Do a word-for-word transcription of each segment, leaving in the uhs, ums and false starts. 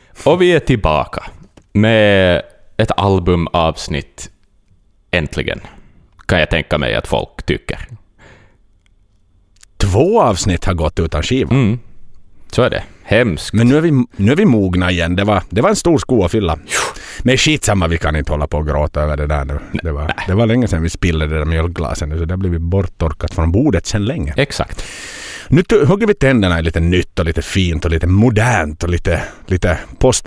Och vi är tillbaka med ett albumavsnitt. Äntligen. Kan jag tänka mig att folk tycker. Två avsnitt har gått utan skiva. Mm. Så är det. Hemskt. Men nu är vi, nu är vi mogna igen. Det var, det var en stor sko att fylla. Men skitsamma, vi kan inte hålla på och gråta över det där nu. Det var, det var länge sedan vi spillde det där mjölkglasen. Så det blev vi borttorkat från bordet sedan länge. Exakt. Nu hugger vi tänderna i lite nytt och lite fint och lite modernt och lite, lite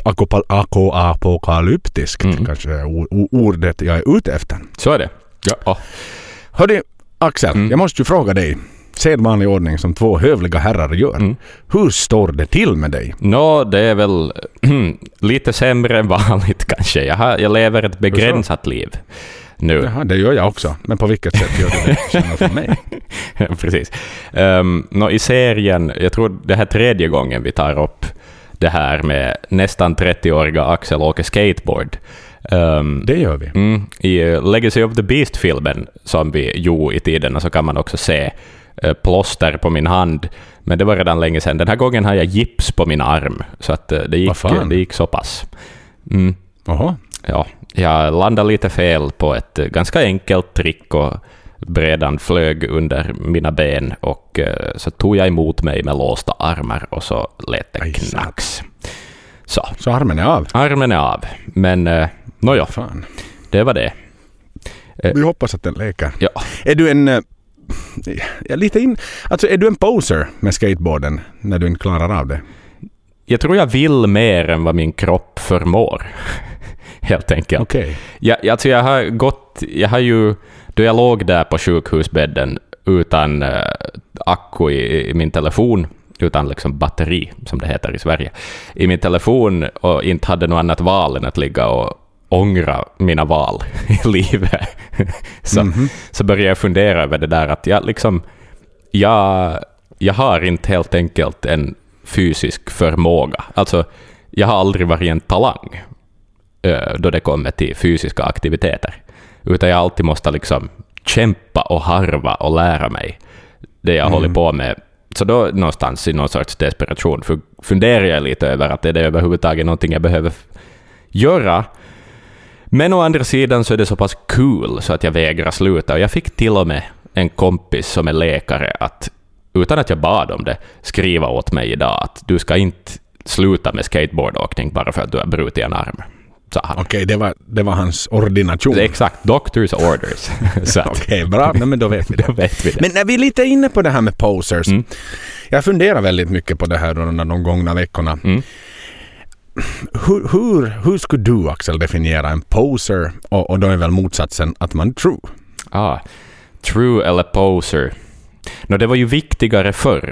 post-apokalyptiskt. Mm. Kanske ordet jag är ute efter. Så är det. Ja. Oh. Hörde, Axel, mm. jag måste ju fråga dig. Sedvanlig ordning som två hövliga herrar gör. Mm. Hur står det till med dig? Nå, det är väl lite sämre än vanligt kanske. Jag, har, jag lever ett begränsat liv nu. Jaha, det gör jag också. Men på vilket sätt gör det det för mig? Precis. Um, nå, i serien, jag tror det här tredje gången vi tar upp det här med nästan trettio-åriga Axel åker skateboard. Um, det gör vi. Mm, i Legacy of the Beast-filmen som vi gjorde i tiden, så kan man också se uh, plåster på min hand. Men det var redan länge sedan. Den här gången har jag gips på min arm. Så att uh, det, gick, det gick så pass. Mm. Jaha. Ja, jag landade lite fel på ett uh, ganska enkelt trick och bredan flög under mina ben och uh, så tog jag emot mig med låsta armar och så lät det knacks. Så. så armen är av? Armen är av. Men uh, nåja, fan. Det var det. Vi hoppas att den leker. Ja. Är du en uh, lite in, alltså är du en poser med skateboarden när du inte klarar av det? Jag tror jag vill mer än vad min kropp förmår. Helt enkelt. Okay. Jag, alltså jag har gått, jag har ju, då jag låg där på sjukhusbädden utan uh, akku i, i min telefon, utan liksom batteri som det heter i Sverige, i min telefon och inte hade något annat val än att ligga och ångra mina val i livet. så, mm-hmm. så började jag fundera över det där att jag liksom jag, jag har inte helt enkelt en fysisk förmåga. Alltså jag har aldrig varit en talang ö, då det kommer till fysiska aktiviteter. Utan jag alltid måste liksom kämpa och harva och lära mig det jag mm. håller på med. Så då någonstans i någon sorts desperation funderar jag lite över att är det överhuvudtaget någonting jag behöver f- göra. Men å andra sidan så är det så pass cool så att jag vägrar sluta. Och jag fick till och med en kompis som är läkare att, utan att jag bad om det, skriva åt mig idag att du ska inte sluta med skateboardåkning bara för att du har brutit en arm. Okej, okay, det, var, det var hans ordination. Det är exakt, doctor's orders. Okej, okay, bra. Nej, men då vet vi det. då vet vi det. Men när vi är lite inne på det här med posers. Mm. Jag funderar väldigt mycket på det här under de gångna veckorna. Mm. Hur, hur, hur skulle du, Axel, definiera en poser? Och, och då är väl motsatsen att man är true. Ah, true eller poser. No, det var ju viktigare förr.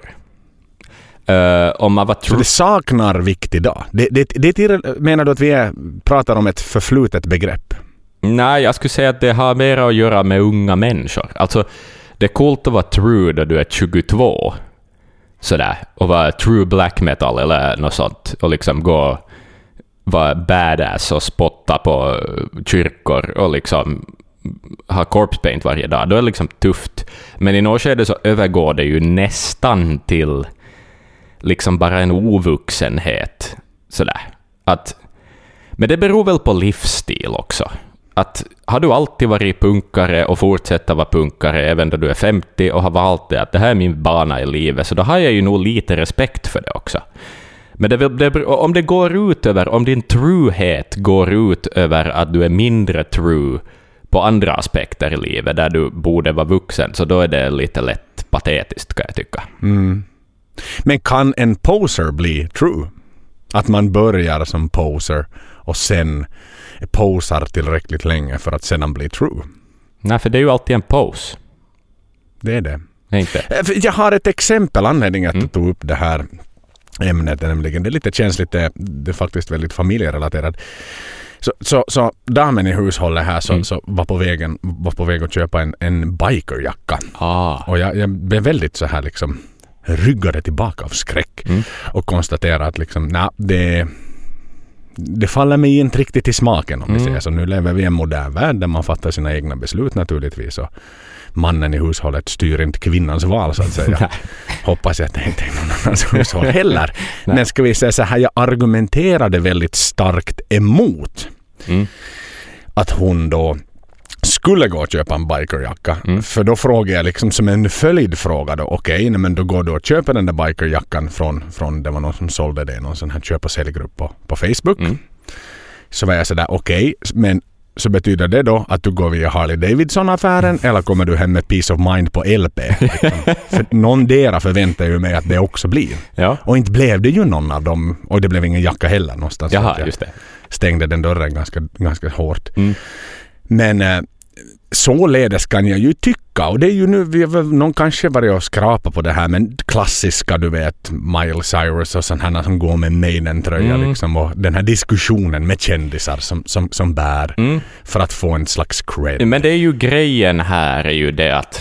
Uh, om man var tro- så det saknar vikt idag. Det, det, det är, menar du att vi är, pratar om ett förflutet begrepp? Nej, jag skulle säga att det har mer att göra med unga människor. Alltså, det är coolt att vara true då du är tjugotvå. Sådär. Och vara true black metal eller något sånt. Och liksom gå vara badass och spotta på kyrkor och liksom ha corpse paint varje dag. Då är det liksom tufft. Men i något skede så övergår det ju nästan till liksom bara en ovuxenhet. Sådär. Att, men det beror väl på livsstil också. Att har du alltid varit punkare och fortsätter vara punkare även då du är femtio och har valt det att det här är min bana i livet, så då har jag ju nog lite respekt för det också. Men det, det, om det går ut över, om din truehet går ut över att du är mindre true på andra aspekter i livet där du borde vara vuxen, så då är det lite lätt patetiskt, kan jag tycka. Mm. Men kan en poser bli true? Att man börjar som poser och sen posar tillräckligt länge för att sedan bli true? Nej, för det är ju alltid en pose. Det är det. Nej, inte. Jag har ett exempel, anledning att mm. ta upp det här ämnet, nämligen det är lite känsligt, det, det är faktiskt väldigt familjerelaterat. Så, så, så damen i hushållet här så, mm. så var, på vägen, var på väg att köpa en, en bikerjacka. Ah. Och jag, jag blev väldigt så här liksom ryggade tillbaka av skräck mm. och konstaterade att liksom, nej, det, det faller mig inte riktigt i smaken om vi mm. säger så. Nu lever vi i en modern värld där man fattar sina egna beslut naturligtvis och mannen i hushållet styr inte kvinnans val så att säga. Hoppas jag att det inte är någon annans hushåll heller. Men ska vi säga så här, jag argumenterade väldigt starkt emot mm. att hon då skulle gå och köpa en bikerjacka. Mm. För då frågar jag liksom som en följdfråga då, okej, okay, men då går du och köper den där bikerjackan från, från det var någon som sålde det, någon sån här köp- och säljgrupp på, på Facebook. Mm. Så var jag sådär, okej, okay, men så betyder det då att du går via Harley Davidson-affären eller kommer du hem med Peace of Mind på L P? Liksom. För någon dera förväntar ju mig att det också blir. Ja. Och inte blev det ju någon av dem, och det blev ingen jacka heller någonstans. Jaha, just det. Stängde den dörren ganska, ganska hårt. Mm. Men eh, således kan jag ju tycka, och det är ju nu, vi har någon kanske varit och skrapa på det här, men klassiska, du vet, Miley Cyrus och sådana som går med Maiden-tröja mm. liksom, och den här diskussionen med kändisar som, som, som bär mm. för att få en slags cred. Men det är ju grejen här är ju det att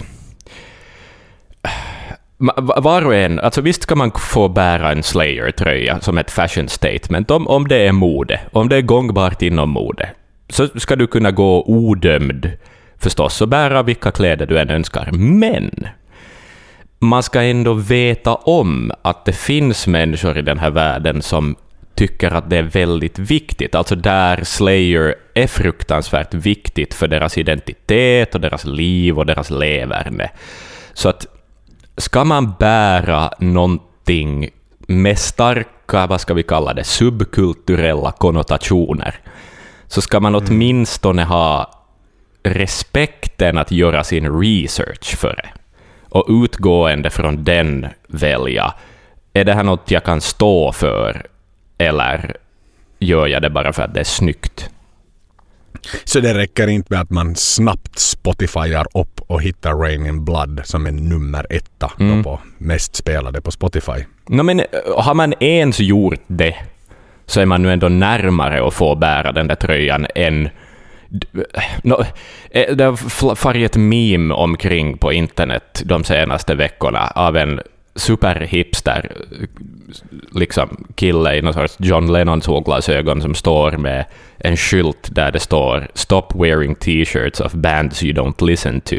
var och en, alltså visst ska man få bära en Slayer-tröja som ett fashion statement om, om det är mode, om det är gångbart inom mode. Så ska du kunna gå odömd förstås och bära vilka kläder du än önskar. Men man ska ändå veta om att det finns människor i den här världen som tycker att det är väldigt viktigt. Alltså där Slayer är fruktansvärt viktigt för deras identitet och deras liv och deras leverne. Så att ska man bära någonting med starka, vad ska vi kalla det, subkulturella konnotationer, så ska man åtminstone ha respekten att göra sin research för det. Och utgående från den välja, är det här något jag kan stå för eller gör jag det bara för att det är snyggt? Så det räcker inte med att man snabbt Spotifyar upp och hittar Rain in Blood som en nummer etta mm. på mest spelade på Spotify? No, men har man ens gjort det så är man nu ändå närmare att få bära den där tröjan än... No, det har farit ett meme omkring på internet de senaste veckorna av en superhipster liksom kille i någon sorts John Lennon solglasögon som står med en skylt där det står "Stop wearing t-shirts of bands you don't listen to".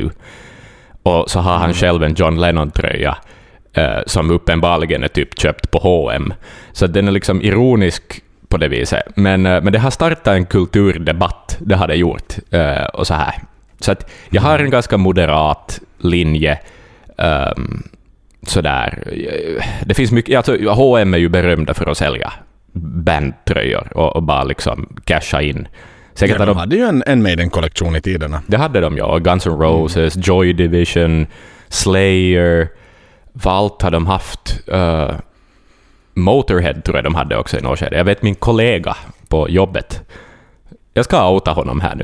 Och så har han mm. själv en John Lennon-tröja eh, som uppenbarligen är typ köpt på H och M. Så den är liksom ironisk på det viset. Men, men det har startat en kulturdebatt, det har det gjort. Uh, och så här. Så att jag har en ganska moderat linje. Um, sådär. Det finns mycket, alltså H och M är ju berömda för att sälja bandtröjor och, och bara liksom casha in. Säkert ja, de hade ju en, en Maiden-kollektion i tiderna. Det hade de, ja. Guns N' Roses, mm. Joy Division, Slayer, vad allt har de haft. Uh, Motorhead tror jag de hade också i något skede. Jag vet min kollega på jobbet. Jag ska outa honom här nu.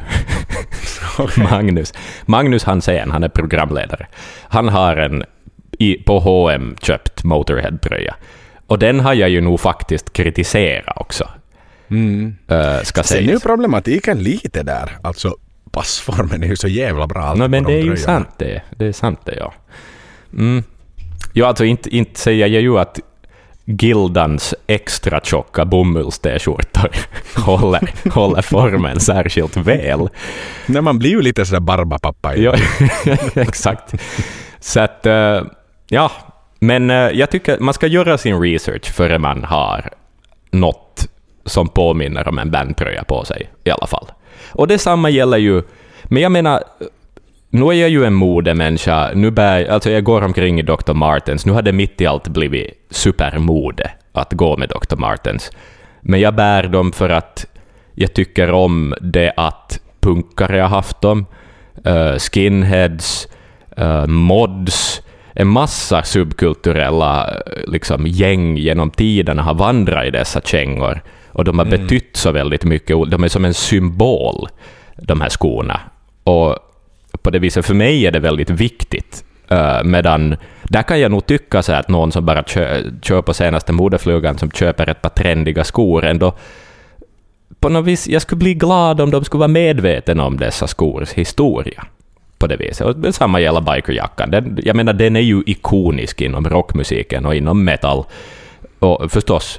Okay. Magnus. Magnus Hansén, han är programledare. Han har en i, på H och M köpt Motorhead-tröja. Och den har jag ju nog faktiskt kritiserat också. Mm. Uh, ska Sen är ju problematiken lite där. Alltså passformen är ju så jävla bra. No, men det är ju sant det. Det är sant det, ja. Mm. Ja, alltså inte, inte säger jag ju att Gildans extra tjocka bomullst-t-skjortor håller, håller formen särskilt väl. Nej, man blir ju lite sådär barbapappa. Ja, exakt. Så att, ja, men jag tycker man ska göra sin research före man har något som påminner om en bandtröja på sig i alla fall. Och detsamma gäller ju, men jag menar, nu är jag ju en modemänniska. Nu bär, alltså jag går omkring i doktor Martens. Nu har det mitt i allt blivit supermode att gå med doktor Martens. Men jag bär dem för att jag tycker om det att punkare har haft dem. Uh, skinheads, uh, mods, en massa subkulturella liksom, gäng genom tiderna har vandrat i dessa kängor. Och de har mm. betytt så väldigt mycket. De är som en symbol, de här skorna. Och på det viset för mig är det väldigt viktigt. Uh, medan där kan jag nog tycka så att någon som bara kö, kör på senaste modeflugan som köper ett par trendiga skor ändå på något vis, jag skulle bli glad om de skulle vara medvetna om dessa skors historia på det viset. Och detsamma gäller bikerjackan. Den, jag menar, den är ju ikonisk inom rockmusiken och inom metal och förstås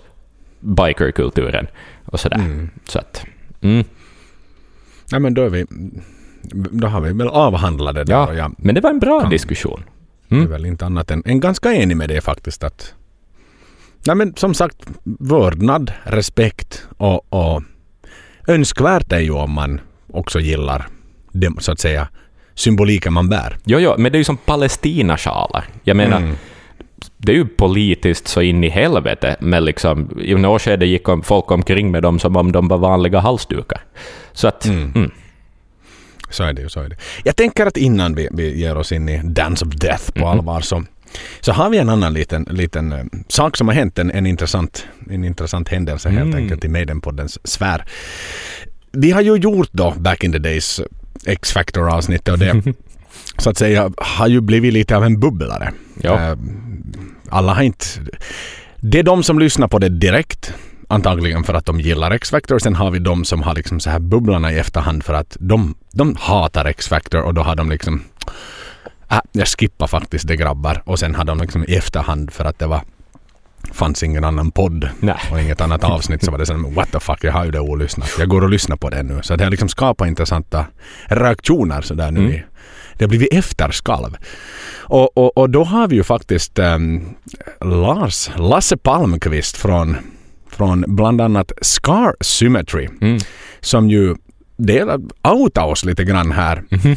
bikerkulturen och sådär. Mm. Så att, mm. Ja, men då är vi då har vi väl avhandlat det där. Ja, och jag men det var en bra kan, diskussion. Mm. Mm. Jag är väl inte annat än, än ganska enig med det faktiskt. Att, nej men som sagt, vördnad, respekt och, och önskvärt är ju om man också gillar det, så att säga, symboliken man bär. Jo, jo, men det är ju som Palestina-sjalar. Jag menar, mm. det är ju politiskt så in i helvete, men liksom, i något skede gick om, folk omkring med dem som om de var vanliga halsdukar. Så att... Mm. Mm. Så är det ju, så är det. Jag tänker att innan vi, vi ger oss in i Dance of Death på mm. allvar så, så har vi en annan liten, liten uh, sak som har hänt, en, en, intressant, en intressant händelse helt mm. enkelt i Maidenpoddens sfär. Vi har ju gjort då back in the days X-Factor-avsnitt och det så att säga har ju blivit lite av en bubblare. Ja. Uh, alla har inte... Det är de som lyssnar på det direkt, antagligen för att de gillar X-Factor. Sen har vi de som har liksom så här bubblarna i efterhand för att de, de hatar X-Factor och då har de liksom äh, jag skippar faktiskt det grabbar och sen har de liksom i efterhand för att det var fanns ingen annan podd Nej. och inget annat avsnitt så var det så what the fuck, jag har ju det olyssnat. Jag går och lyssnar på det nu. Så det har liksom skapat intressanta reaktioner så där nu mm. i, det har blivit efterskalv. Och, och, och då har vi ju faktiskt um, Lars, Lasse Palmqvist från från bland annat Scar Symmetry mm. som ju delar outa oss lite grann här. Mm-hmm.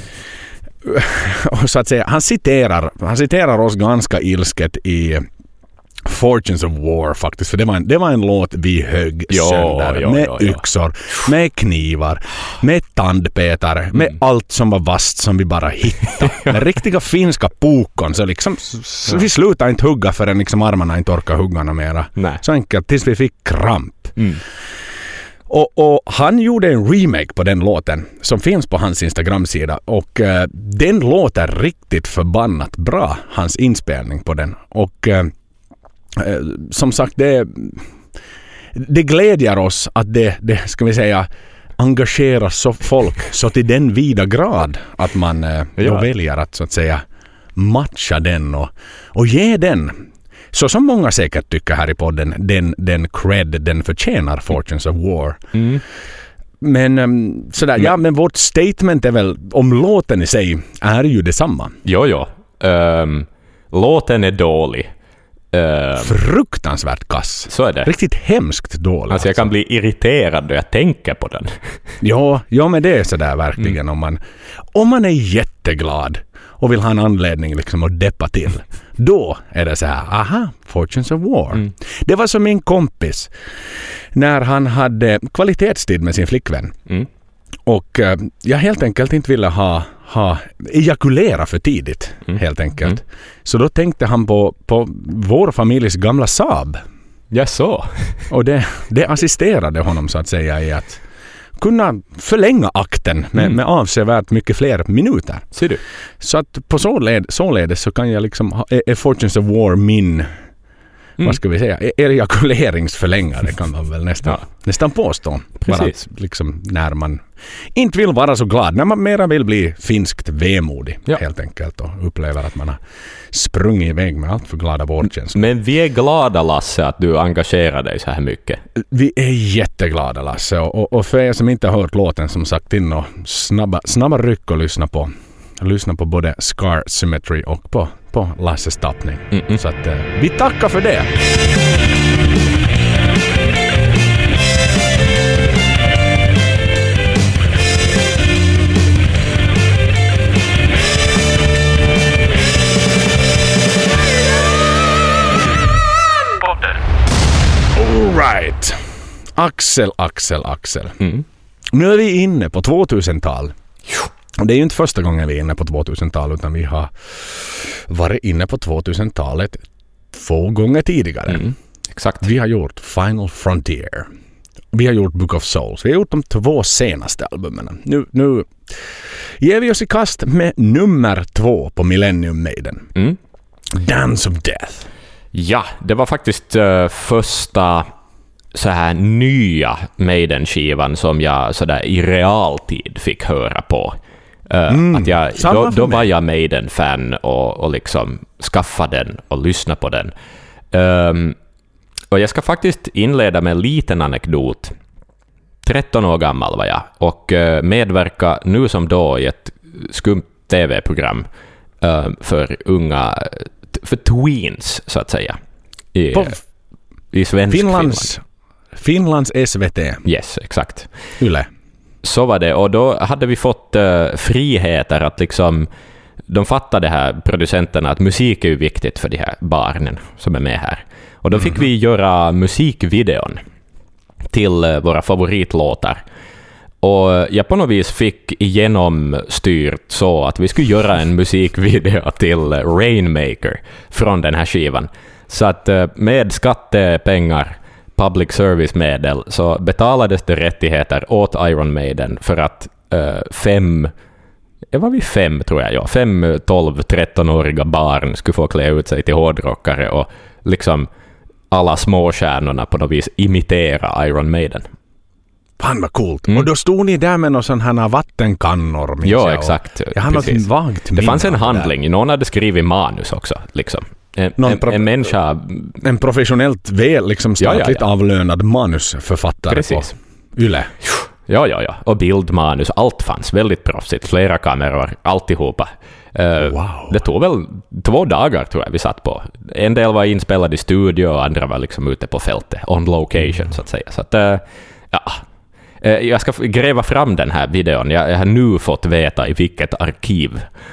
Och så att säga, han citerar, han citerar oss ganska ilsket i Fortunes of War faktiskt, för det var en, det var en låt vi högg jo, sönder jo, med jo, jo. yxor, med knivar, med tandpetare, mm. med allt som var vast som vi bara hittade. Med riktiga finska pokon, så liksom så vi slutade inte hugga förrän liksom armarna inte orkade hugga något mera. Nej. Så enkelt tills vi fick kramp. Mm. Och, och han gjorde en remake på den låten som finns på hans Instagram-sida och uh, den låter riktigt förbannat bra, hans inspelning på den. Och uh, uh, som sagt, det, det glädjer oss att det, det ska vi säga, engagerar så folk så till den vida grad att man uh, ja. då väljer att så att säga matcha den och, och ge den, så som många säkert tycker här i podden, den, den cred den förtjänar, Fortunes of War. Mm. Men um, sådär, men, ja men vårt statement är väl, om låten i sig är ju detsamma. Jo, jo. Um, låten är dålig. Um, Fruktansvärt kass. Så är det. Riktigt hemskt dålig. Alltså jag kan bli irriterad då jag tänker på den. ja, ja, men det är sådär verkligen. Mm. Om, man, om man är jätteglad och vill ha en anledning liksom att deppa till, då är det så här, aha, Fortunes of War. Mm. Det var som min kompis när han hade kvalitetstid med sin flickvän. Mm. Och uh, jag helt enkelt inte ville ha, ha ejakulera för tidigt, mm. helt enkelt. Mm. Så då tänkte han på, på vår familjs gamla Saab. Ja, så. Och det, det assisterade honom så att säga i att kunna förlänga akten med, mm. med avsevärt mycket fler minuter. Ser du? Så att på såled, således så kan jag liksom ha, är Fortunes of War min, mm. vad ska vi säga, ejakuleringsförlängare kan man väl nästan, ja. nästan påstå. Precis. Bara liksom när man inte vill vara så glad, när man mera vill bli finskt vemodig, ja. helt enkelt, och upplever att man har sprungit iväg med allt för glada vårdkänslor. Men vi är glada, Lasse, att du engagerar dig så här mycket. Vi är jätteglada, Lasse, och, och för er som inte har hört låten, som sagt, in och snabba, snabba ryck och lyssna på lyssna på både Scar Symmetry och på, på Lasses tappning. Mm-mm. Så att eh, vi tackar för det. All right. Axel, Axel, Axel. Mm. Nu är vi inne på tvåtusental. Det är ju inte första gången vi är inne på tvåtusental, utan vi har varit inne på tvåtusentalet två gånger tidigare. Mm, exakt. Vi har gjort Final Frontier. Vi har gjort Book of Souls. Vi har gjort de två senaste albumen. Nu, nu ger vi oss i kast med nummer två på Millennium Maiden. Mm. Dance of Death. Ja, det var faktiskt uh, första så här nya Maiden-skivan som jag så där i realtid fick höra på. Uh, mm, att jag, då då var jag Maiden-fan och, och liksom skaffade den och lyssnade på den. Um, och jag ska faktiskt inleda med en liten anekdot. tretton år gammal var jag och uh, medverka nu som då i ett skumt tv-program uh, för unga, för tweens så att säga. I, På i svensk Finlands, Finland. Finlands S V T. Yes, exakt. Yle. Så var det, och då hade vi fått uh, friheter att liksom, de fattade här producenterna att musik är ju viktigt för de här barnen som är med här. Och då fick mm. vi göra musikvideon till uh, våra favoritlåtar. Och jag på något vis fick igenom styrt så att vi skulle göra en musikvideo till Rainmaker från den här skivan. Så att uh, med skattepengar, public service-medel, så betalades det rättigheter åt Iron Maiden för att uh, fem, det var vi fem tror jag, ja, fem, tolv, tretton-åriga barn skulle få klä ut sig till hårdrockare och liksom alla småstjärnorna på något vis imitera Iron Maiden. Fan vad coolt. Mm. Och då stod ni där med någon sån här vattenkannor. Ja, exakt. Jag har något vagt Det fanns en handling. Där. Någon hade skrivit manus också, liksom. En, en, pro- en människa... En professionellt väl, liksom statligt ja, ja, ja. avlönad manusförfattare. Precis. På Yle. Ja, ja, ja. Och bildmanus, allt fanns. Väldigt proffsigt. Flera kameror, alltihopa. Uh, wow. Det tog väl två dagar tror jag vi satt på. En del var inspelad i studio och andra var liksom ute på fältet. On location, mm. så att säga. Så att, uh, ja... Uh, jag ska gräva fram den här videon. Jag, jag har nu fått veta i vilket arkiv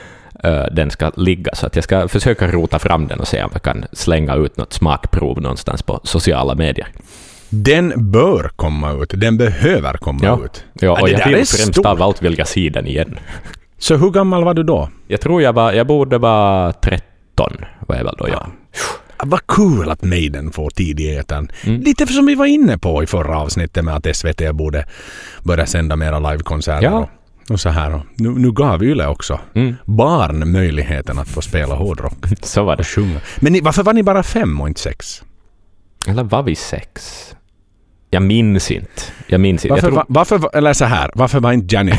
uh, den ska ligga. Så att jag ska försöka rota fram den och se om jag kan slänga ut något smakprov någonstans på sociala medier. Den bör komma ut. Den behöver komma ja. ut. Ja, och ja, jag vill främst av allt vilja se den igen. Så hur gammal var du då? Jag tror jag var, jag borde vara tretton var jag väl då, ja. ja. Vad kul att Maiden får tid i etern. Mm. Lite som vi var inne på i förra avsnittet med att S V T borde börja sända mera livekonserter. Ja. Och, och så här. Nu, nu gav Yle också mm. barn möjligheten att få spela hårdrock. Så var det. Sjunga. Men ni, varför var ni bara fem och inte sex? Eller var vi sex? Jag minns inte. Jag minns inte. Varför, jag tror... va, varför, eller så här, varför var inte Janet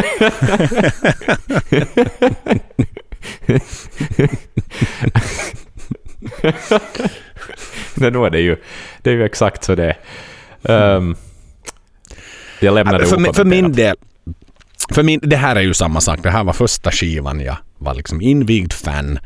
Men då är det ju det är ju exakt så det är. Um, jag lämnar det för, min, för min del för min, det här är ju samma sak. Det här var första skivan jag var liksom invigd fan.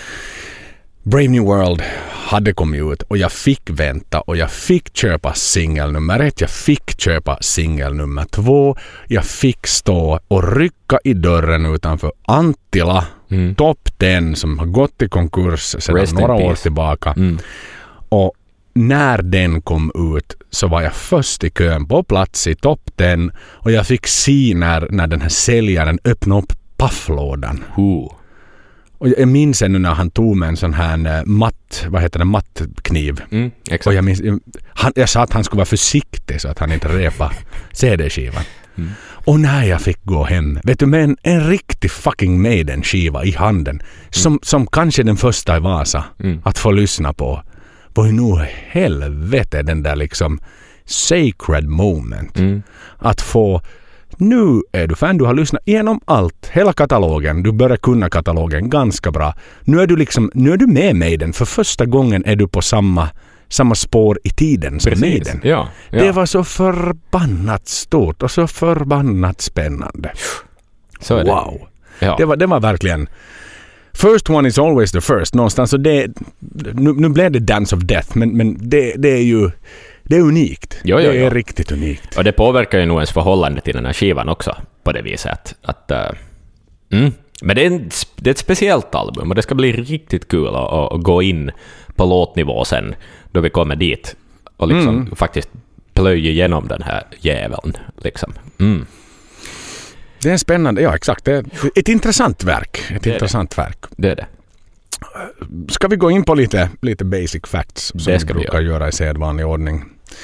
Brave New World hade kommit ut och jag fick vänta och jag fick köpa singel nummer ett, jag fick köpa singel nummer två, jag fick stå och rycka i dörren utanför Antila, mm. topp tio som har gått i konkurs sedan Rest några år tillbaka. Mm. Och när den kom ut så var jag först i kön på plats i topp tio och jag fick se när, när den här säljaren öppnade upp pafflådan. Uh. Och jag minns ännu när han tog med en sån här matt, vad heter det, mattkniv. Mm, exakt. Och jag, minns, han, jag sa att han skulle vara försiktig så att han inte repade C D-skivan. Mm. Och när jag fick gå hem, vet du, med en, en riktig fucking Maiden-skiva i handen, mm. som, som kanske den första i Vasa mm. att få lyssna på, var ju nog helvete den där liksom sacred moment. Mm. Att få nu är du fan, du har lyssnat igenom allt, hela katalogen, du börjar kunna katalogen ganska bra. Nu är du liksom, nu är du med Maiden, för första gången är du på samma, samma spår i tiden som Precis. Maiden. Ja, ja. Det var så förbannat stort och så förbannat spännande. Så är det. Wow. Ja. Det var, det var verkligen first one is always the first någonstans. Och det, nu, nu blev det Dance of Death, men, men det, det är ju det är unikt. Jo, jo, det är jo. riktigt unikt. Och det påverkar ju nog ens förhållande till den här skivan också på det viset. Att, att, uh, mm. Men det är, en, det är ett speciellt album och det ska bli riktigt kul att, att gå in på låtnivå sen då vi kommer dit och liksom mm. faktiskt plöja igenom den här jäveln. Liksom. Mm. Det är en spännande, ja exakt. Det är ett intressant verk. Ett det intressant det. verk. Det är det. Ska vi gå in på lite, lite basic facts som det ska vi brukar vi göra i sedvanlig ordning.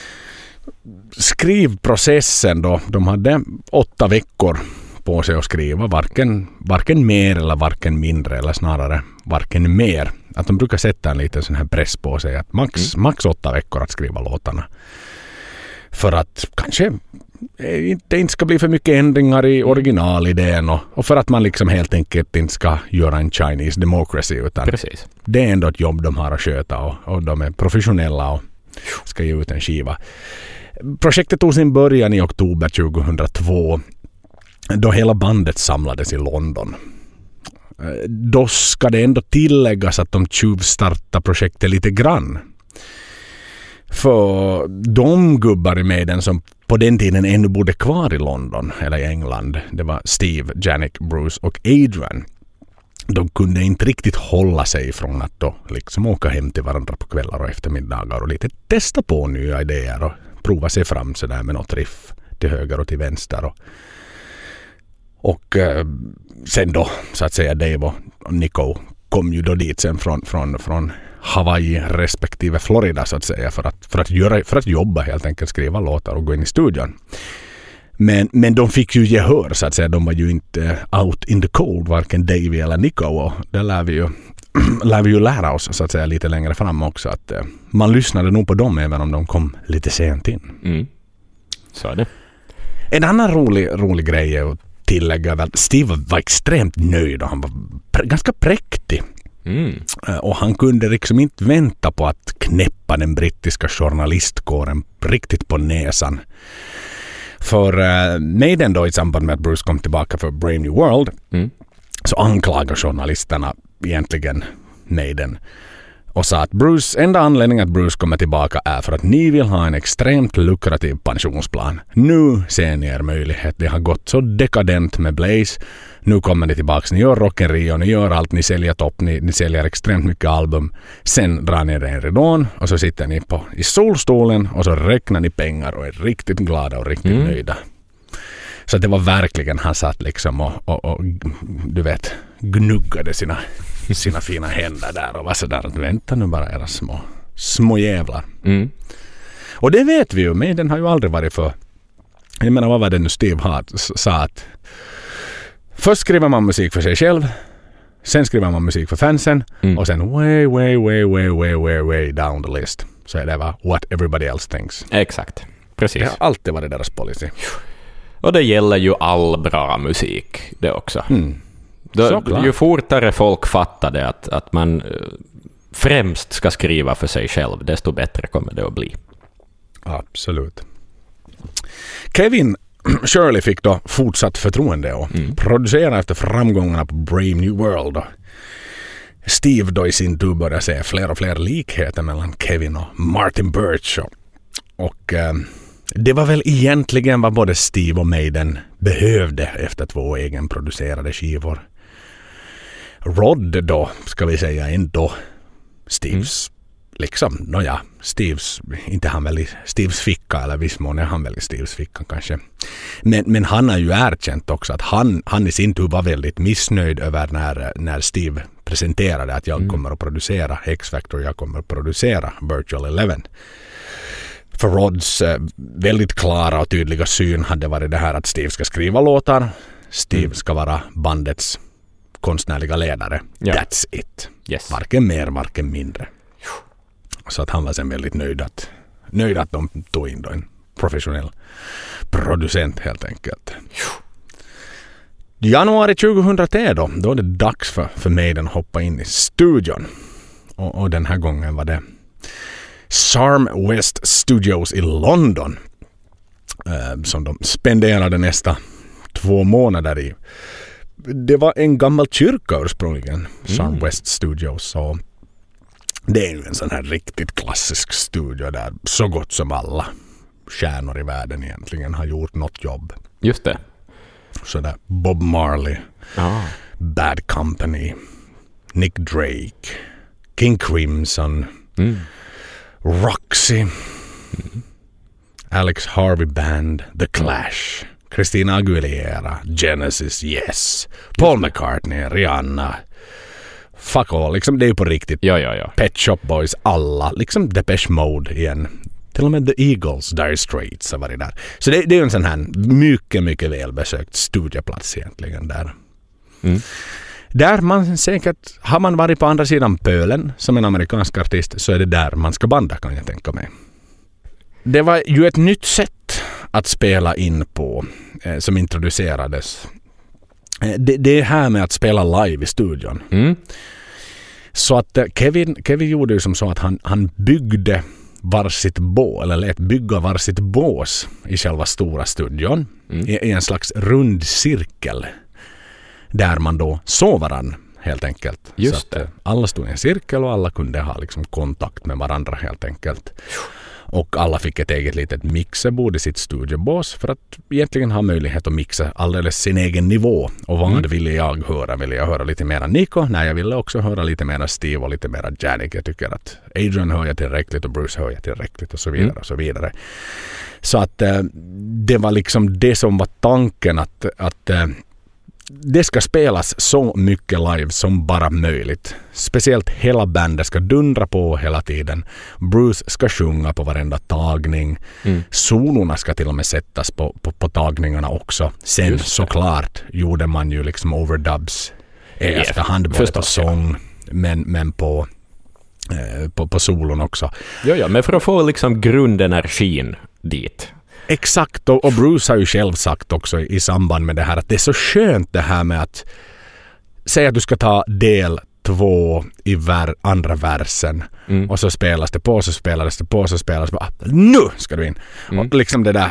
Skrivprocessen då, de hade åtta veckor på sig att skriva, varken, varken mer eller varken mindre, eller snarare varken mer. Att de brukar sätta en liten sån här press på sig att max, mm. max åtta veckor att skriva låtarna. För att kanske det inte ska bli för mycket ändringar i originalidén och, och för att man liksom helt enkelt inte ska göra en Chinese democracy, utan Precis. det är ändå ett jobb de har att sköta och, och de är professionella och ska ge ut en skiva. Projektet tog sin början i oktober tjugohundratvå då hela bandet samlades i London. Då ska det ändå tilläggas att de tjuvstartade projektet lite grann. För de gubbar i Maiden som på den tiden ännu bodde kvar i London eller i England, det var Steve, Janik, Bruce och Adrian. De kunde inte riktigt hålla sig från att då liksom åka hem till varandra på kvällar och eftermiddagar och lite testa på nya idéer och prova sig fram så där med något riff till höger och till vänster. Och, och eh, sen då så att säga Dave och Nico kom ju då dit sen från, från, från Hawaii respektive Florida så att säga för att, för att, göra, för att jobba helt enkelt, skriva låtar och gå in i studion. Men, men de fick ju gehör så att säga. De var ju inte out in the cold, varken Davey eller Nico. Och det lär vi ju, lär vi ju lära oss så att säga lite längre fram också. Att eh, man lyssnade nog på dem även om de kom lite sent in. Mm. Så är det. En annan rolig, rolig grej är att tillägga att Steve var extremt nöjd och han var pr- ganska präktig. Mm. Och han kunde liksom inte vänta på att knäppa den brittiska journalistkåren riktigt på näsan. För uh, Maiden då i samband med att Bruce kom tillbaka för Brave New World mm. så anklagar journalisterna egentligen Maiden och sa att Bruce, enda anledningen att Bruce kommer tillbaka är för att ni vill ha en extremt lukrativ pensionsplan. Nu ser ni er möjlighet. Det har gått så dekadent med Blaze. Nu kommer ni tillbaka. Ni gör Rock in Rio, ni gör allt. Ni säljer topp, ni, ni säljer extremt mycket album. Sen drar ni en ridån och så sitter ni på, i solstolen och så räknar ni pengar och är riktigt glada och riktigt mm. nöjda. Så det var verkligen, han satt liksom och, och, och du vet, gnuggade sina, sina fina händer där och var sådär att vänta nu bara era små, små jävlar. Mm. Och det vet vi ju, men den har ju aldrig varit för, jag menar vad var det nu Steve Hart sa att först skriver man musik för sig själv, sen skriver man musik för fansen mm. och sen way, way, way, way, way, way, way down the list så är det var what everybody else thinks. Exakt, precis. Det har alltid varit deras policy. Och det gäller ju all bra musik det också. Mm. Då, ju fortare folk fattar det att, att man främst ska skriva för sig själv, desto bättre kommer det att bli. Absolut. Kevin Shirley fick då fortsatt förtroende och mm. producera efter framgångarna på Brave New World. Steve då i sin tur började se fler och fler likheter mellan Kevin och Martin Birch. Och, och eh, det var väl egentligen vad både Steve och Maiden behövde efter två egenproducerade skivor. Rod då, ska vi säga ändå, Steves, mm. liksom, nåja, Steves, inte han väl i Steves ficka, eller viss mån är han väl i Steves ficka kanske. Men, men han har ju erkänt också att han, han i sin tur var väldigt missnöjd över när, när Steve presenterade att jag mm. kommer att producera X-Factor, jag kommer att producera Virtual Eleven. För Rods eh, väldigt klara och tydliga syn hade varit det här att Steve ska skriva låtar, Steve mm. ska vara bandets konstnärliga ledare. Yeah. That's it. Yes. Varken mer, varken mindre. Så att han var sen väldigt nöjd att, nöjd att de tog in då en professionell producent helt enkelt. Januari tjugohundratre då, då är det dags för, för Maiden att hoppa in i studion. Och, och den här gången var det Sarm West Studios i London eh, som de spenderade nästa två månader i. Det var en gammal kyrka ursprungligen, mm. Sarm West Studios, så det är ju en sån här riktigt klassisk studio där så gott som alla stjärnor i världen egentligen har gjort något jobb. Just det. Så där Bob Marley, ah. Bad Company, Nick Drake, King Crimson, mm. Roxy, mm. Alex Harvey Band, The Clash, Christina Aguilera, Genesis, Yes, Paul McCartney, Rihanna, fuck all, liksom det är ju på riktigt. Ja, ja, ja. Pet Shop Boys, alla, liksom Depeche Mode igen. Till och med The Eagles, Dire Straits har varit där. Så det, det är ju en sån här mycket, mycket välbesökt studieplats egentligen där. Mm. Där man säkert, har man varit på andra sidan pölen som en amerikansk artist så är det där man ska banda, kan jag tänka mig. Det var ju ett nytt sätt att spela in på eh, som introducerades. Eh, det, det är här med att spela live i studion. Mm. Så att eh, Kevin, Kevin gjorde ju som så att han, han byggde varsitt bås, eller lät bygga varsitt bås i själva stora studion mm. i, i en slags rund cirkel där man då såg varann helt enkelt. Just så att, det. alla stod i en cirkel och alla kunde ha liksom kontakt med varandra helt enkelt. Och alla fick ett eget litet mixerbord i sitt studiobås för att egentligen ha möjlighet att mixa alldeles sin egen nivå. Och vad mm. ville jag höra? Ville jag höra lite mera Nico? Nej, jag ville också höra lite mera Steve och lite mera Janik. Jag tycker att Adrian hör jag tillräckligt och Bruce hör jag tillräckligt och så vidare mm. och så vidare. Så att eh, det var liksom det som var tanken att, att eh, det ska spelas så mycket live som bara möjligt. Speciellt hela bandet ska dundra på hela tiden. Bruce ska sjunga på varenda tagning. Mm. Solorna ska till och med sättas på, på, på tagningarna också. Sen såklart gjorde man ju liksom overdubs yeah, efterhand både på sång ja. men, men på, eh, på, på solon också. Ja, ja, men för att få liksom grundenergin dit. Exakt, och Bruce har ju själv sagt också i samband med det här att det är så skönt det här med att säga att du ska ta del två i ver, andra versen mm. och så spelas det på, så spelas det på, så spelas det på. Nu ska du in! Mm. Och liksom det där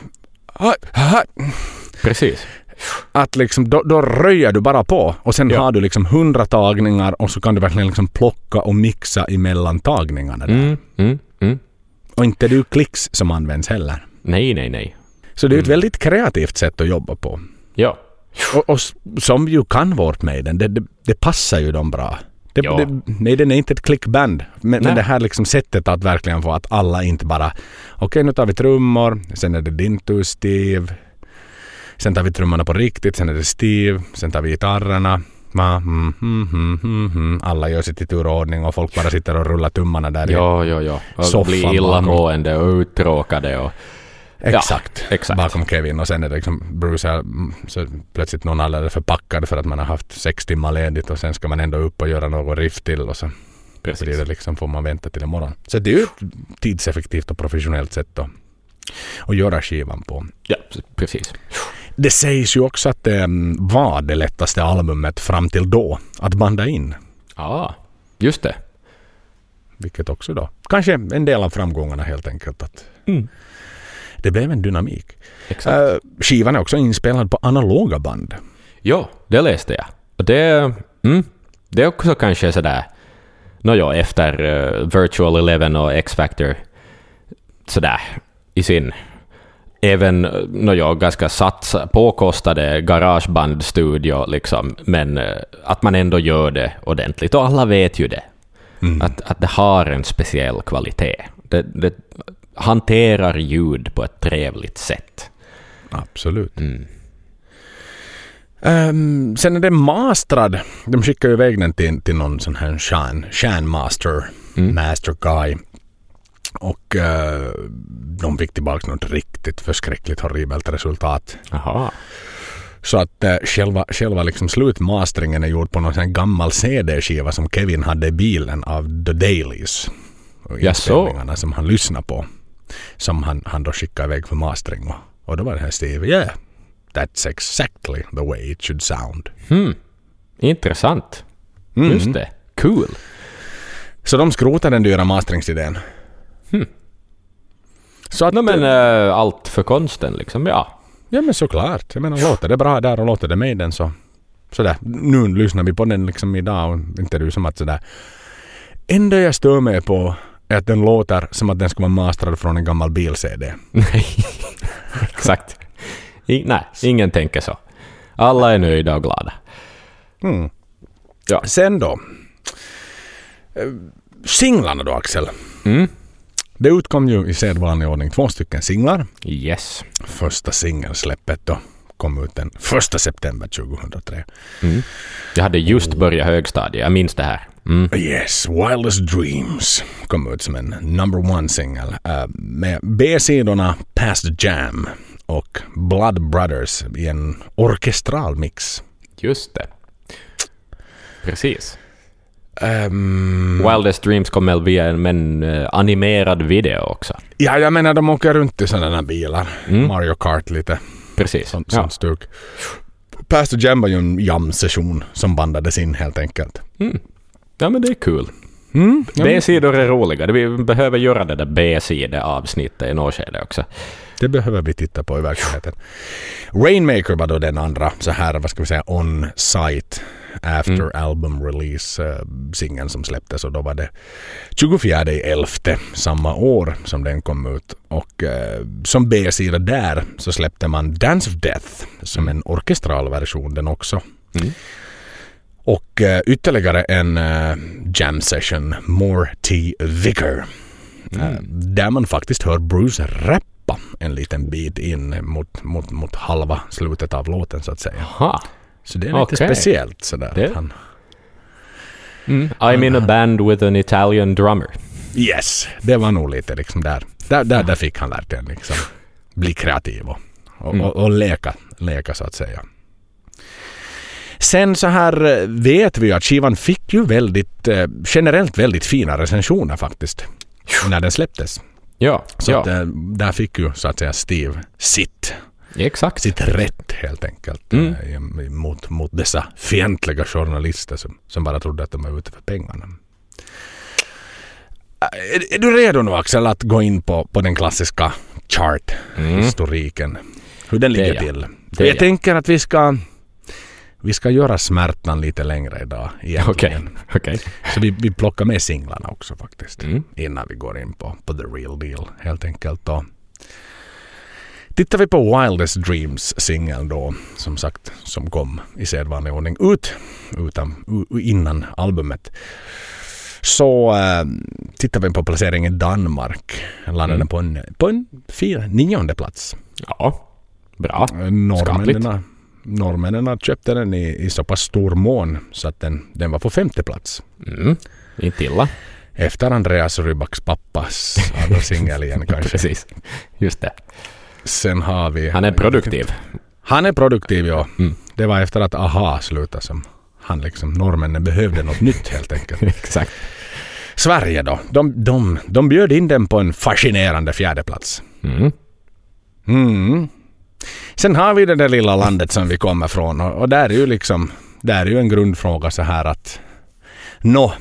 precis. Att liksom, då, då röjer du bara på och sen ja. har du liksom hundra tagningar och så kan du verkligen liksom plocka och mixa emellan tagningarna där. Mm. Mm. Mm. Och inte du klicks som används heller. Nej, nej, nej. Så det är ett mm. väldigt kreativt sätt att jobba på. Ja. Och, och som ju kan vårt Maiden, det, det, det passar ju dem bra. Det, ja. det, nej, det är inte ett klickband. Men, men det här liksom sättet att verkligen få att alla inte bara okej, okay, nu tar vi trummor, sen är det din tur, Steve. Sen tar vi trummorna på riktigt, sen är det Steve, sen tar vi gitarrerna. Ma, mm, mm, mm, mm, mm. Alla gör sitt i turordning och folk bara sitter och rullar tummarna där ja, ja, ja. Och blir illamående och uttråkade och Exakt. Ja, exakt. Bakom Kevin och sen är det liksom Bruce här, så plötsligt någon alldeles förpackad för att man har haft sex timmar ledigt och sen ska man ändå upp och göra något riff till och så precis. Blir det liksom, får man vänta till imorgon. Så det är ju ett tidseffektivt och professionellt sätt att, att göra skivan på. Ja, precis. Det sägs ju också att det var det lättaste albumet fram till då att banda in. Ja, just det. Vilket också då kanske en del av framgångarna helt enkelt att mm. det blev en dynamik. Exakt. Uh, skivan är också inspelad på analoga band. Ja, det läste jag. Och det, mm, det är också kanske sådär nåja, efter uh, Virtual Eleven och X-Factor sådär i sin även nåja, ganska sats påkostade garagebandstudio liksom, men uh, att man ändå gör det ordentligt och alla vet ju det. Mm. Att, att det har en speciell kvalitet. Det, det hanterar ljud på ett trevligt sätt. Absolut. Mm. Um, sen är det masterad. De skickar ju iväg den till, till någon sån här Shan, Shan Master, mm. Master Guy. Och uh, de fick tillbaka något riktigt förskräckligt horribelt resultat. Aha. Så att uh, själva, själva liksom slutmasteringen är gjord på någon sån gammal C D-skiva som Kevin hade i bilen av The Dailies. Och inspelningarna som han lyssnade på. Som han, han då skickade iväg för mastering. Och, och då var det här Steve, yeah, that's exactly the way it should sound. Hmm. Intressant. Mm. Just det. Cool. Så de skrotade den dyra masteringsidén. Hmm. Så att, no, men äh, allt för konsten liksom, ja. Ja, men såklart. Jag menar, låter det bra där och låter det med den så sådär. Nu lyssnar vi på den liksom idag och inte du som att sådär. Enda jag stör mig på är att den låter som att den ska vara masterad från en gammal bil-C D. Nej, exakt. I, nej, ingen tänker så. Alla är nöjda och glada. Mm. Ja. Sen då. Singlarna då, Axel. Mm. Det utkom ju i sedvanlig ordning två stycken singlar. Yes. Första singelsläppet då kom ut den första september tjugohundratre. Mm. Jag hade just börjat högstadiet, jag minns det här. Mm. Yes, Wildest Dreams kom ut som en number one singel uh, med B-sidorna Past the Jam och Blood Brothers i en orkestral mix. Just det. Precis. Um, Wildest Dreams kommer via en men, uh, animerad video också. Ja, jag menar de åker runt i sådana bilar. Mm. Mario Kart lite. Precis. Sånt, ja. sånt stuk. Past the Jam var ju en jam-session som bandades in helt enkelt. Mm. Ja, men det är kul. Mm, ja, B-sidor är roliga. Vi behöver göra det där B-sida-avsnittet i något skede också. Det behöver vi titta på i verkligheten. Rainmaker var då den andra så här, vad ska vi säga, on-site after mm. album release uh, singeln som släpptes, och då var det tjugofjärde elfte samma år som den kom ut, och uh, som B-sida där så släppte man Dance of Death som en orkestral version den också. Mm. Och uh, ytterligare en uh, jam session, More T. Vicker. Mm. Uh, där man faktiskt hör Bruce rappa en liten bit in mot, mot, mot halva slutet av låten så att säga. Aha. Så det är lite okay. speciellt sådär. Det... Att han, mm. I'm in a band with an Italian drummer. Yes, det var nog lite liksom där. Där, där, där fick han verkligen liksom bli kreativ och, och, mm. och, och leka, leka så att säga. Sen så här vet vi att skivan fick ju väldigt, eh, generellt väldigt fina recensioner faktiskt när den släpptes. Ja, så ja. Att, eh, där fick ju så att säga Steve sitt. Exakt. Sitt rätt helt enkelt mm. eh, mot, mot dessa fientliga journalister som, som bara trodde att de var ute för pengarna. Är, är du redo nu, Axel, att gå in på, på den klassiska chart-historiken? Mm. Hur den ligger till? Jag, jag tänker att vi ska vi ska göra smärtan lite längre idag egentligen. Okay. Okay. Så vi, vi plockar med singlarna också faktiskt mm. innan vi går in på, på the real deal helt enkelt. Och tittar vi på Wildest Dreams singeln då, som sagt, som kom i sedvanlig ordning ut utan, innan albumet. Så äh, tittar vi på placeringen Danmark. Landade mm. på en, på en fyra, nionde plats. Ja, bra. Norrmännen, norrmännen köpte den i, i så pass stor mån så att den, den var på femte plats. Mm. Inte illa. Efter Andreas Rybaks pappas andra singel igen kanske. Precis, just det. Sen har vi... Han är produktiv. Han är produktiv, ja. Mm. Det var efter att Aha slutade som han liksom, norrmännen behövde något nytt helt enkelt. Exakt. Sverige då, de, de, de bjöd in den på en fascinerande fjärde plats. Mm. Mm. Sen har vi det där lilla landet som vi kommer från, och, och där är ju liksom, där är ju en grundfråga så här att nå,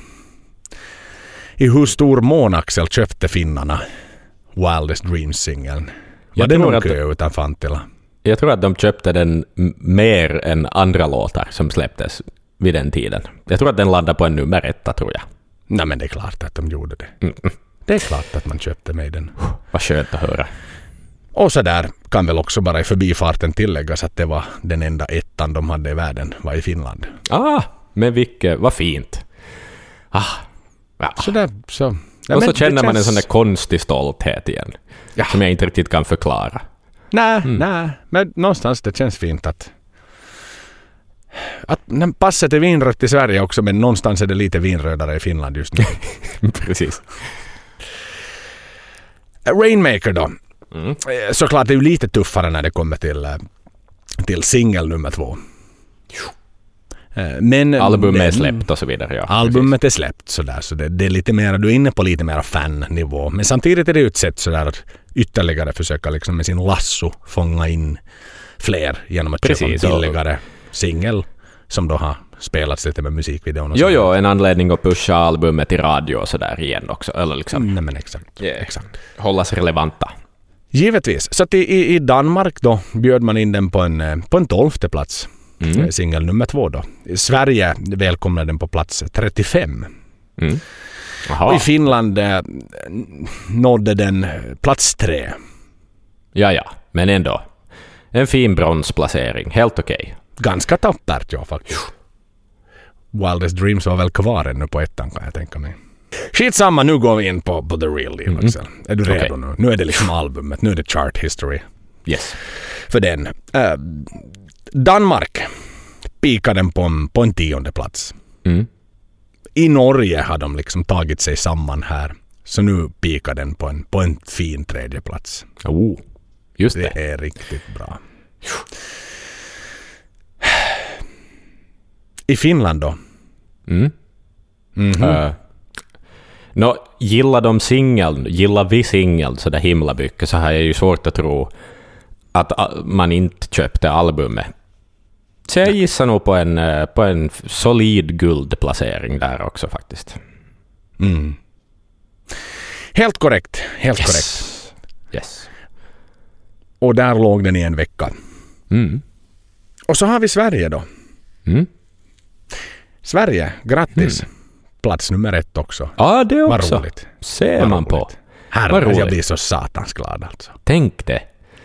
i hur stor mån, Axel, köpte finnarna Wildest Dreams-singeln? Var det någon kö utan Fantila? Jag tror att de köpte den m- mer än andra låtar som släpptes vid den tiden. Jag tror att den landade på en nummer etta, tror jag. Nej, men det är klart att de gjorde det. Mm. Det är klart att man köpte med den. Vad skönt att höra. Och så där kan väl också bara i förbifarten tilläggas att det var den enda ettan de hade i världen var i Finland. Ah, men vilket, vad fint. Ah, ja. Så där, så. Ja, och så känner känns... man en sån där konstig stolthet igen. Ja. Som jag inte riktigt kan förklara. Nej, mm. nej, men någonstans det känns fint att att passet är vinrött i Sverige också, men någonstans är det lite vinrödare i Finland just nu. Precis. Rainmaker då. Mm. Såklart det är ju lite tuffare när det kommer till till singel nummer två. Men albumet är släppt och så vidare. Ja, albumet precis. är släppt sådär, så det, det är lite mer, du är inne på lite mer fan-nivå. Men samtidigt är det ju ett sätt sådär att ytterligare försöka liksom med sin lasso fånga in fler genom att precis, köpa en billigare singel som då har spelats lite med musikvideon. Och jo, jo, en anledning att pusha albumet i radio och sådär igen också. Eller liksom. Nej, men exakt. Yeah. exakt. Hållas relevanta. Givetvis. Så att i, i Danmark då bjöd man in den på en, på en tolfte plats. Mm. Singel nummer två då. Sverige välkomnade den på plats trettiofem. Mm. Och i Finland eh, nådde den plats tre. Ja, ja. Men ändå. En fin bronsplacering. Helt okej. Okay. Ganska tappert, ja, faktiskt. Wildest Dreams var väl kvar ännu på ettan, kan jag tänka mig. Skitsamma, nu går vi in på, på the real deal, mm-hmm. Axel. Är du redo okay. nu? Nu är det liksom albumet. Nu är det chart history. Yes. För den. Uh, Danmark pikade den på en, på en tionde plats. Mm. I Norge har de liksom tagit sig samman här. Så nu pikar den på en, på en fin tredje plats. Oh, just det. Det är riktigt bra. I Finland då? Mm. Mm-hmm. Uh, no, gillar de singeln, gillar vi singeln så där himla mycket, så har jag ju svårt att tro att uh, man inte köpte albumet. Så jag gissar nog på en, uh, på en solid guldplacering där också faktiskt. Mm. Helt korrekt. Helt yes. korrekt. Yes. Och där låg den i en vecka. Mm. Och så har vi Sverige då. Mm. Sverige, grattis. Mm. Plats nummer ett också. Ja, det också. Vad roligt. Ser Vad man roligt. på. Herre, jag blir så satans glad alltså. Tänk det.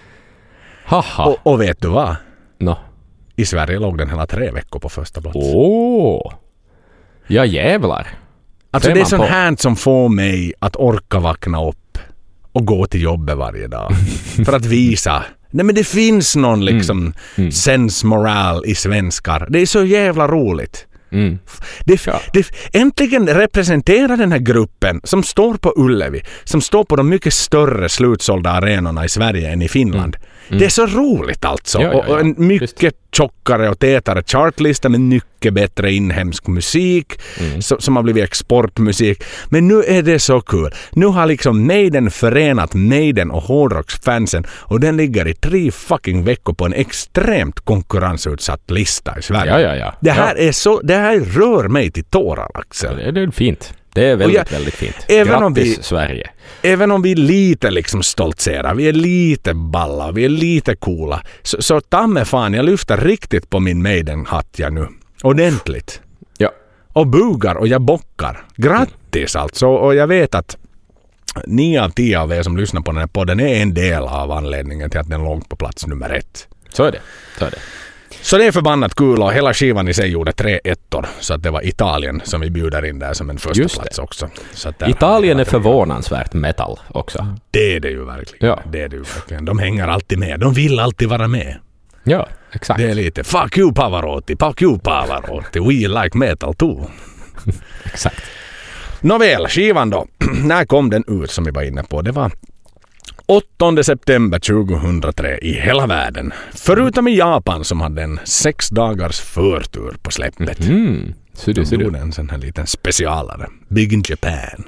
Haha. Och, och vet du vad? No. I Sverige låg den hela tre veckor på första plats. Åh. Ja, jävlar. Alltså Ser det är man sånt på. här som får mig att orka vakna upp och gå till jobbet varje dag. För att visa. Nej, men det finns någon liksom Mm. Mm. sensmoral i svenskar. Det är så jävla roligt. Mm. Det, Ja. det, äntligen representerar den här gruppen som står på Ullevi, som står på de mycket större slutsålda arenorna i Sverige än i Finland. Mm. Mm. Det är så roligt alltså. Ja, ja, ja. Och en mycket Just. tjockare och tätare chartlista med mycket bättre inhemsk musik Mm. som, som har blivit exportmusik. Men nu är det så kul. Nu har liksom Maiden förenat Maiden och hårdrocksfansen och den ligger i tre fucking veckor på en extremt konkurrensutsatt lista i Sverige. Ja, ja, ja. Det här ja. är så, det här rör mig till tårar, Axel. Ja, det är fint. Det är väldigt, jag- väldigt fint. även Grattis om vi- Sverige. Även om vi lite liksom stoltserar, vi är lite balla, vi är lite coola, så, så ta mig fan, jag lyfter riktigt på min Maiden-hatt jag nu. Ordentligt. Ja. Och bugar och jag bockar. Grattis alltså. Och jag vet att nio av tio av er som lyssnar på den här podden är en del av anledningen till att den låg på plats nummer ett. Så är det. Så är det. Så det är förbannat kul och hela skivan i sig gjorde tre ettor. Så att det var Italien som vi bjuder in där som en första Just plats också. Så att där Italien har är vi- förvånansvärt metal också. Det är det ju verkligen. Ja. Det är det ju verkligen. De hänger alltid med. De vill alltid vara med. Ja, exakt. Det är lite fuck you Pavarotti, fuck you Pavarotti. We like metal too. Exakt. Nåväl, skivan då. När kom den ut som vi var inne på? Det var åttonde september tjugohundratre i hela världen. Förutom i Japan som hade en sex dagars förtur på släppet. Mm. Så De du, så du. gjorde en sån här liten specialare. Big in Japan.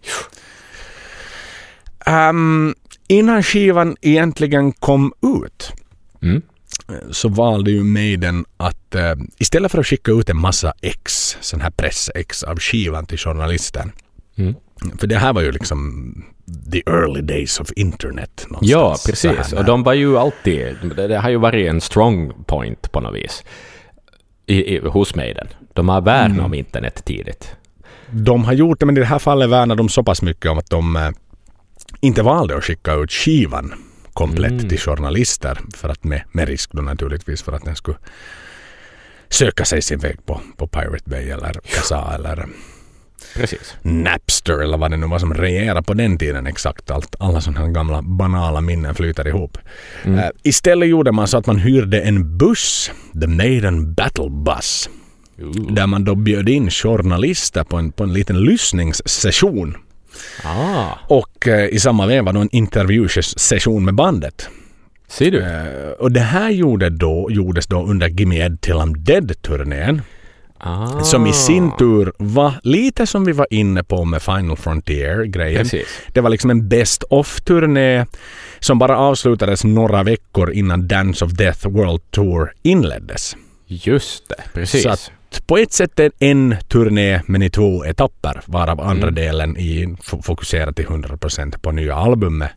Um, innan skivan egentligen kom ut Mm. så valde ju Maiden att uh, istället för att skicka ut en massa ex, sån här press-ex av skivan till journalister. Mm. För det här var ju liksom the early days of internet. Ja, någonstans. Så precis. här Och de var ju alltid, det, det har ju varit en strong point på något vis i, i, hos Maiden. De har värnat Mm. om internet tidigt. De har gjort det, men i det här fallet värnar de så pass mycket om att de eh, inte valde att skicka ut skivan komplett Mm. till journalister för att med, med risk då naturligtvis för att den skulle söka sig sin väg på, på Pirate Bay eller Kazaa eller Precis. Napster eller vad det nu var som regerade på den tiden exakt. Allt, alla sådana här gamla banala minnen flyter ihop. Mm. Uh, istället gjorde man så att man hyrde en buss, The Maiden Battle Bus, Ooh. där man då bjöd in journalister på en, på en liten lyssningssession. Ah, Och eh, i samma veva då en intervjusession med bandet. ser du? Eh, och det här gjorde då, gjordes då under Gimme Ed Till I'm Dead-turnén. Ah. Som i sin tur var lite som vi var inne på med Final Frontier-grejen. Precis. Det var liksom en best of-turné som bara avslutades några veckor innan Dance of Death World Tour inleddes. Just det, precis. Så att på ett sätt är en turné men i två etapper, varav andra Mm. delen i f- fokuserad till hundra procent på nya albumet.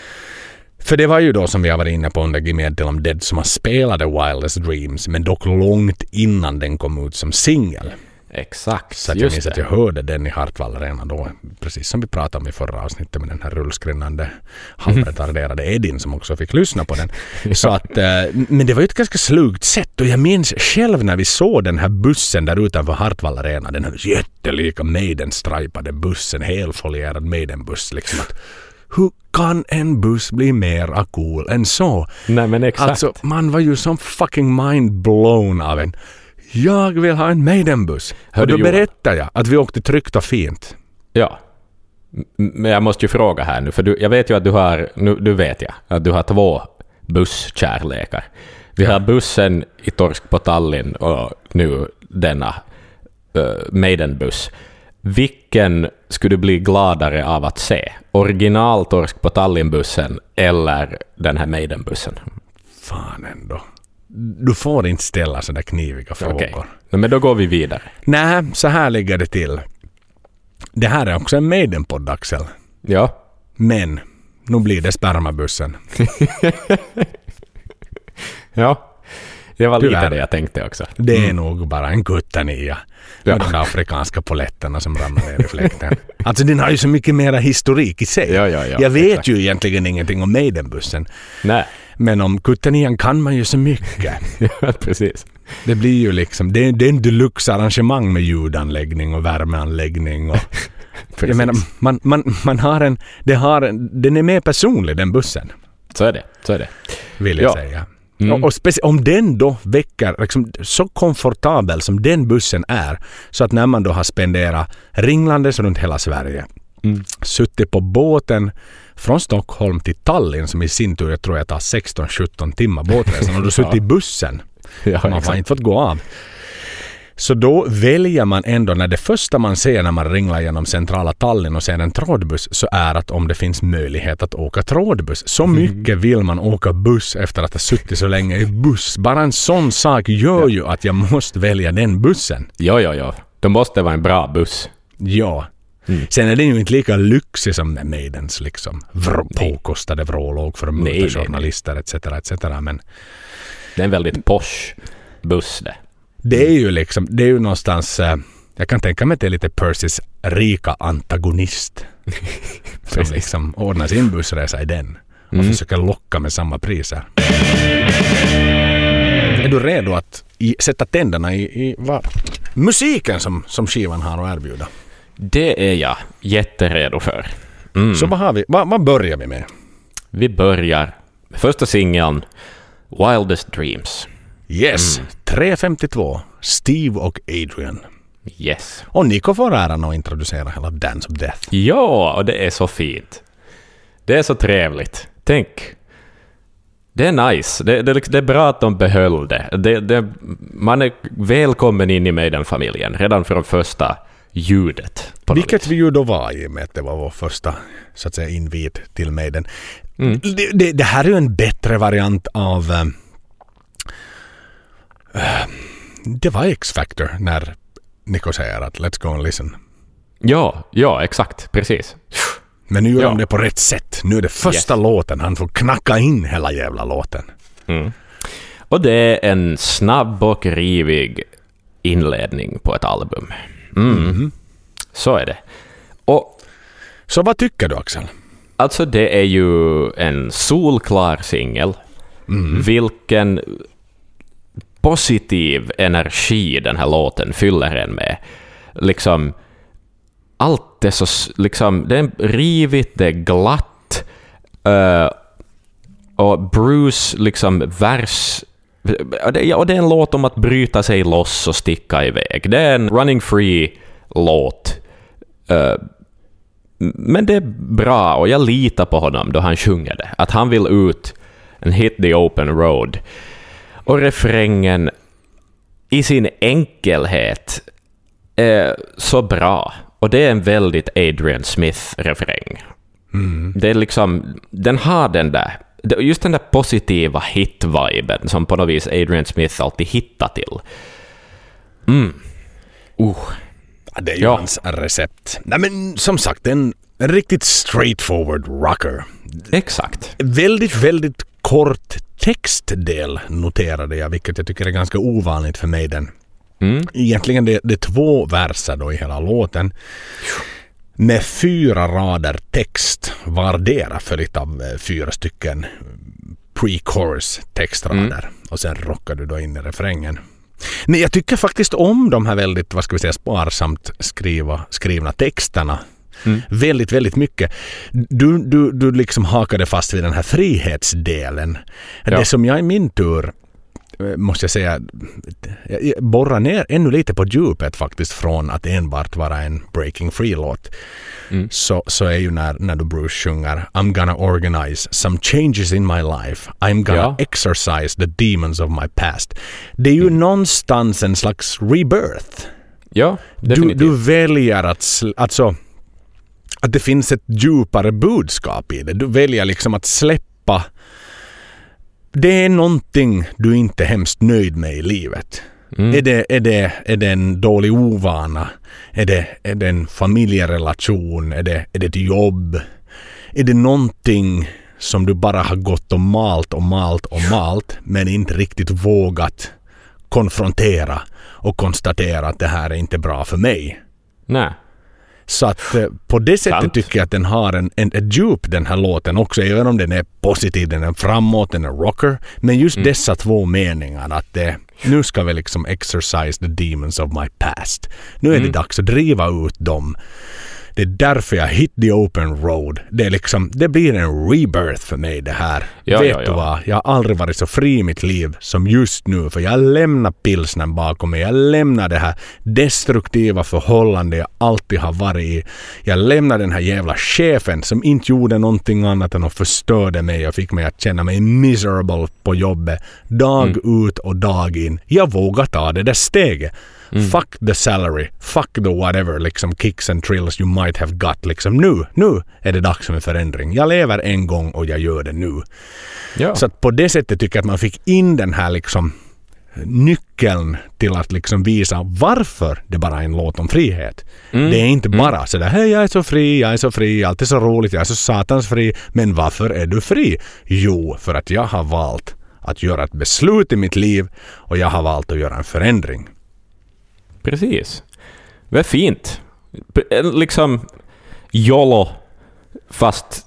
För det var ju då som vi har varit inne på under Gimme Ed Till I'm Dead som man spelade Wildest Dreams, men dock långt innan den kom ut som singel. Exakt, Så att jag just minns det. att jag hörde den i Hartwall Arena då, precis som vi pratade om i förra avsnittet med den här rullskrinnande halvretarderade Edin som också fick lyssna på den. Så att, eh, men det var ju ett ganska slugt sätt och jag minns själv när vi såg den här bussen där utanför Hartwall Arena, den här jättelika Maiden-stripade bussen, helfolierad Maiden-buss liksom att hur kan en buss bli mer cool än så? Nej, men exakt. Alltså, man var ju som fucking mind-blown av en. Jag vill ha en Maiden-buss. Hör Och du, då Johan? berättar jag att vi åkte tryggt och fint. Ja. M- Men jag måste ju fråga här nu, för du, jag vet ju att du har, nu du vet jag, att du har två busskärlekar. Vi har bussen i Torsk på Tallinn och nu denna uh, Maiden-buss. Vilken skulle du bli gladare av att se? Original Torsk på Tallinn-bussen eller den här Maiden-bussen? Fan ändå. Du får inte ställa sådana kniviga frågor. Okej, men då går vi vidare. Nej, så här ligger det till. Det här är också en Maiden-podd, Axel. Ja. Men nu blir det spermabussen. Ja. Det var lite Tyvärr. det jag tänkte också. Det är Mm. nog bara en kuttania. Ja. Med de där afrikanska poletterna som ramlar ner i fläkten. Alltså den har ju så mycket mera historik i sig. Ja, ja, ja, jag vet exakt. ju egentligen ingenting om Maiden-bussen. Nej. Men om kuttanian kan man ju så mycket. Ja, precis. Det blir ju liksom, det är, det är en deluxe-arrangemang med ljudanläggning och värmeanläggning. Och, jag menar, man, man, man har en, det har en, den är mer personlig, den bussen. Så är det, så är det. Vill jag Ja. säga. Mm. Och, och speci- om den då väcker liksom, så komfortabel som den bussen är, så att när man då har spenderat ringlandes runt hela Sverige, Mm. suttit på båten från Stockholm till Tallinn, som i sin tur jag tror jag tar sexton sjutton timmar båtresan, och du suttit i bussen. Ja, Man har exakt. inte fått gå av. Så då väljer man ändå, när det första man ser när man ringlar genom centrala Tallinn och ser en trådbuss, så är att om det finns möjlighet att åka trådbuss. Så mycket vill man åka buss efter att ha suttit så länge i buss. Bara en sån sak gör ju att jag måste välja den bussen. Ja, ja, ja. Det måste vara en bra buss. Ja. Mm. Sen är det ju inte lika lyxig som med Maidens liksom vr- påkostade vrålåg för Nej, nej, motorjournalister et cetera et cetera. Men Det är en väldigt posh buss det. det är ju liksom, det är ju någonstans, eh, jag kan tänka mig att det är lite Percys rika antagonist som liksom ordnar sin bussresa i den och Mm. försöker locka med samma priser. Är du redo att i, sätta tänderna i, i vad? Musiken som, som skivan har att erbjuda? Det är jag jätteredo för. Mm. Så vad har vi, vad, vad börjar vi med? Vi börjar med första singeln Wildest Dreams. Yes, tre femtiotvå, Steve och Adrian. Yes. Och Nico får äran att introducera hela Dance of Death. Ja, och det är så fint. Det är så trevligt. Tänk. Det är nice. Det, det, det är bra att de behöll det. det, det man är välkommen in i Maiden-familjen redan från första ljudet. På Vilket vi ju då var i med att det var vår första, så att säga, invit till Maiden. Mm. Det, det, det här är ju en bättre variant av uh, det var X-Factor när Nico säger att let's go and listen. Ja, ja, exakt. Precis. Men nu gör Ja. de det på rätt sätt. Nu är det första Yes. låten. Han får knacka in hela jävla låten. Mm. Och det är en snabb och rivig inledning på ett album. Mm. Mm. Så är det. Och Så vad tycker du, Axel? alltså det är ju en solklar singel. Mm. Vilken positiv energi den här låten fyller en med. Liksom allt är så s- liksom det är rivigt, det är glatt. Uh, och Bruce liksom vers och det, och det är en låt om att bryta sig loss och sticka iväg. Det är en running free låt. Uh, men det är bra och jag litar på honom då han sjunger det. Att han vill ut and hit the open road. Och refrängen i sin enkelhet är så bra. Och det är en väldigt Adrian Smith-refräng. Mm. Det är liksom, den har den där, just den där positiva hit-viben som på något vis Adrian Smith alltid hittar till. Mm. Uh. Ja, det är ju Ja. hans recept. Nej, men som sagt, en, en riktigt straightforward rocker. Exakt. Väldigt, väldigt kort textdel noterade jag, vilket jag tycker är ganska ovanligt för Maiden. Mm. Egentligen det, det är två verser då i hela låten med fyra rader text vardera följt av eh, fyra stycken pre-chorus textrader mm. och sen rockar du då in i refrängen. Men jag tycker faktiskt om de här väldigt, vad ska vi säga, sparsamt skriva, skrivna texterna. Mm. Väldigt, väldigt mycket. Du, du, du liksom hakade fast vid den här frihetsdelen. Ja. Det som jag i min tur måste jag säga borra ner ännu lite på djupet faktiskt från att enbart vara en Breaking Free-låt. Mm. Så, så är ju när, när du Bruce sjunger I'm gonna organize some changes in my life. I'm gonna ja. exercise the demons of my past. Det är ju mm. någonstans en slags rebirth. Ja, definitivt. Du, du väljer att alltså att det finns ett djupare budskap i det. Du väljer liksom att släppa. Det är någonting du inte är hemskt nöjd med i livet. Mm. Är, det, är, det, är det en dålig ovana? Är det, är det en familjerelation? Är det, är det ett jobb? Är det någonting som du bara har gått och malt och malt och malt men inte riktigt vågat konfrontera och konstatera att det här är inte bra för mig? Nej. Så att eh, på det sättet Sant. tycker jag att den har en, en, ett djup, den här låten också, även om den är positiv, den är framåt, den är rocker. Men just mm. dessa två meningar att det, nu ska vi liksom exercise the demons of my past. Nu är mm. det dags att driva ut dem. Det är därför jag hit the open road. Det är liksom, det blir en rebirth för mig det här. Ja, Vet ja, du ja. vad? Jag har aldrig varit så fri i mitt liv som just nu. För jag lämnar pilsnen bakom mig. Jag lämnar det här destruktiva förhållande jag alltid har varit i. Jag lämnar den här jävla chefen som inte gjorde någonting annat än att förstörde mig och fick mig att känna mig miserable på jobbet. Dag mm. ut och dag in. Jag vågar ta det där steget. Mm. Fuck the salary, fuck the whatever liksom kicks and trills you might have got liksom nu, nu är det dags för en förändring. Jag lever en gång och jag gör det nu. Ja. Så att på det sättet tycker jag att man fick in den här liksom nyckeln till att liksom visa varför det bara är en låt om frihet. Mm. Det är inte bara mm. sådär, hej jag är så fri, jag är så fri, allt är så roligt, jag är så satans fri. Men varför är du fri? Jo, för att jag har valt att göra ett beslut i mitt liv och jag har valt att göra en förändring. Precis. Det är fint. Liksom YOLO fast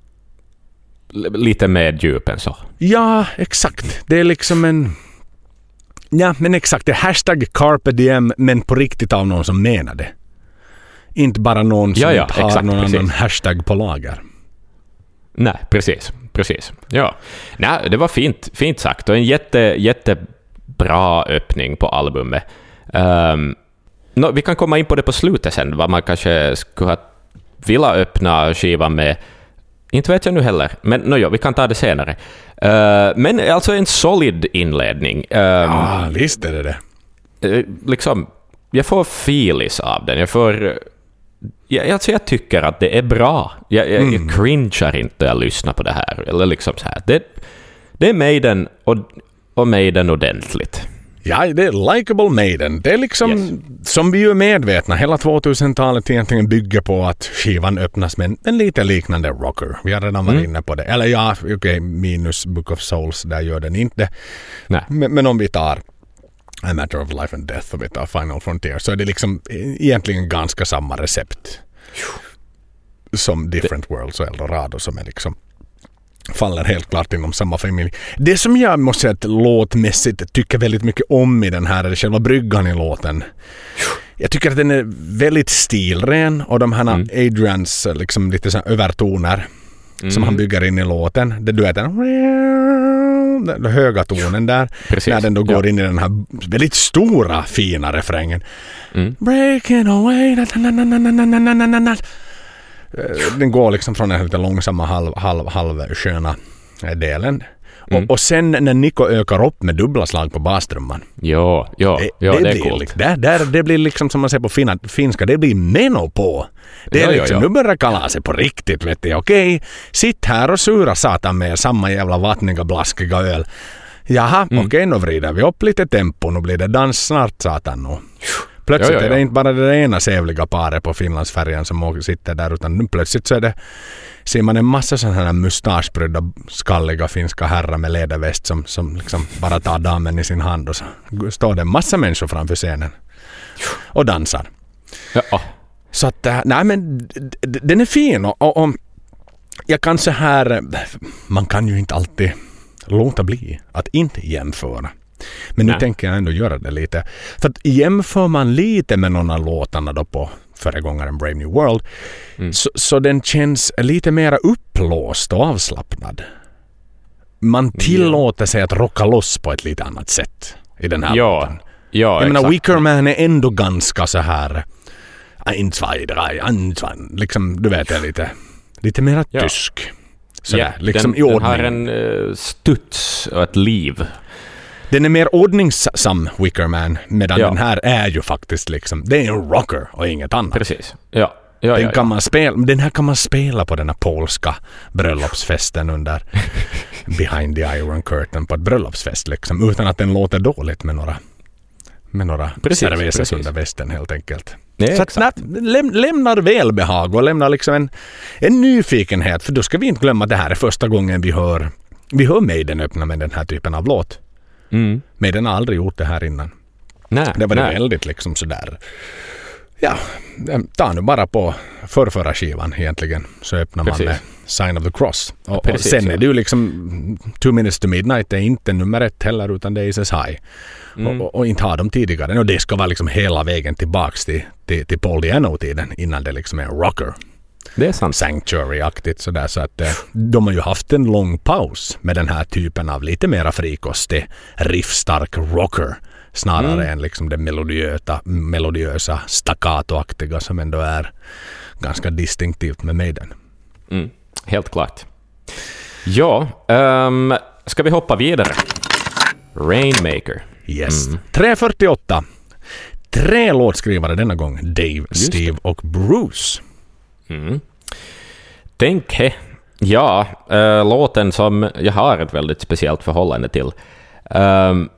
lite mer djup än så. Ja, exakt. Det är liksom en... Ja, men exakt. Det är hashtag carpe diem men på riktigt av någon som menar det. Inte bara någon som ja, ja, inte har exakt, någon precis. annan hashtag på lager. Nej, precis. Precis. Ja. Nej, det var fint, fint sagt och en jätte, jättebra öppning på albumet. Um, no, vi kan komma in på det på slutet sen, vad man kanske skulle vilja öppna skivan med. Inte vet jag nu heller, men no, jo, vi kan ta det senare. Uh, men alltså en solid inledning. Um, ja, visst är det det. Uh, liksom, jag får feelis av den. Jag får... Jag, alltså jag tycker att det är bra. Jag, jag, mm. jag cringear inte när jag lyssnar på det här. Eller liksom så här. Det, det är Maiden och, och Maiden ordentligt. Ja, det är likeable Maiden. Det är liksom, yes. som vi är medvetna, hela tvåtusentalet egentligen bygger på att skivan öppnas med en, en lite liknande rocker. Vi har redan varit mm. inne på det. Eller ja, okej, okay, minus Book of Souls, där gör den inte. Nej. Men, men om vi tar A Matter of Life and Death och vi tar Final Frontier så är det liksom egentligen ganska samma recept som Different det. Worlds och Eldorado som är liksom faller helt klart inom samma familj. Det som jag måste säga att låtmässigt tycker väldigt mycket om i den här är själva bryggan i låten. Jag tycker att den är väldigt stilren och de här mm. Adrians liksom lite så här övertoner mm. som han bygger in i låten. Det du vet den, den höga tonen där. Precis. När den då går ja. in i den här väldigt stora fina refrängen. Mm. Breaking away. Den går liksom från den lite långsamma halv, halv, halv sköna delen. Mm. Och, och sen när Nico ökar upp med dubbla slag på bastrumman. Ja, ja, det, ja, det, det är blir, coolt. Där, där, det blir liksom som man säger på fina, finska, det blir meno på. Det är ja, liksom, ja, ja. Nu börjar kalla sig på riktigt, vet du. Okej, sitt här och sura satan med samma jävla vattniga, blaskiga öl. Jaha, mm. okej, nu vrider vi upp lite tempo. Nu blir det dans snart, satan nu. Plötsligt ja, ja, ja. är det inte bara det ena sävliga paret på Finlandsfärjan som sitter där, utan nu plötsligt så är det, ser man en massa sådana här mustaschbrydda, skalliga finska herrar med läderväst som, som liksom bara tar damen i sin hand och så står det en massa människor framför scenen och dansar. Ja. Så att, nej men den är fin och, och, och jag kan så här, man kan ju inte alltid låta bli att inte jämföra. Men nu Nej. tänker jag ändå göra det lite. För att jämför man lite med någon av låtarna då på föregångaren Brave New World mm. så, så den känns lite mer upplåst och avslappnad. Man tillåter ja. sig att rocka loss på ett lite annat sätt i den här ja. låten. Ja, jag menar, Wicker Man är ändå ganska så här en, två, tre, en, två, liksom, du vet, är lite, lite mer ja. tysk. Så ja, där, liksom den, i ordning. Den har en uh, studs och ett liv. Den är mer ordningsam, Wicker Man, medan ja. den här är ju faktiskt liksom, det är en rocker och inget annat. Precis, ja. ja, den, ja, kan ja. Man spela, den här kan man spela på den här polska bröllopsfesten under Behind the Iron Curtain på ett bröllopsfest liksom, utan att den låter dåligt med några med några cervezas under västen helt enkelt. Nej, så att, nej, läm, lämnar välbehag och lämnar liksom en, en nyfikenhet, för då ska vi inte glömma att det här är första gången vi hör vi hör Maiden öppna med den här typen av låt. Mm. Maiden har aldrig gjort det här innan. Nej, det var nej. det väldigt liksom sådär. Ja, ta nu bara på förrförra skivan egentligen, så öppnar Precis. man med Sign of the Cross. Och, Precis, och sen ja. är det ju liksom Two Minutes to Midnight är inte nummer ett heller, utan det är Says High. Mm. Och, och inte har de tidigare. Och det ska vara liksom hela vägen tillbaks till, till, till Paul Di'Anno-tiden innan det liksom är en rocker. Det är sant. Sanctuary-aktigt sådär. Så att eh, de har ju haft en lång paus med den här typen av lite mera frikostig, riffstark rocker. Snarare mm. än liksom det melodiösa, melodiösa staccato-aktiga som ändå är ganska distinktivt med Maiden. Mm. Helt klart. Ja, um, ska vi hoppa vidare? Rainmaker. Yes. Mm. tre fyrtioåtta. Tre låtskrivare denna gång. Dave, Just Steve det. och Bruce. Mm. Tänk he. Ja, äh, låten som jag har ett väldigt speciellt förhållande till. Um,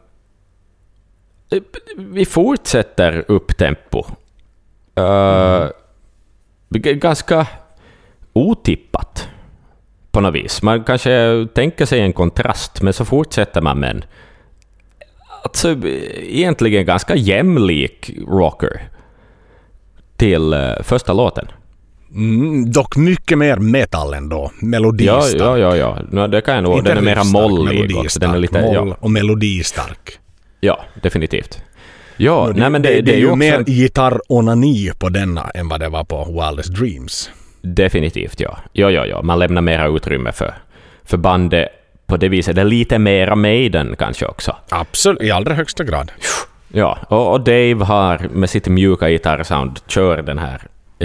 vi fortsätter upp tempo. Uh, mm. Ganska otippat på något vis. Man kanske tänker sig en kontrast, men så fortsätter man med en alltså egentligen ganska jämlik rocker till uh, första låten. Mm, dock mycket mer metal ändå. Melodistark. Ja, ja, ja. ja. No, det kan jag nog. Den är mera mollig också. Den är lite, moll ja. och melodistark. Ja, definitivt. Ja, no, det, nej, men det, det, det, det är ju också mer en... gitarr-onani på denna än vad det var på Wildest Dreams. Definitivt, ja. Ja, ja, ja. Man lämnar mera utrymme för, för bandet på det viset. Det är lite mera Maiden kanske också. Absolut, i allra högsta grad. Ja, och, och Dave har med sitt mjuka gitarrsound kör den här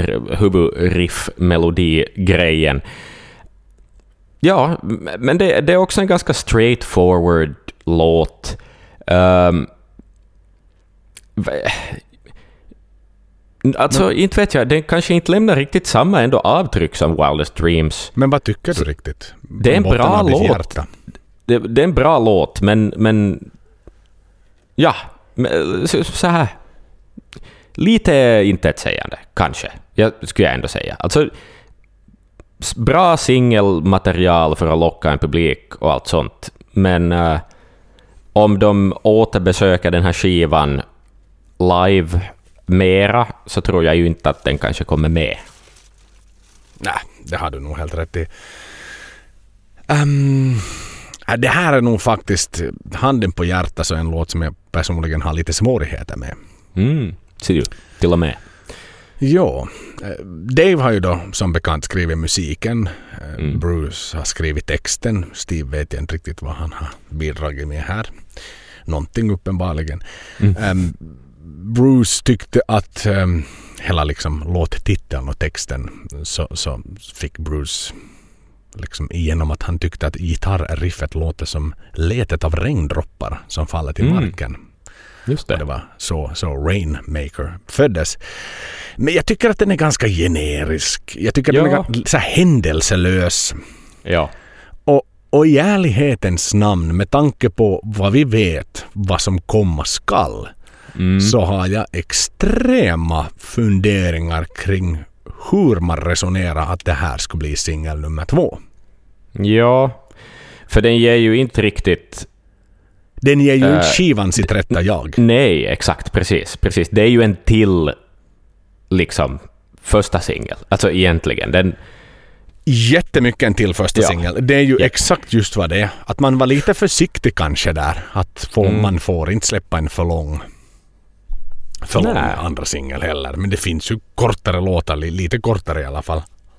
huvudriff-melodi-grejen. Ja, men det, det är också en ganska straightforward låt. Um, alltså, men, inte vet jag, den kanske inte lämnar riktigt samma ändå avtryck som Wildest Dreams. Men vad tycker du riktigt? Det är en bra låt. Det, det är en bra låt, men, men ja, så, så här lite intetsägande, kanske. Jag skulle jag ändå säga. Alltså, bra singelmaterial för att locka en publik och allt sånt. Men uh, om de återbesöker den här skivan live mera, så tror jag ju inte att den kanske kommer med. Nej, det har du nog helt rätt i. Um, det här är nog faktiskt, handen på hjärtat, så en låt som jag personligen har lite svårigheter med. Mm, ser du, till och med. Ja, Dave har ju då som bekant skrivit musiken. Mm. Bruce har skrivit texten. Steve vet jag inte riktigt vad han har bidragit med här. Någonting uppenbarligen. Mm. Um, Bruce tyckte att um, hela liksom låttiteln och texten så, så fick Bruce liksom igenom att han tyckte att gitarrriffet låter som letet av regndroppar som faller till mm. marken. Just det. Och det var så, så Rainmaker föddes. Men jag tycker att den är ganska generisk. Jag tycker att ja. den är ganska så här händelselös. Ja. Och, och i ärlighetens namn, med tanke på vad vi vet, vad som komma skall, mm. så har jag extrema funderingar kring hur man resonerar att det här ska bli singel nummer två. Ja, för den ger ju inte riktigt... Den ger ju uh, skivan sitt rätta jag. Nej, exakt, precis, precis. Det är ju en till liksom första singel. Alltså egentligen. Den... Jättemycket en till första ja. singel. Det är ju ja. exakt just vad det är. Att man var lite försiktig kanske där. Att få, mm. man får inte släppa en för lång för lång andra singel heller. Men det finns ju kortare låtar, lite kortare i alla fall.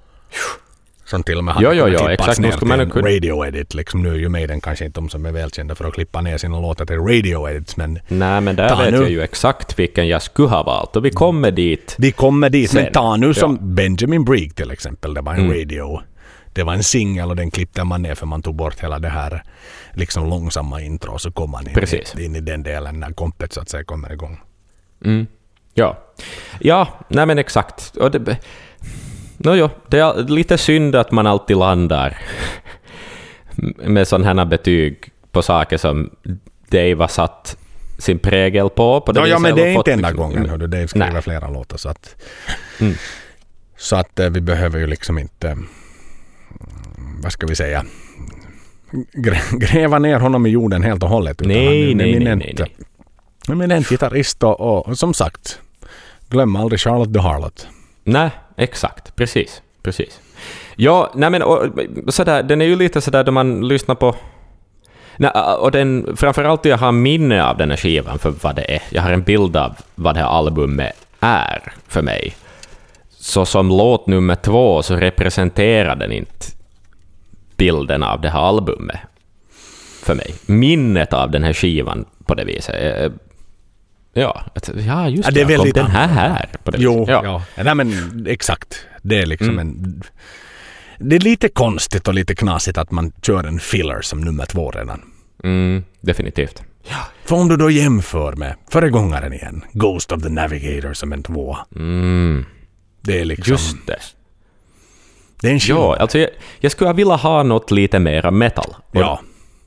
Som till och med hade ja, ja, ja, klippas exakt, ner till en kunna... radio-edit. Liksom nu är ju Maiden kanske inte de som är välkända för att klippa ner sina låtar till radio-edits. Men nej, men där vet nu... jag ju exakt vilken jag skulle ha valt. Och vi kommer dit. Vi kommer dit, sen. Men ta nu som ja. Benjamin Brieg till exempel. Det var en mm. radio. Det var en singel och den klippte man ner för man tog bort hela det här liksom långsamma intro. Och så kom man in, in, in i den delen när kompet så att säga kommer igång. Mm. Ja. Ja, nej men exakt. Och det... No, jo, det är lite synd att man alltid landar med sådana här betyg på saker som Dave har satt sin prägel på. på det ja, ja, men det är inte fått, enda liksom, gången. Hör du, Dave skriver nej. flera låtar. Så att, mm. så att vi behöver ju liksom inte, vad ska vi säga, gräva ner honom i jorden helt och hållet. Utan nej, han är nej, eminent, nej, nej, nej. eminent gitarrist och, och som sagt, glöm aldrig Charlotte the Harlot. Nej, exakt. Precis. Precis. Ja, nej men och, sådär, den är ju lite sådär då man lyssnar på. Nej, och den, framförallt jag har minne av den här skivan för vad det är. Jag har en bild av vad det här albumet är för mig. Så som låt nummer två så representerar den inte bilden av det här albumet för mig. Minnet av den här skivan på det viset. Ja, ja just ja, det. Är jag kom väldigt den här här på det jo, viset. Ja. ja. Nej, men exakt. Det är liksom mm. en... Det är lite konstigt och lite knasigt att man kör en filler som nummer två redan. Mm, definitivt. Ja. För om du då jämför med föregångaren igen, Ghost of the Navigator som en två. Mm. Det är liksom... Just det. Det är en skillnad. Ja, alltså jag, jag skulle vilja ha något lite mer metal. Och ja.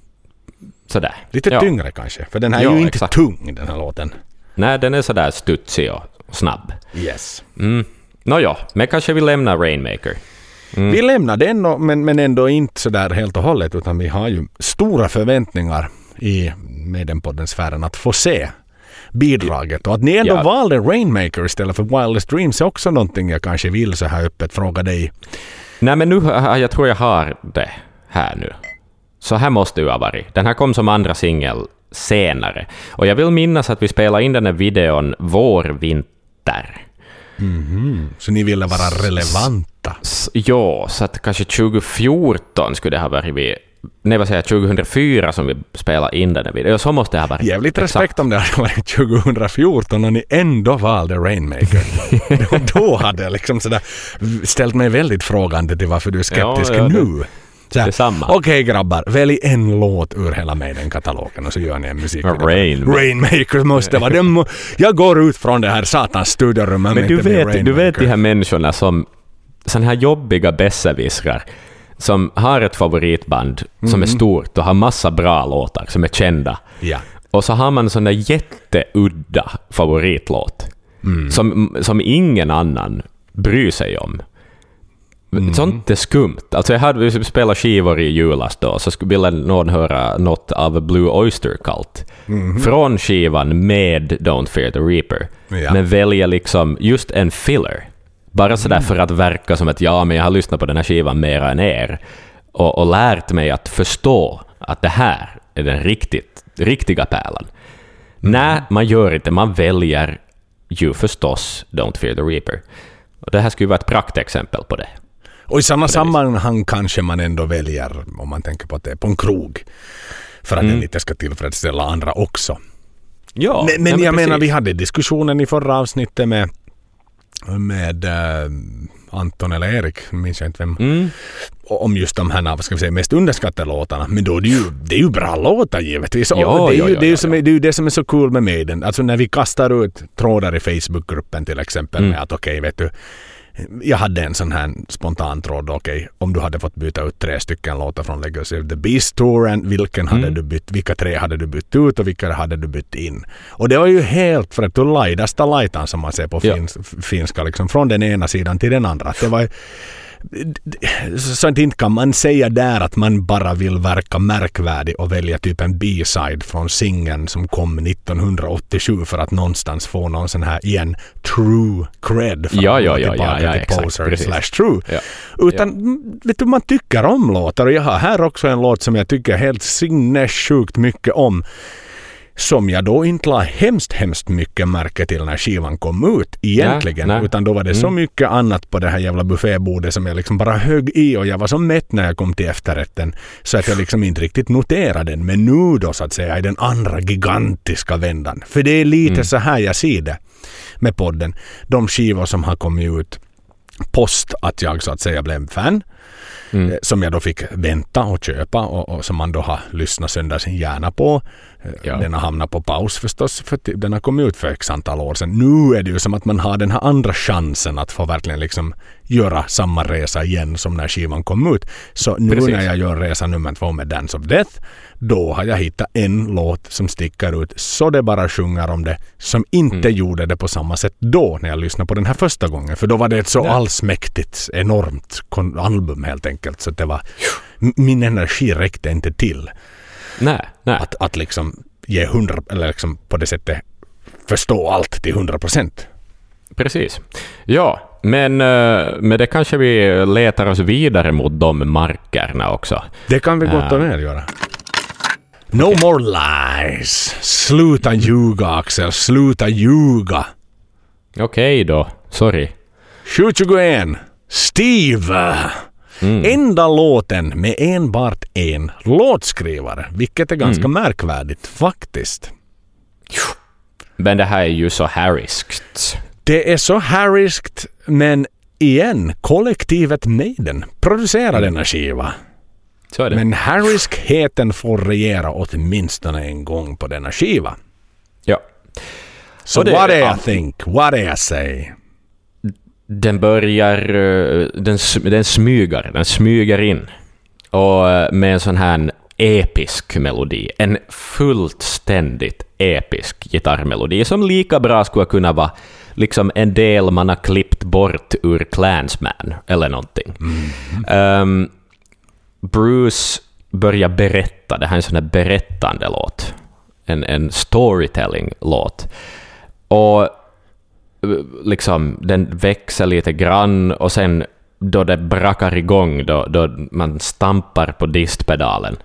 Sådär. Lite ja. tyngre kanske, för den här ja, är ju inte exakt. tung, den här låten. Nej, den är sådär studsig och snabb. Yes. Mm. Nåja, men kanske vi lämnar Rainmaker. Mm. Vi lämnar den, och, men, men ändå inte sådär helt och hållet, utan vi har ju stora förväntningar i Medenpodden-sfären att få se bidraget. Och att ni ändå ja. valde Rainmaker istället för Wildest Dreams är också någonting jag kanske vill så här öppet fråga dig. Nej, men nu jag tror jag har det här nu. Så här måste det ju ha varit. Den här kom som andra singel senare. Och jag vill minnas att vi spelade in den här videon vår-vinter. Mm-hmm. Så ni ville vara relevanta? S- ja, så att kanske tjugo fjorton skulle det ha varit vid... Nej, vad säger jag? tjugo fyra som vi spelade in den här videon. Ja, så måste det ha varit. Jävligt exakt. Respekt om det hade varit tjugo fjorton och ni ändå valde Rainmaker. Då hade jag liksom sådär ställt mig väldigt frågande till varför du är skeptisk ja, ja, nu. Okej okay, grabbar, välj en låt ur hela Maiden-katalogen och så gör ni en musik. Rain. Rainmaker måste vara det. Jag går ut från det här satans studiorummet. Men du vet, du vet de här människorna som såna här jobbiga besserwissrar som har ett favoritband mm. som är stort och har massa bra låtar som är kända. Ja. Och så har man en sån där jätteudda favoritlåt mm. som, som ingen annan bryr sig om. Mm. Sånt är skumt. Alltså jag hade vi spelat skivor i julas då, så skulle ville någon höra något av Blue Oyster Cult mm. från skivan med Don't Fear the Reaper. Ja. Men välja liksom just en filler. Bara sådär mm. för att verka som att ja, men jag har lyssnat på den här skivan mer än er. Och, och lärt mig att förstå att det här är den riktigt, riktiga pärlan. Mm. Nej, man gör inte. Man väljer ju förstås Don't Fear the Reaper. Och det här skulle vara ett praktexempel på det. Och i samma sammanhang kanske man ändå väljer, om man tänker på att det är på en krog, för att mm. den inte ska tillfredsställa andra också. Ja, men, men ja, men jag precis. menar, vi hade diskussionen i förra avsnittet med, med äh, Anton eller Erik, minns jag inte vem, mm. om just de här, vad ska vi säga, mest underskattade låtarna. Men då är det ju, det är ju bra låtar givetvis. Och ja, det, är ju, ja, ja, det, är ju ja, som, ja. det är ju det som är så cool med Maiden. Alltså när vi kastar ut trådar i Facebookgruppen till exempel mm. med att okej, okay, vet du, jag hade en sån här spontan tråd, okej, okay, om du hade fått byta ut tre stycken låtar från Legacy of the Beast-touren, vilken hade mm. du bytt, vilka tre hade du bytt ut och vilka hade du bytt in? Och det var ju helt för att du lajdasta lajtan som man ser på ja. fins, finska, liksom från den ena sidan till den andra. Det var så att inte kan man säga där att man bara vill verka märkvärdig och välja typ en B-side från singeln som kom nittonhundraåttiosju för att någonstans få någon sån här igen true cred för ja, att ja, ja, tillbaka ja, ja, till exakt, poser precis. slash true. Ja. Utan ja. vet du, man tycker om låtar, och jag har här också en låt som jag tycker helt sinnessjukt mycket om, som jag då inte la hemskt, hemskt mycket märke till när skivan kom ut egentligen. Nej, nej. Utan då var det mm. så mycket annat på det här jävla buffébordet som jag liksom bara högg i, och jag var så mätt när jag kom till efterrätten så att jag liksom inte riktigt noterade den. Men nu då så att säga i den andra gigantiska vändan. För det är lite mm. så här jag ser det med podden. De skivor som har kommit ut post att jag så att säga blev fan. Mm. Som jag då fick vänta och köpa och, och som man då har lyssnat sönder sin hjärna på. Ja. Den har hamnat på paus förstås, för den har kommit ut för x antal år sedan. Nu är det ju som att man har den här andra chansen att få verkligen liksom göra samma resa igen som när skivan kom ut. Så nu Precis. när jag gör resa nummer två med Dance of Death, då har jag hittat en låt som sticker ut så det bara sjunger om det, som inte mm. gjorde det på samma sätt då när jag lyssnade på den här första gången. För då var det ett så ja. allsmäktigt, enormt kon- album helt enkelt. Så det var, min energi räckte inte till. Nej, nej. Att, att liksom ge hundra, eller liksom på det sättet förstå allt till hundra procent. Precis. Ja, men med det kanske vi letar oss vidare mot de markerna också. Det kan vi gott och väl göra. No more lies. Sluta ljuga, Axel. Sluta ljuga. Okej okay då. Sorry. tjugoett. Steve. Mm. Enda låten med enbart en låtskrivare. Vilket är ganska mm. märkvärdigt faktiskt. Men det här är ju så harriskt. Det är så harriskt, men igen, kollektivet Maiden producerar denna skiva. Så är det. Men harriskheten får regera åtminstone en gång på denna skiva. Ja. So det, what do I think? What do I say? Den börjar, den, den smyger, den smyger in. Och med en sån här episk melodi. En fullständigt episk gitarrmelodi som lika bra skulle kunna vara liksom en del man har klippt bort ur Klansman eller någonting. Mm. Um, Bruce börjar berätta. Det här är en sån här berättande låt. En, en storytelling-låt. Och liksom den växer lite grann och sen då det brakar igång, då, då man stampar på distpedalen,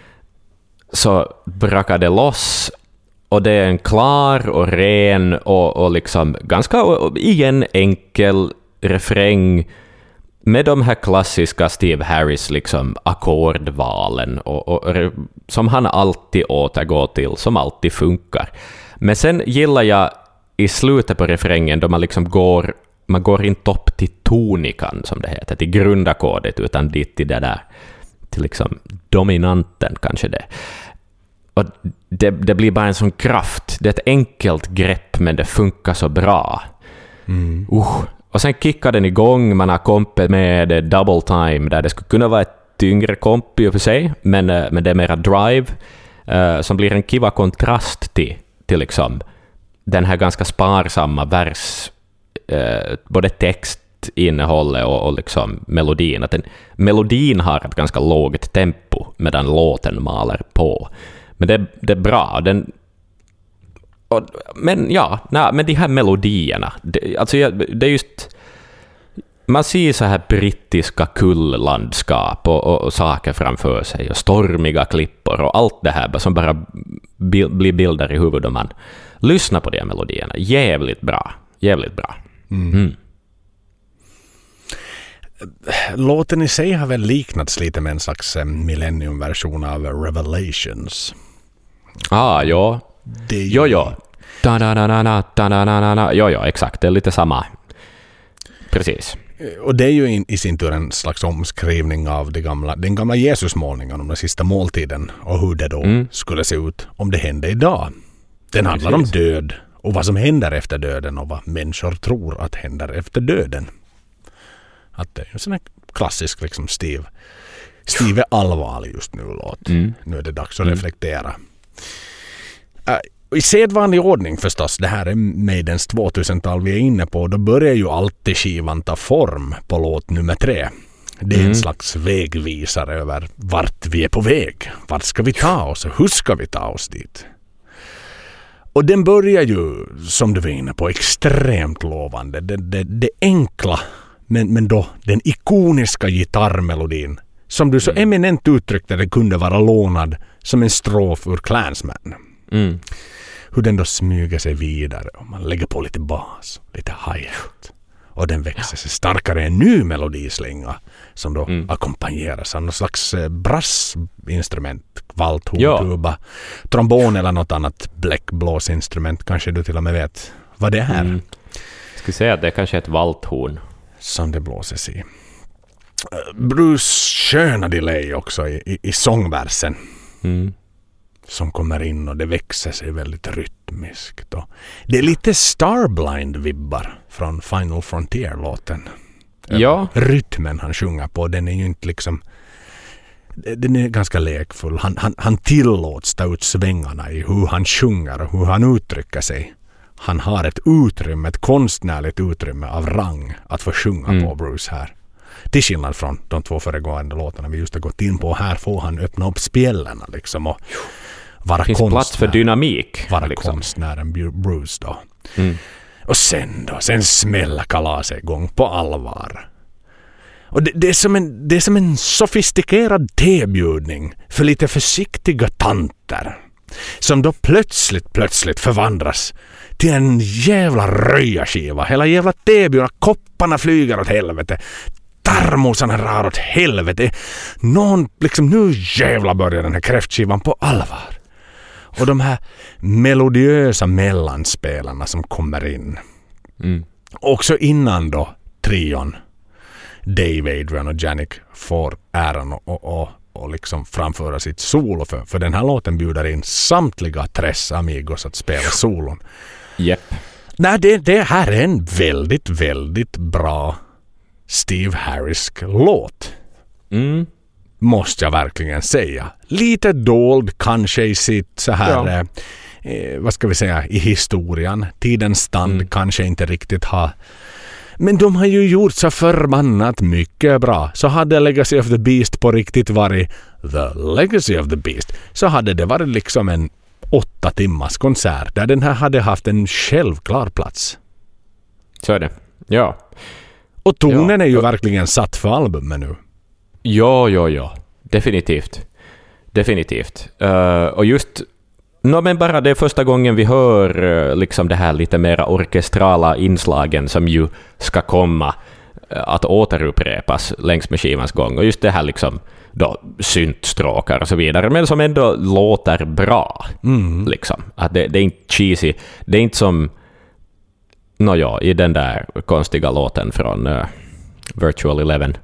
så brakar det loss och det är en klar och ren och, och liksom ganska igen enkel refräng med de här klassiska Steve Harris liksom ackordvalen och, och, som han alltid återgår till, som alltid funkar. Men sen gillar jag i slutet på refrängen då man liksom går man går inte upp till tonikan som det heter, till grundackordet, utan dit till det där till liksom dominanten kanske det. Och det, det blir bara en sån kraft. Det är ett enkelt grepp men det funkar så bra. Mm. Uh. Och sen kickar den igång. Man har kompet med double time där det skulle kunna vara ett tyngre komp i och för sig, men, men det är mera drive uh, som blir en kiva kontrast till, till liksom den här ganska sparsamma vers, uh, både textinnehållet och, och liksom melodin. Att den, melodin har ett ganska lågt tempo medan låten maler på. Men det, det är bra. Den, och, men ja, nej, men de här melodierna, det, alltså det är just, man ser så här brittiska kulllandskap och, och, och saker framför sig och stormiga klippor och allt det här som bara bil, blir bilder i huvudet om man lyssnar på de här melodierna. Jävligt bra. Jävligt bra. Mm. Mm. Låten i sig har väl liknats lite med en slags millenniumversion av Revelations. Ah, ja. Det är ju... Jo, jo. Da, da, da, da, da, da, da, da. Jo, jo, exakt. Det är lite samma. Precis. Och det är ju in, i sin tur en slags omskrivning av det gamla, den gamla Jesusmålningen om den sista måltiden och hur det då mm. skulle se ut om det hände idag. Den handlar Precis. om död och vad som händer efter döden och vad människor tror att händer efter döden. Att det är en sån här klassisk liksom Steve. Steve är allvarlig just nu låt. Mm. Nu är det dags att mm. reflektera. Uh, I sedvanlig ordning förstås, det här är Maidens tvåtusental vi är inne på, då börjar ju alltid skivan ta form på låt nummer tre. Det är mm. en slags vägvisare över vart vi är på väg. Vart ska vi ta oss och hur ska vi ta oss dit? Och den börjar ju, som du var inne på, extremt lovande. Det, det, det enkla, men, men då den ikoniska gitarrmelodin, som du så mm. eminent uttryckte det, kunde vara lånad som en strof ur Klansman. Mm. Hur den då smyger sig vidare och man lägger på lite bas, lite hi-hat och den växer sig starkare, en ny melodislinga som då mm. ackompanjeras av någon slags brassinstrument, valthorn, ja. tuba, trombon eller något annat bläckblåsinstrument, kanske du till och med vet vad det är. Mm. Jag skulle säga att det är kanske ett valthorn som det blåses i. Bruce sköna delay också i, i, i sångversen. Mm. Som kommer in och det växer sig väldigt rytmiskt. Och det är lite Starblind-vibbar från Final Frontier-låten. Ja. Rytmen han sjunger på, den är ju inte liksom, den är ganska lekfull. Han, han, han tillåts ta ut svängarna i hur han sjunger och hur han uttrycker sig. Han har ett utrymme, ett konstnärligt utrymme av rang att få sjunga mm. på Bruce här. Till skillnad från de två föregående låtarna vi just har gått in på. Här får han öppna upp spjällarna liksom och vara finns konstnär. Plats för dynamik. Vara liksom. konstnären Bruce då. Mm. Och sen då, sen smäller kalaset igång på allvar. Och det, det, är som en, det är som en sofistikerad tebjudning för lite försiktiga tanter. Som då plötsligt, plötsligt förvandlas till en jävla röjaskiva. Hela jävla tebjudna, kopparna flyger åt helvete. Tarmosarna rar åt helvete. Någon, liksom nu jävla börjar den här kräftskivan på allvar. Och de här melodiösa mellanspelarna som kommer in. Mm. Också innan då trion Dave, Adrian och Janik får äran och, och, och, och liksom framföra sitt solo. För, för den här låten bjuder in samtliga Tres Amigos att spela solon. Yep. Nej, det, det här är en väldigt, väldigt bra Steve Harrisk låt. Mm. Måste jag verkligen säga. Lite dold kanske i sitt så här, ja. eh, vad ska vi säga, i historien. Tidens stand mm. kanske inte riktigt har. Men de har ju gjort så förbannat mycket bra. Så hade Legacy of the Beast på riktigt varit The Legacy of the Beast, så hade det varit liksom en åtta timmars konsert där den här hade haft en självklar plats. Så är det. Ja. Och tonen ja. är ju verkligen satt för albumet nu. Ja, ja, ja. Definitivt. Definitivt. Uh, och just no, men bara det är första gången vi hör uh, liksom det här lite mer orkestrala inslagen som ju ska komma uh, att återupprepas längs med skivans gång. Och just det här liksom då syntstråkar och så vidare, men som ändå låter bra. Mm. Liksom. Att det, det är inte cheesy. Det är inte som no, ja, i den där konstiga låten från uh, Virtual Eleven.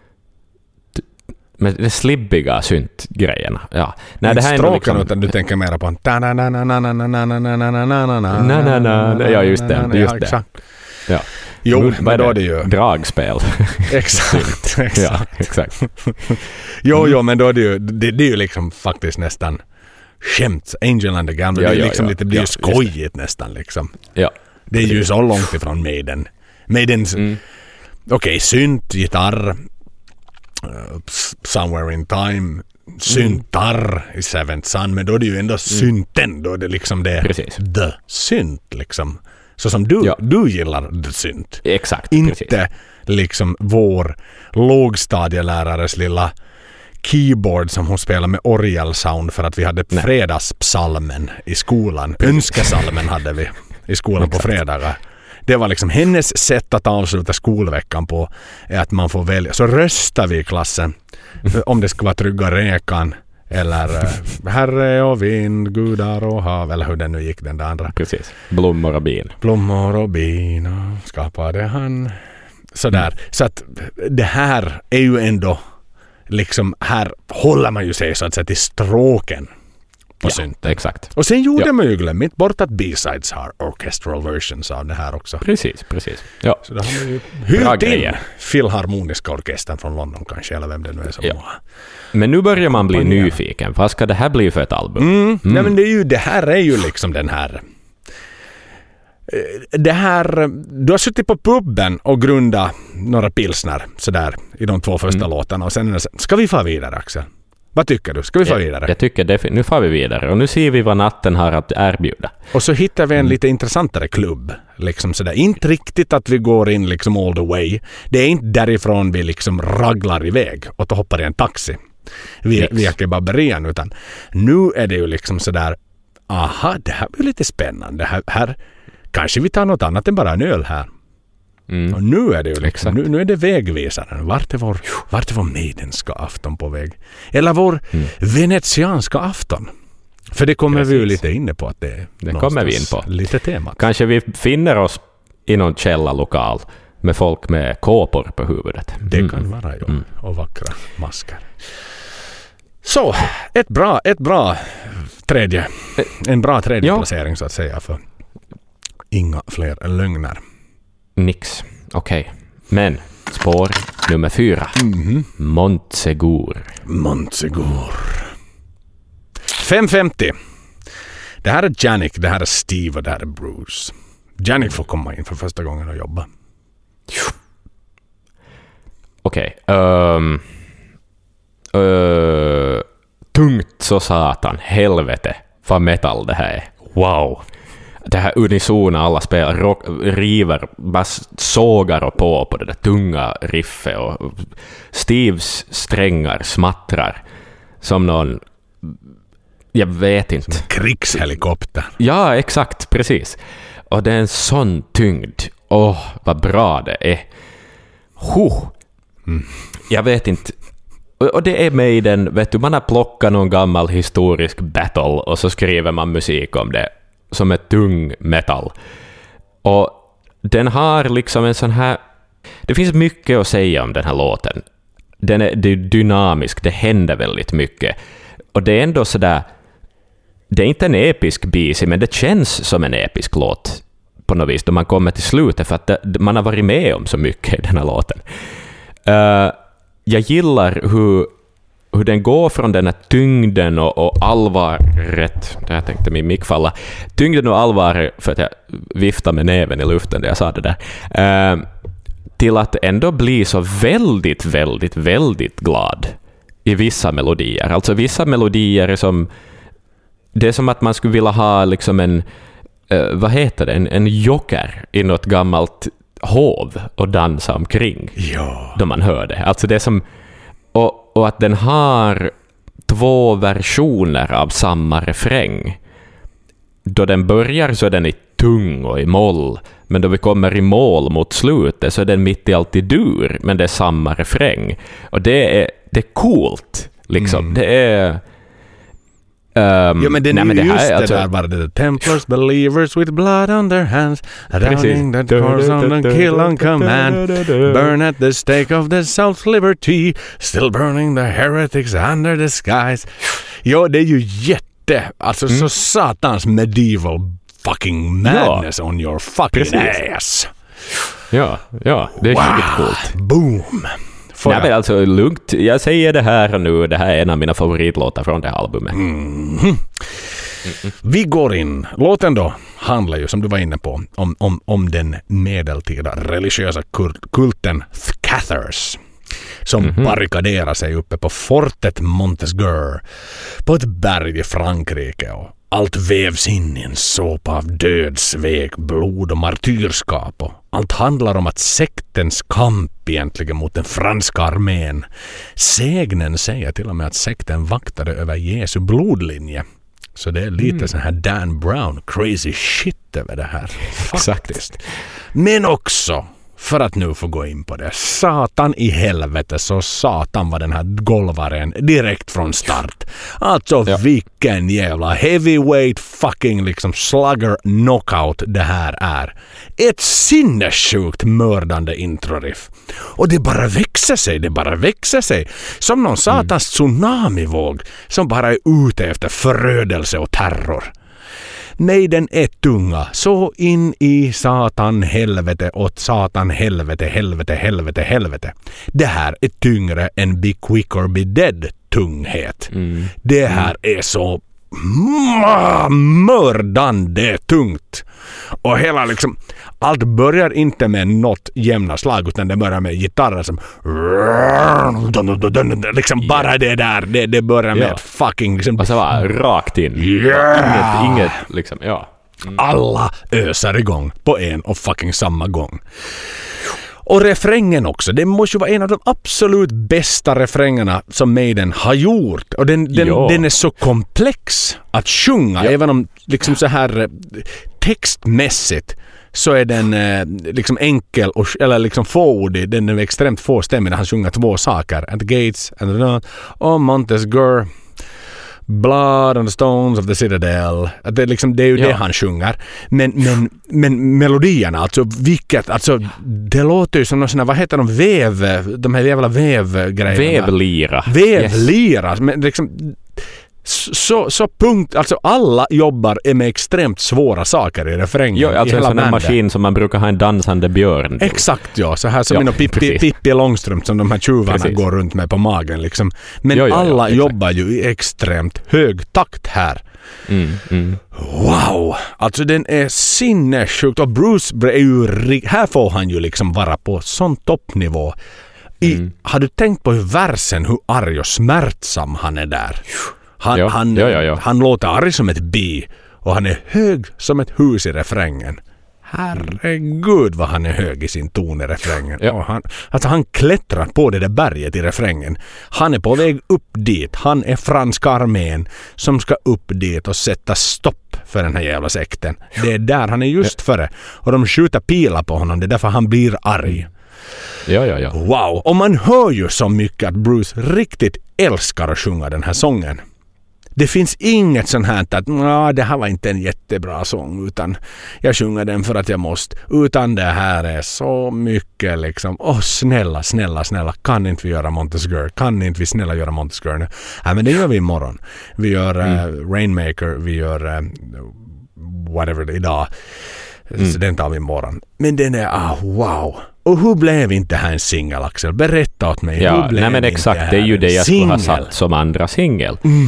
Med de slibbiga syntgrejerna. Ja. Nej, det här är stråken liksom, utan du tänker mer på en ta na na na na na na na na na na na na na. Ja, just det. Just det. Ja. Jo, men då är det ju dragspel. Exakt. exakt. Ja, exakt. jo, jo, men då är det ju det, det är ju liksom faktiskt nästan skämt. Angel and the Gambler. Ja, det är ja, liksom ja. lite blir ja, skojigt nästan liksom. Ja. Det är ju så långt ifrån Maiden. Maidens mm. okej, okay, synt, gitarr, Uh, Somewhere in Time, syntar mm. i Seventh Son, men då är det ju ändå mm. synten, då är det liksom det precis. The synt liksom, så som du, ja. du gillar the synt. Exakt. Inte precis. liksom vår lågstadielärares lilla keyboard som hon spelar med orgelsound för att vi hade Nej. fredagspsalmen i skolan. Önskesalmen hade vi i skolan på fredagar. Det var liksom hennes sätt att avsluta skolveckan på, är att man får välja. Så röstar vi i klassen om det ska vara Trygga rekan eller Herre och vind, gudar och hav, eller hur den nu gick den där andra. Precis. Blommor och bin. Blommor och bin och skapade han. Sådär. Mm. Så att det här är ju ändå liksom, här håller man ju sig så att säga till stråken. Ja, synt. Exakt. Och sen gjorde ja. man ju glömt bort att B-sides har orchestral versions av det här också. Precis, precis. Ja. Så det har man ju hyrt in Filharmoniska orkestern från London kanske, eller vem det nu är som ja. har. Men nu börjar man bli nyfiken. Vad ska det här bli för ett album? Mm. Mm. Nej, men det, är ju, det här är ju liksom den här... Det här... Du har suttit på puben och grundat några pilsner sådär i de två första mm. låtarna, och sen ska vi få vidare, Axel? Vad tycker du? Ska vi få vidare? Jag, jag tycker det. Nu får vi vidare. Och nu ser vi vad natten har att erbjuda. Och så hittar vi en mm. lite intressantare klubb. Liksom sådär. Inte riktigt att vi går in liksom all the way. Det är inte därifrån vi liksom raglar iväg och då hoppar i en taxi via, via kebaberian, utan nu är det ju liksom sådär, aha, det här blir lite spännande. Här, här kanske vi tar något annat än bara en öl här. Mm. Och nu är det ju liksom, nu, nu är det vägvisaren. Vart är vår, vart är vår Maidenska afton på väg? Eller vår mm. venetianska afton. För det kommer Precis. vi ju lite inne på att det är det kommer vi in på. Lite temat. Kanske vi finner oss i någon källarlokal med folk med kåpor på huvudet. Det mm. kan vara ju. Mm. Och vackra masker. Så, ett bra, ett bra tredje. En bra tredje ja. placering så att säga, för inga fler lögner. Nix. Okej. Okay. Men Spår nummer fyra. Mm-hmm. Montsegur. Montsegur. fem femtio. Det här är Jannik, det här är Steve och det här är Bruce. Jannik får komma in för första gången och jobba. Okej. Okay. Um, uh, tungt så satan. Helvete. Vad metal det här är. Wow. Det här unisona alla spelar. Rock, river. Bara sågar och på på det där tunga riffet. Och Steves strängar smattrar. Som någon... Jag vet inte. Som krigshelikopter. Ja, exakt. Precis. Och det är en sån tyngd. Åh, oh, vad bra det är. Huh. Mm. Jag vet inte. Och det är med i den, vet du, man har plockat någon gammal historisk battle och så skriver man musik om det som är tung metal. Och den har liksom en sån här... Det finns mycket att säga om den här låten. Den är, det är dynamisk, det händer väldigt mycket. Och det är ändå sådär... Det är inte en episk bisi, men det känns som en episk låt på något vis då man kommer till slutet, för att det, man har varit med om så mycket i den här låten. Uh, jag gillar hur, hur den går från den här tyngden och, och allvaret, där jag tänkte min mick falla, tyngden och allvaret, för att jag viftade med näven i luften där jag sa det där, uh, till att ändå bli så väldigt, väldigt, väldigt glad i vissa melodier. Alltså vissa melodier är som, det är som att man skulle vilja ha liksom en, uh, vad heter det, en, en joker i något gammalt hov och dansa omkring. Ja. Då man hör det. Alltså det som, och, och att den har två versioner av samma refräng. Då den börjar så är den i tung och i moll, men då vi kommer i mål mot slutet så är den mitt i allt i dur, men det är samma refräng. Och det är, det är coolt liksom. Mm. Det är Um, ja, men det nej, är men ju det just här, det alltså, där bara det. Templars, believers with blood on their hands, downing that course on and kill on command, burn at the stake of the South's liberty, still burning the heretics under the skies. Jo, det är ju jätte, alltså mm. så satans medieval fucking madness ja. On your fucking Precis. Ass. Ja, ja, det är wow. riktigt coolt. Boom. Nej, men alltså lugnt. Jag säger det här nu. Det här är en av mina favoritlåtar från det här albumet. Mm. Mm. Vi går in. Låten då handlar ju, som du var inne på, om, om, om den medeltida religiösa kulten Cathars som mm-hmm. barrikaderar sig uppe på fortet Montsegur på ett berg i Frankrike, och allt vävs in i en såpa av död, svek, blod och martyrskap, och allt handlar om att sektens kamp egentligen mot den franska armén. Sägnen säger till och med att sekten vaktade över Jesu blodlinje. Så det är lite mm. sån här Dan Brown crazy shit över det här. Faktiskt. Men också, för att nu få gå in på det, satan i helvete så satan var den här golvaren direkt från start. Alltså ja. Vilken jävla heavyweight fucking liksom slugger knockout det här är. Ett sinnessjukt mördande introriff. Och det bara växer sig, det bara växer sig. Som någon satans mm. tsunamivåg som bara är ute efter förödelse och terror. Nej, den är tunga. Så in i satan helvete åt satan helvete, helvete, helvete, helvete. Det här är tyngre än Be Quick or Be Dead tunghet. Mm. Det här mm. är så mördande tungt. Och hela liksom, allt börjar inte med något jämna slag, utan det börjar med gitarrer som liksom yeah. bara det där, det, det börjar med yeah. ett fucking liksom, alltså bara rakt in. Yeah. Inget, inget liksom, ja. Mm. Alla ösar igång på en och fucking samma gång. Och refrängen också, det måste ju vara en av de absolut bästa refrängerna som Maiden har gjort. Och den, den, ja. den är så komplex att sjunga, ja. även om liksom så här textmässigt så är den eh, liksom enkel och, eller liksom fåordig. Den är extremt fåstämmig när han sjunger två saker. At the gates and the och Montsegur, Blood on the stones of the citadel. Att det, liksom, det är ju ja. det han sjunger. Men, men, men melodierna, alltså vilket, alltså det låter ju som någon sån här, vad heter de, väv, de här jävla vävgrejerna. Vävlira. Vävlira. Yes. Men liksom, Så, så punkt, alltså alla jobbar med extremt svåra saker i refrängen. Jo, alltså i en sån här bandet. maskin som man brukar ha en dansande björn. Exakt, ja. Så här som Ja, ja, Pippi, Pippi Långstrump som de här tjuvarna Precis. går runt med på magen. Liksom. Men Jo, jo, jo, alla exakt. jobbar ju i extremt hög takt här. Mm, mm. Wow! Alltså den är sinnessjukt. Och Bruce är ju... Här får han ju liksom vara på sån toppnivå. I, mm. Har du tänkt på hur versen, hur arg och smärtsam han är där? Han, Ja, han, ja, ja, ja. han låter arg som ett bi och han är hög som ett hus i refrängen. Herregud vad han är hög i sin ton i refrängen. Ja. Och han, alltså han klättrar på det där berget i refrängen. Han är på väg upp dit. Han är franska armén som ska upp dit och sätta stopp för den här jävla sekten. Det är där han är just ja. före. Och de skjuter pilar på honom. Det är därför han blir arg. Ja, ja, ja. Wow! Och man hör ju så mycket att Bruce riktigt älskar att sjunga den här sången. Det finns inget sånt här att nah, det här var inte en jättebra sång utan jag sjunger den för att jag måste. Utan det här är så mycket liksom. Åh, snälla, snälla, snälla. Kan inte vi göra Montes Girl? Kan inte vi snälla göra Montes Girl nu? Ja, men det gör vi imorgon. Vi gör mm. uh, Rainmaker, vi gör uh, whatever det är idag. Mm. Så den tar vi imorgon. Men den är, ah, wow. Och hur blev inte här en singel, Axel? Berätta åt mig. Ja, hur blev nej men exakt, det är ju det jag skulle ha satt som andra singel. Mm.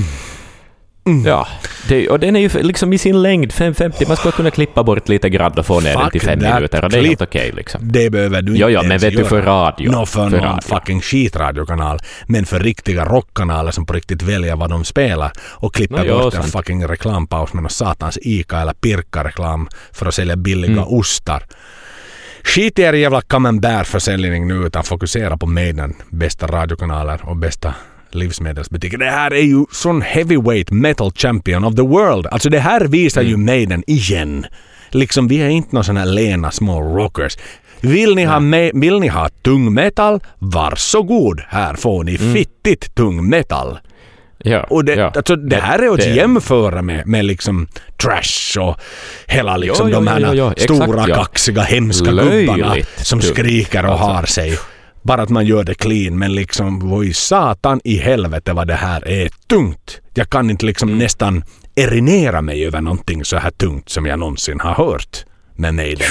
Mm. Ja, det, och den är ju liksom i sin längd fem femtio. Man skulle kunna klippa bort lite grad och få ner den till fem minuter och det är helt okej okay, liksom. Det behöver du inte. Ja, ja, men vet du för radio. Nå, för, för någon radio. fucking skitradiokanal. Men för riktiga rockkanaler som på riktigt väljer vad de spelar och klipper no, bort jo, en sant. fucking reklampaus med någon satans Ica eller Pirka-reklam för att sälja billiga mm. ostar. Skit i er jävla camembert-försäljning nu utan fokusera på Maiden, bästa radiokanaler och bästa livsmedelsbutiker. Det här är ju sån heavyweight metal champion of the world. Alltså det här visar mm. ju Maiden igen. Liksom vi är inte någon sån här lena små rockers. Vill ni, ja. ha me- vill ni ha tung metal? Varsågod. Här får ni mm. fittigt tung metal. Ja, och det, ja. alltså, det här är att det... jämföra med, med liksom trash och hela liksom jo, jo, de här jo, jo, jo. stora, Exakt, ja. kaxiga, hemska Löjligt. gubbarna som du. skriker och alltså. har sig. Bara att man gör det clean, men liksom vad i satan i helvete vad det här är tungt. Jag kan inte liksom mm. nästan erinera mig över någonting så här tungt som jag någonsin har hört med Maiden.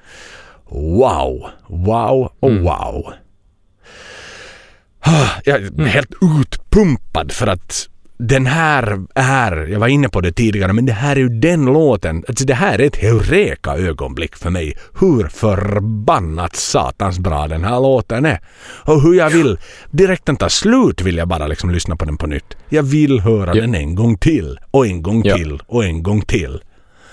Wow, wow och mm. wow. Jag är mm. helt utpumpad för att den här är, jag var inne på det tidigare, men det här är ju den låten, alltså det här är ett heureka ögonblick för mig. Hur förbannat satans bra den här låten är. Och hur jag vill, direkt den tar slut vill jag bara liksom lyssna på den på nytt. Jag vill höra ja. den en gång till, och en gång ja. till, och en gång till.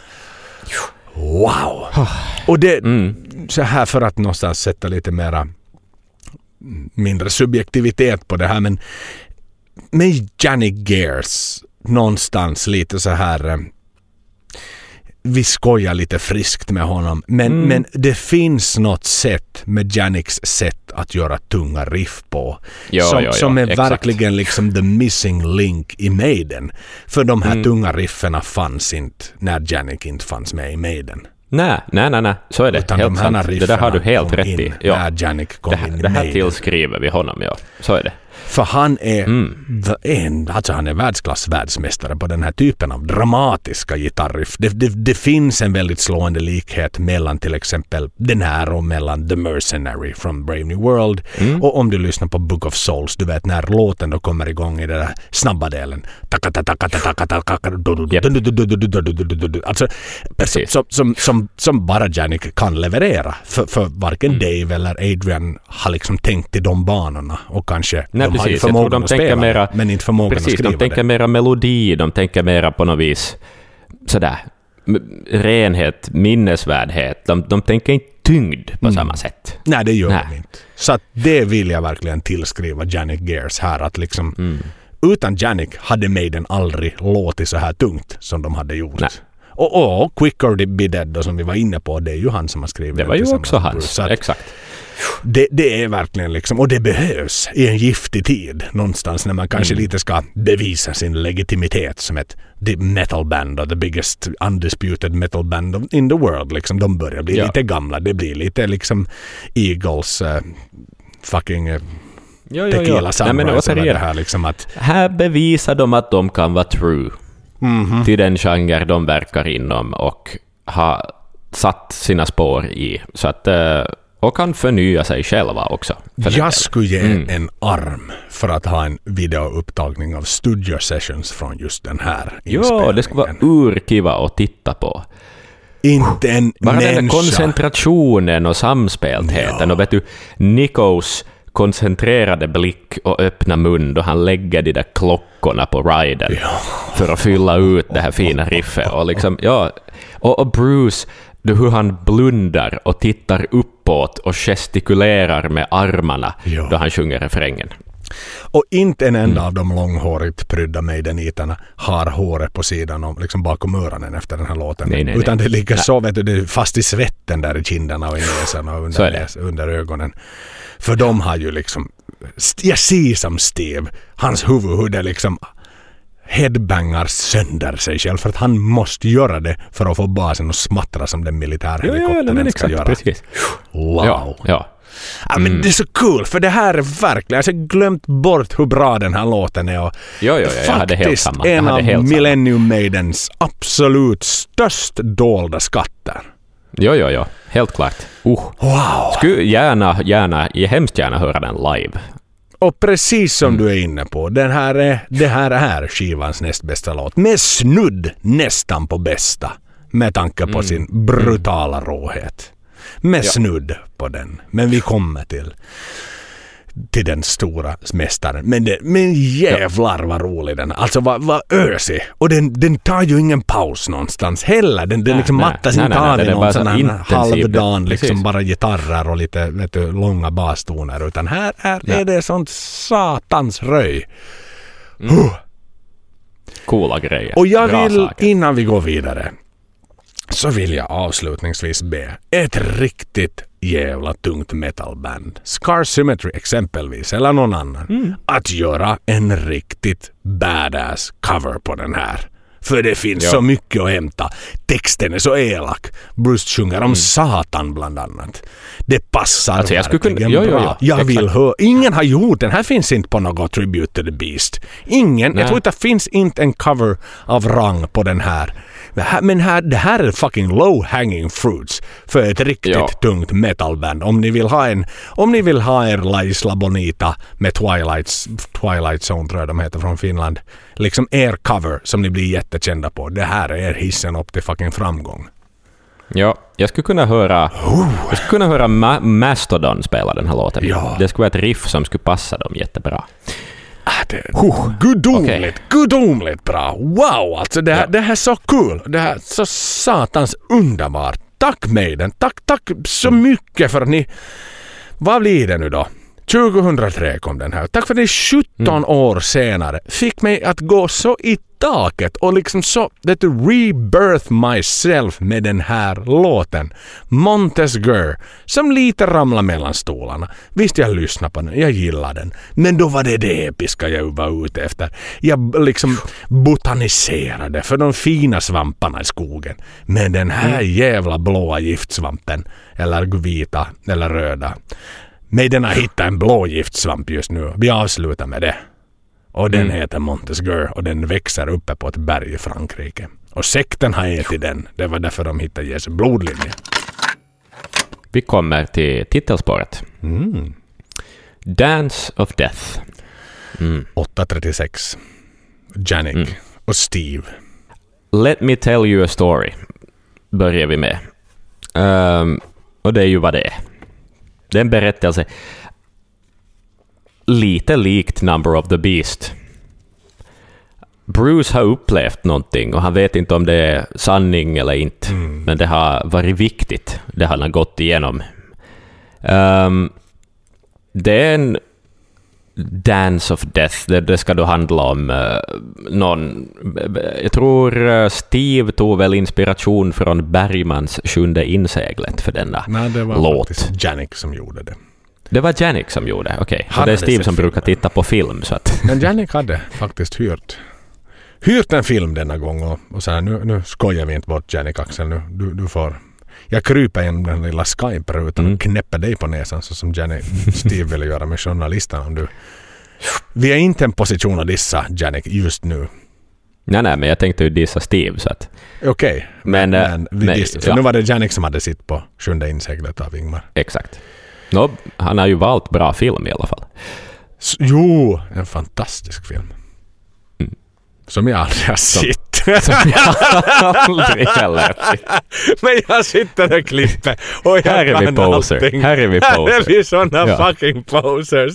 Wow! Och det, mm. så här för att någonstans sätta lite mera mindre subjektivitet på det här, men med Janick Gers någonstans lite så här, vi skojar lite friskt med honom, men, mm. men det finns något sätt med Janicks sätt att göra tunga riff på jo, som, jo, jo, som är exakt. verkligen liksom the missing link i Maiden, för de här mm. tunga rifferna fanns inte när Janick inte fanns med i Maiden. Nej, nej, nej, nej. Så är det. Utan helt de här sant. Det där har du helt rätt i. Ja. När Janick kom det här, in det här Maiden. tillskriver vi honom, ja. Så är det. För han är mm. en, alltså han är världsklass världsmästare på den här typen av dramatiska gitarriff. Det, det, det finns en väldigt slående likhet mellan till exempel den här och mellan The Mercenary från Brave New World. Mm. Och om du lyssnar på Book of Souls, du vet när låten då kommer igång i den där snabba delen. Alltså som, som, som, som bara Janick kan leverera. För, för varken mm. Dave eller Adrian har liksom tänkt i de banorna. Och kanske Nej, de precis. har ju förmågan de att spela mera, det, men inte förmågan precis, att skriva de tänker det. mera melodi, de tänker mera på något vis sådär, renhet, minnesvärdhet. De, de tänker inte tyngd på mm. samma sätt. Nej, det gör Nej. de inte. Så att det vill jag verkligen tillskriva Janick Gers här, att liksom mm. utan Janick hade Maiden aldrig låtit så här tungt som de hade gjort. Nej. Och, och Quicker Be Dead då, som vi var inne på, det är ju han som har skrivit det. Det var ju också hans, exakt. Det, det är verkligen liksom, och det behövs i en giftig tid någonstans när man kanske mm. lite ska bevisa sin legitimitet som ett metal band och the biggest undisputed metal band in the world liksom. De börjar bli ja. lite gamla, det blir lite liksom Eagles uh, fucking uh, jo, jo, Tequila Sunrise. Nej, det här, liksom att... här bevisar de att de kan vara true mm-hmm. till den genre de verkar inom och har satt sina spår i. Så att, och kan förnya sig själva också. Jag skulle ge mm. en arm för att ha en videoupptagning av studio sessions från just den här inspelningen. Ja, det skulle vara urkiva att titta på. Inte en bara människa. Den koncentrationen och samspeltheten. Ja. Och vet du, Nikos koncentrerade blick och öppna mun då han lägger de där klockorna på riden ja. för att fylla ut det här fina riffet. Och, liksom, ja, och, och Bruce, du, hur han blundar och tittar uppåt och gestikulerar med armarna ja. då han sjunger refrängen. Och inte en enda mm. av de långhårigt prydda Maidenitarna har håret på sidan om, liksom bakom öronen efter den här låten. Nej, nej, Utan nej. det ligger nej. så, vet du, det är fast i svetten där i kinderna och i näsan och under, näs, under ögonen. För de har ju liksom, jag ser som Steve, hans huvud, hur det liksom headbangar sönder sig själv för att han måste göra det för att få basen att smattra som den militärhelikoptern ja, ja, ska exakt, göra. Precis. Wow. Ja, ja. Ja, men mm. det är så cool, för det här är verkligen, jag har glömt bort hur bra den här låten är och jo, jo, jo, jag hade helt samma. en hade av helt Millennium Maidens absolut störst dolda skatter. Jo, jo, jo, helt klart. Uh. Wow. Skulle gärna, gärna, jag hemskt gärna höra den live. Och precis som mm. du är inne på, den här är, det här är skivans näst bästa låt. Med snudd nästan på bästa, med tanke på mm. sin brutala råhet. Med ja. snudd på den. Men vi kommer till till den stora mästaren. Men, det, men jävlar vad rolig den. Alltså vad, vad ösig. Och den, den tar ju ingen paus någonstans heller. Den, den liksom mattas inte av i någon sån här halvdan liksom bara gitarrer och lite vet du, långa bastoner. Utan här är, ja. är det sånt satans röj. Mm. Uh. Coola grejer. Och jag Bra vill, saker. innan vi går vidare, så vill jag avslutningsvis be ett riktigt jävla tungt metalband, Scar Symmetry exempelvis, eller någon annan, mm. att göra en riktigt badass cover på den här. För det finns ja. så mycket att hämta. Texten är så elak. Bruce sjunger om mm. Satan bland annat. Det passar alltså, jag verkligen kunna, jo, jo, jo, bra. Jag exakt. vill höra. Ingen har gjort den. Här finns inte på något Tribute to the Beast. Ingen. Nej. Jag tror inte det finns inte en cover av rang på den här. Men här, det här är fucking low hanging fruits för ett riktigt ja. tungt metalband. Om ni vill ha en, om ni vill ha er La Isla Bonita med Twilights, Twilight Zone tror jag de heter från Finland. Liksom er cover som ni blir jättekända på. Det här är hissen upp till fucking framgång. Ja, jag skulle kunna höra oh. jag skulle kunna höra Ma- Mastodon spela den här låten. Ja. Det skulle vara ett riff som skulle passa dem jättebra. Det, oh, gudomligt, okay. gudomligt bra. Wow, alltså det här, ja. det här är så kul. Det här är så satans underbart. Tack Maiden, tack, tack så mycket för att ni... Vad blir det nu då? tjugohundratre kom den här. Tack för att ni sjutton mm. år senare fick mig att gå så i taket och liksom så that to rebirth myself med den här låten. Montesguer som lite ramlar mellan stolarna. Visst, jag lyssnar på den, jag gillar den. Men då var det det episka jag var ute efter. Jag liksom botaniserade för de fina svamparna i skogen. Men den här jävla blåa giftsvampen, eller vita eller röda. Maiden har hittat en blå giftsvamp just nu. Vi avslutar med det. Och den mm. heter Montesguer och den växer uppe på ett berg i Frankrike. Och sekten har ätit den. Det var därför de hittade Jesu blodlinje. Vi kommer till titelspåret. Mm. Dance of Death. Mm. åtta trettiosex. Jannik mm. och Steve. Let me tell you a story. Börjar vi med. Um, och det är ju vad det är. Det är en berättelse lite likt Number of the Beast. Bruce har upplevt någonting och han vet inte om det är sanning eller inte. Mm. Men det har varit viktigt. Det han har gått igenom. Um, det är en Dance of Death. Det, det ska då handla om uh, någon... Jag tror uh, Steve tog väl inspiration från Bergmans Sjunde inseglet för denna Nej, det var låt. faktiskt Jannik som gjorde det. Det var Jannik som gjorde, okej. Okay. Och det är Steve som brukar filmen. titta på film. Så att... Men Jannik hade faktiskt hyrt, hyrt en film denna gång och, och så här, nu, nu skojar vi inte bort Jannik Axel. Nu, du, du får Jag kryper genom den lilla Skype-rutan mm. och knäpper dig på näsan så som Janik Steve ville göra med journalisterna. Om du... Vi är inte en position att dissa Janik just nu. Nej, nej, men jag tänkte ju dissa Steve så att... Okej, okay. men, men, vi men, dissar. Så ja. Nu var det Janik som hade sitt på sjunde inseglet av Ingmar. Exakt. No, han har ju valt bra film i alla fall. Så, jo, en fantastisk film. Mm. Som jag aldrig har sett. Som jag aldrig heller sett. Men jag sitter och klipper. Och jag här är vi poser. Allting. Här är vi poser. Här är vi sådana ja. fucking posers.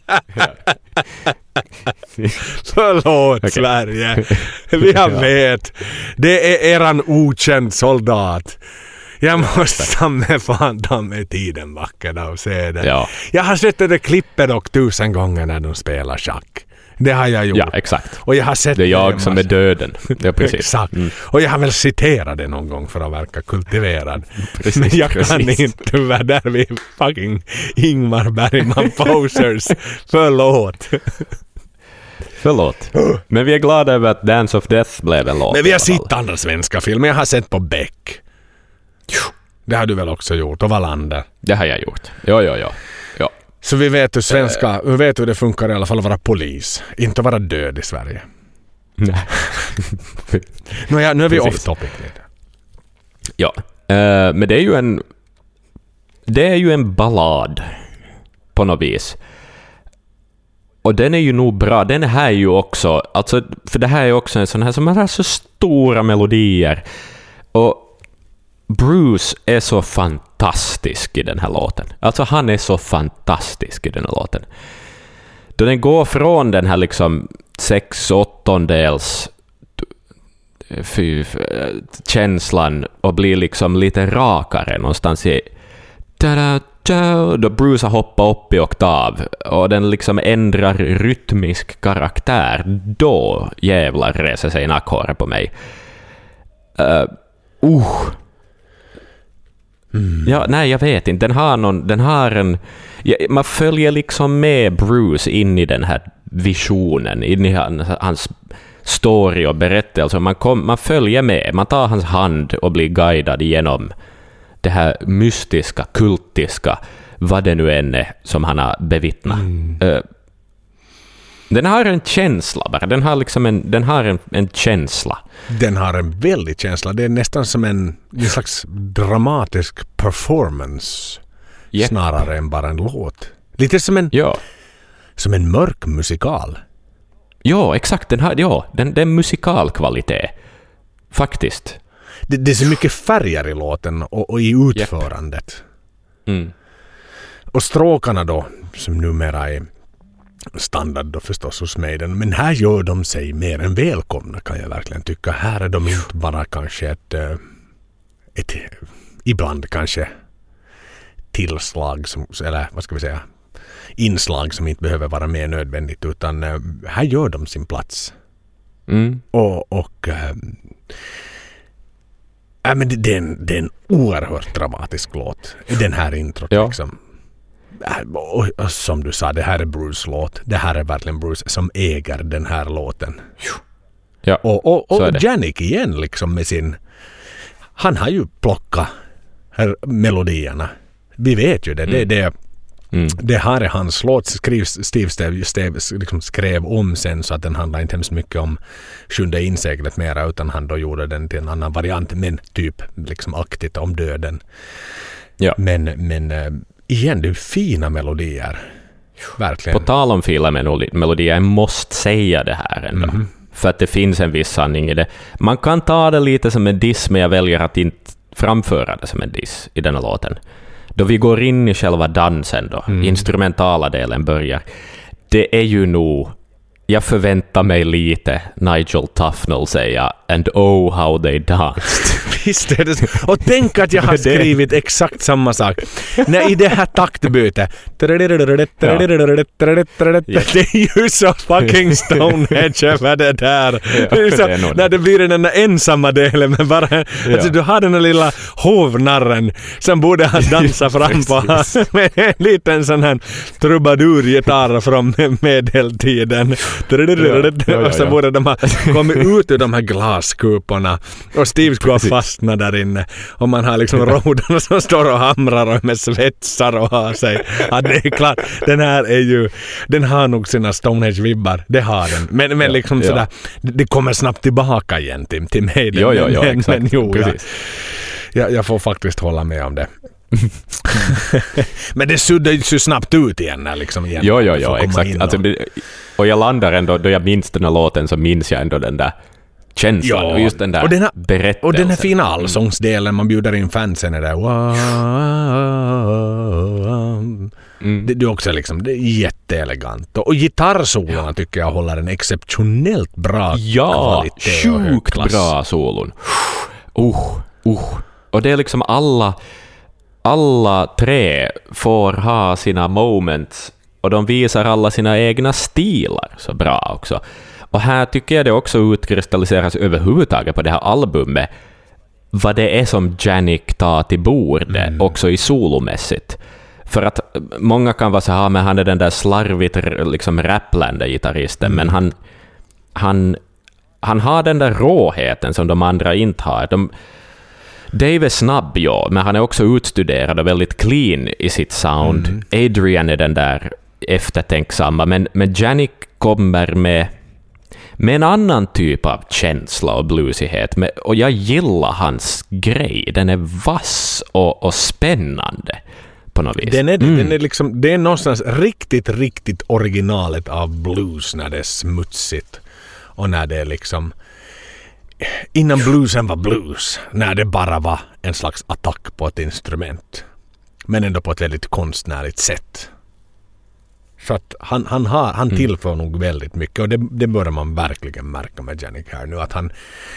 Förlåt okay. Sverige. Vi har ja. vet. Det är eran okänd soldat. Jag måste ta med fan ta med tiden vackert och se det. Ja. Jag har sett det klippet dock tusen gånger när de spelar schack. Det har jag gjort. Ja, exakt. Och jag har sett det är jag som är döden. Ja, precis. Exakt. Mm. Och jag har väl citerat det någon gång för att verka kultiverad. Precis, men jag precis. kan inte tyvärr där vi fucking Ingmar Bergman posers. Förlåt. Förlåt. Men vi är glada över att Dance of Death blev en låt. Men vi har sett andra svenska filmer. Jag har sett på Beck. Det har du väl också gjort. Och Wallander. Det har jag gjort. Ja, ja, ja. ja. Så vi vet hur svenska, vi vet hur det funkar i alla fall att vara polis. Inte vara död i Sverige. Nej. nu, är, nu är vi Precis. off topic lite. Ja. Uh, men det är ju en det är ju en ballad på något vis. Och den är ju nog bra. Den här är ju också, alltså, för det här är också en sån här som har så stora melodier. Och Bruce är så fantastisk i den här låten. Alltså han är så fantastisk i den här låten. Då den går från den här liksom sex åttondels fy, känslan och blir liksom lite rakare någonstans i då Bruce har hoppat upp i oktav och den liksom ändrar rytmisk karaktär, då jävlar reser sig nackhåret på mig. Uh, uh. Mm. Ja, nej, jag vet inte. Den har någon, den har en, ja, man följer liksom med Bruce in i den här visionen, in i hans, hans story och berättelse. Man, kom, man följer med, man tar hans hand och blir guidad genom det här mystiska, kultiska, vad det nu än är som han har bevittnat. Mm. Uh, den har en känsla bara. Den har liksom en, den har en, en känsla. Den har en väldig känsla. Det är nästan som en, en slags dramatisk performance yep. snarare än bara en låt. Lite som en, ja. som en mörk musikal. Ja, exakt. Den har, ja, den, den musikalkvalitet. Faktiskt. Det, det är så mycket färger i låten och, och i utförandet. Yep. Mm. Och stråkarna då, som numera är standard då förstås hos Maiden, men här gör de sig mer än välkomna, kan jag verkligen tycka. Här är de inte bara kanske ett, ett ibland kanske tillslag som, eller vad ska vi säga, inslag som inte behöver vara mer nödvändigt, utan här gör de sin plats. Mm. Och, och äh, men det, det, är en, det är en oerhört dramatisk låt, den här introt ja. liksom. Och, och som du sa, det här är Bruce låt. Det här är verkligen Bruce som äger den här låten. Ja, och och, och Janik igen liksom med sin, han har ju plockat här melodierna. Vi vet ju det. Mm. Det, det, mm. det här är hans låt. Skrivs, Steve Steve, Steve liksom skrev om sen så att den handlar inte hemskt mycket om sjunde inseglet mera, utan han då gjorde den till en annan variant, men typ liksom aktigt om döden. Ja. Men, men igen, det är fina melodier. Verkligen. På tal om fina melodier, jag måste säga det här ändå. Mm. För att det finns en viss sanning i det. Man kan ta det lite som en diss, men jag väljer att inte framföra det som en diss i den här låten. Då vi går in i själva dansen då, mm. instrumentala delen börjar. Det är ju nog, jag förväntar mig lite Nigel Tufnell säga and oh how they danced. Visst är det så. Och tänk att jag har skrivit exakt samma sak. När i det här taktbytet. Ja. Det är ju så fucking Stonehenge över det där. Ja, det så, det när det blir den där ensamma delen med bara, ja. Alltså du har den där lilla hovnarren som borde han dansa fram på med en liten sån här trubadurgitarr från medeltiden. Ja, ja, ja. Och så borde de ha kommit ut ur de här glaskuporna och Steve skulle ha fast fastnar där inne och man har liksom rodarna som står och hamrar och med svetsar och har sig. Ja, det är klart, den här är ju, den har nog sina Stonehenge-vibbar, det har den. Men, men liksom ja. sådär, det kommer snabbt tillbaka igen till, till mig. Jo, jo, jo, men, exakt. Men jo, jag, jag, jag får faktiskt hålla med om det. Men det suddar ju så snabbt ut igen när liksom igen. Jo, jo, jo, exakt. Alltså, och jag landar ändå, då jag minns den här låten så minns jag ändå den där känslan ja, och just den där och den här, berättelsen. Och den här fina allsångsdelen, man bjuder in fansen är där. Mm. Det, det är också liksom, det är jätteelegant. Och gitarrsolorna ja. tycker jag håller en exceptionellt bra ja, kvalitet och sjukt bra solon. Uh, uh. Och det är liksom alla alla tre får ha sina moments och de visar alla sina egna stilar så bra också. Och här tycker jag det också utkristalliseras överhuvudtaget på det här albumet vad det är som Janick tar till bordet mm. också i solomässigt. För att många kan vara så här, men han är den där slarvigt liksom rapplande gitarristen, mm. men han, han, han har den där råheten som de andra inte har. De, Dave är snabb, ja, men han är också utstuderad och väldigt clean i sitt sound. Mm. Adrian är den där eftertänksamma, men, men Janick kommer med med en annan typ av känsla och bluesighet. Med, och jag gillar hans grej. Den är vass och, och spännande på något vis. Den är, mm. den är liksom, det är någonstans riktigt, riktigt originalet av blues när det är smutsigt. Och när det är liksom innan bluesen var blues. När det bara var en slags attack på ett instrument. Men ändå på ett väldigt konstnärligt sätt. Så att han, han, har, han mm. tillför nog väldigt mycket och det, det börjar man verkligen märka med Janick här nu att han,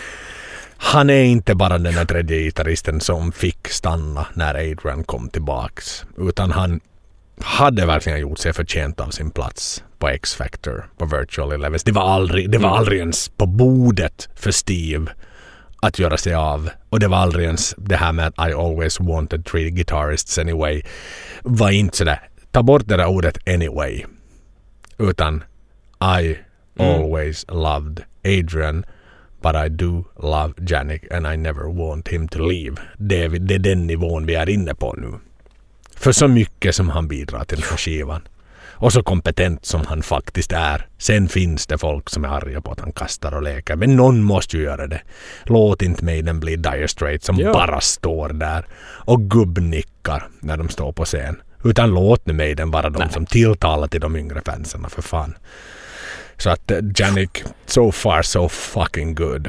han är inte bara den här tredje gitarristen som fick stanna när Adrian kom tillbaks utan han hade verkligen gjort sig förtjänt av sin plats på X-Factor, på Virtual Elevens. Det var aldrig, det var aldrig ens på bordet för Steve att göra sig av och det var aldrig ens det här med att I always wanted three guitarists anyway var inte sådär. Ta bort det där ordet anyway. Utan I mm. always loved Adrian but I do love Janick and I never want him to leave. Det är, det är den nivån vi är inne på nu. För så mycket som han bidrar till den skivan. Och så kompetent som han faktiskt är. Sen finns det folk som är arga på att han kastar och leker. Men någon måste ju göra det. Låt inte mig den bli Dire Straits som ja. bara står där och gubbnickar när de står på scen. Utan låt nu mig den vara de Nej. som tilltalar till de yngre fanserna för fan. Så att uh, Janick, so far so fucking good.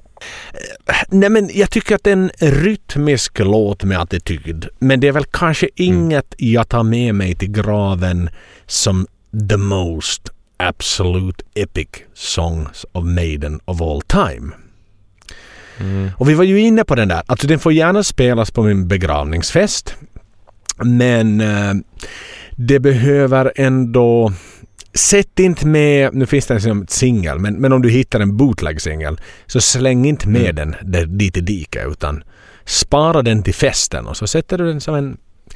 Nej men jag tycker att det är en rytmisk låt med attityd. Men det är väl kanske inget mm. jag tar med mig till graven som the most absolute epic songs of Maiden of all time. Mm. Och vi var ju inne på den där. Alltså den får gärna spelas på min begravningsfest. Men uh, det behöver ändå sätt inte med, nu finns det en singel, men, men om du hittar en bootleg-singel så släng inte med mm. den där dit i dika utan spara den till festen och så sätter du den som en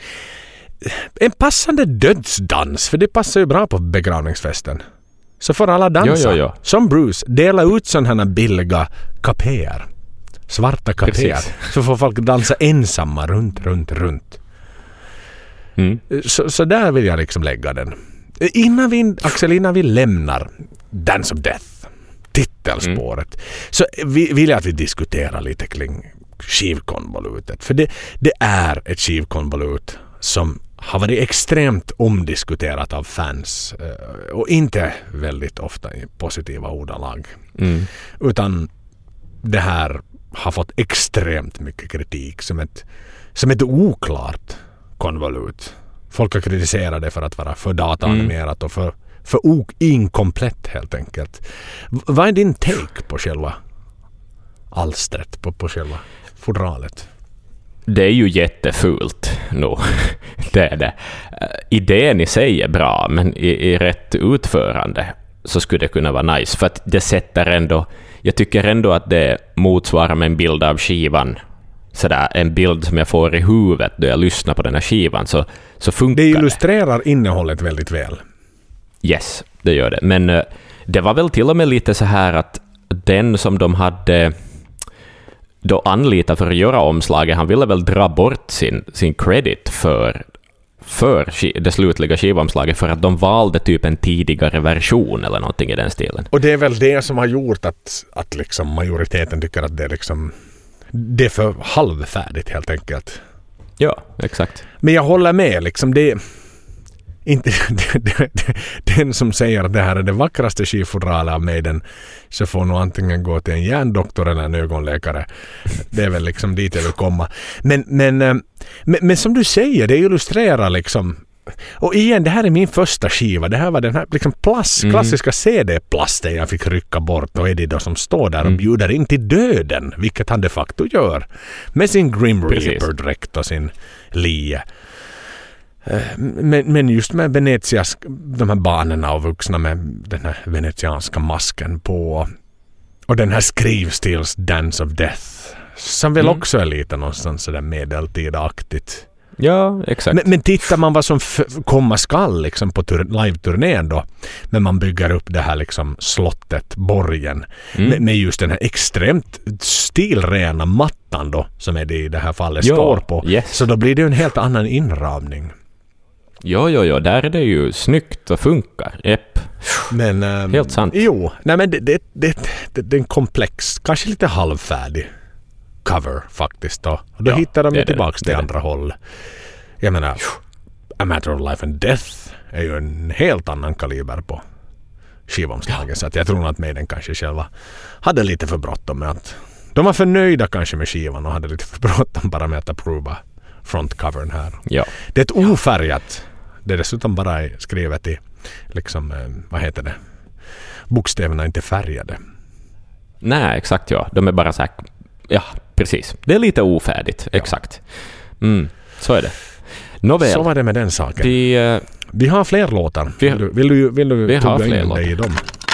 en passande dödsdans för det passar ju bra på begravningsfesten. Så får alla dansa. Jo, jo, jo. Som Bruce, dela ut sådana här billiga kapéer. Svarta kapéer. Så får folk dansa ensamma runt, runt, runt. Mm. Så, så där vill jag liksom lägga den. Innan vi, Axel, innan vi lämnar Dance of Death, titelspåret, mm. så vill jag att vi diskuterar lite kring skivkonvolutet. För det, det är ett skivkonvolut som har varit extremt omdiskuterat av fans och inte väldigt ofta i positiva ordalag. Mm. Utan det här har fått extremt mycket kritik som ett, som ett oklart konvolut. Folk har kritiserat det för att vara för dataanimerat mm. och för, för inkomplett helt enkelt. V- vad är din take på själva alstret, på, på själva fodralet? Det är ju jättefult nu. Det är det. Idén i sig är bra, men i, i rätt utförande så skulle det kunna vara nice. För att det sätter ändå, jag tycker ändå att det motsvarar med en bild av skivan. Sådär, en bild som jag får i huvudet då jag lyssnar på den här skivan, så, så funkar det. Det illustrerar det. Innehållet väldigt väl. Yes, det gör det. Men uh, det var väl till och med lite så här att den som de hade då anlitade för att göra omslaget, han ville väl dra bort sin, sin credit för, för det slutliga skivomslaget för att de valde typ en tidigare version eller någonting i den stilen. Och det är väl det som har gjort att, att liksom majoriteten tycker att det är, liksom, det är för halvfärdigt helt enkelt. Ja, exakt. Men jag håller med, liksom det inte det, det, det, den som säger att det här är det vackraste skivfodralet av Maiden, så får nog antingen gå till en hjärndoktor eller en ögonläkare. Det är väl liksom dit jag vill komma. Men, men, men, men som du säger, det illustrerar liksom, och igen, det här är min första skiva. Det här var den här liksom plast, mm. klassiska C D-plasten jag fick rycka bort, och Eddie då som står där och mm. bjuder in till döden, vilket han de facto gör med sin Grim Reaper-dräkt och sin lie. Men, men just med Venetias, de här barnen och vuxna med den här venetianska masken på, och den här skrivstils Dance of Death, som väl mm. också är lite någonstans sådär medeltidaktigt. Ja, exakt. Men, men tittar man vad som f- komma skall liksom på tur- live-turnén då, men man bygger upp det här liksom slottet, borgen, mm. med, med just den här extremt stilrena mattan då, som är det i det här fallet ja, står på. Yes. Så då blir det en helt annan inramning. Jo, jo, jo, där är det ju snyggt och funkar. Epp. Men, um, helt sant. Jo, nej men det, det, det, det, det är en komplex, kanske lite halvfärdig cover faktiskt då. Och då ja, hittar de ju tillbaka till andra håll. Jag menar, A Matter of Life and Death är ju en helt annan kaliber på skivomslaget. Ja. Så att jag tror att Maiden kanske själva hade lite för bråttom med att de var för nöjda kanske med skivan och hade lite för bråttom bara med att approva frontcovern här. Ja. Det är ett ofärgat. Det är dessutom bara skrivet i liksom, vad heter det? Bokstäverna är inte färgade. Nej, exakt ja. De är bara så här, ja, precis. Det är lite ofärdigt, ja. Exakt. Mm, så är det. Nåväl. Så var det med den saken. Vi, uh, vi har fler låtar. Vi, vill du, vill du, vill du vi har fler in låtar. dig i dem?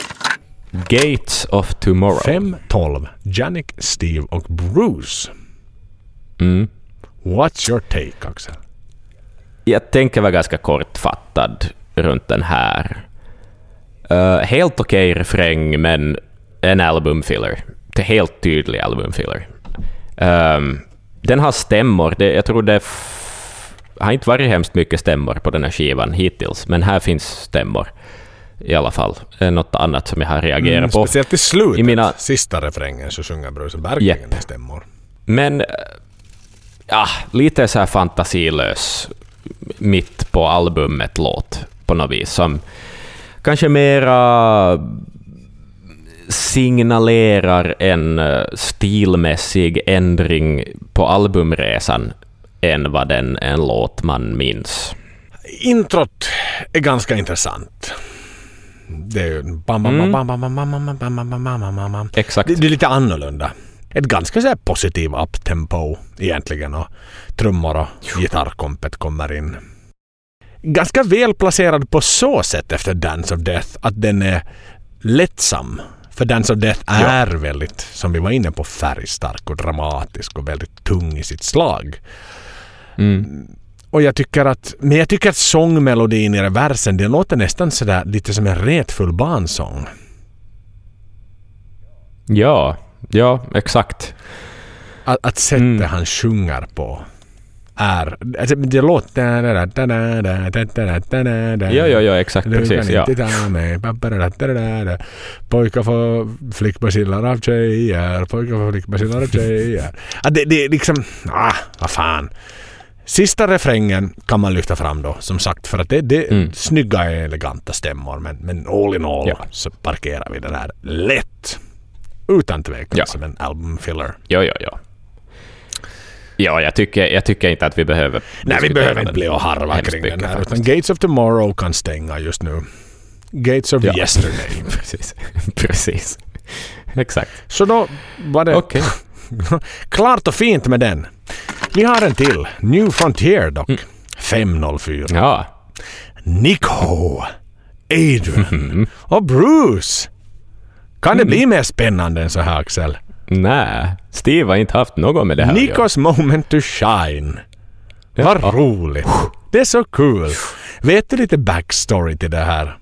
Gates of Tomorrow. fem tolv. Jannik, Steve och Bruce. Mm. What's your take, Axel? Jag tänker vara ganska kortfattad runt den här. Uh, helt okej okay refräng, men en albumfiller. Det är helt tydlig albumfiller. Um, den har stämmor. Det, jag tror det f- har inte varit hemskt mycket stämmor på den här skivan hittills, men här finns stämmor i alla fall. Något annat som jag har reagerat mm, på. Speciellt i slutet, i mina... sista refrängen, så sjunger Bruce verkligen yep. med stämmor. Men ja, lite så här fantasilös mitt på albumet låt på något vis, som kanske mera signalerar en stilmässig ändring på albumresan än vad den en låt man minns. Introt är ganska intressant. Det är ju bam bam bam bam bam bam bam bam bam bam bam. Exakt. Det, det är lite annorlunda. Ett ganska så här positiv uptempo egentligen, och trummor och gitarrkompet kommer in. Ganska väl placerad på så sätt efter Dance of Death att den är lättsam. För Dance of Death är ja. väldigt, som vi var inne på, färgstark och dramatisk och väldigt tung i sitt slag. Mm. Och jag tycker att, men jag tycker att sångmelodin i versen, det låter nästan sådär lite som en retfull barnsång. Ja, ja, exakt. Att, att sättet mm. han sjunger på är, alltså det låter ja, ja, ja, exakt, du precis, kan ja. inte ta mig pojkar får flickbacillar av tjejer, pojkar får flickbacillar av tjejer. Att det, det är liksom, ah, vad fan. Sista refrängen kan man lyfta fram då, som sagt, för att det, det är mm. snygga, eleganta stämmor, men, men all in all ja. så parkerar vi den här lätt, utan tvekan, ja. som en albumfiller. Ja, ja, ja. Ja, jag tycker, jag tycker inte att vi behöver... Nej, vi behöver inte bli och harva kring den här. Utan Gates of Tomorrow kan stänga just nu. Gates of ja. Yesterday. Precis. Precis. Exakt. Så då var det okay. klart och fint med den. Vi har en till. New Frontier dock. Mm. fem noll fyra. Ja. Nico, Adrian mm. och Bruce. Kan mm. det bli mer spännande än så här, Axel? Nej, Steve har inte haft något med det här. Nikos moment to shine. Ja. Vad ja. roligt. Det är så cool. Vet du lite backstory till det här?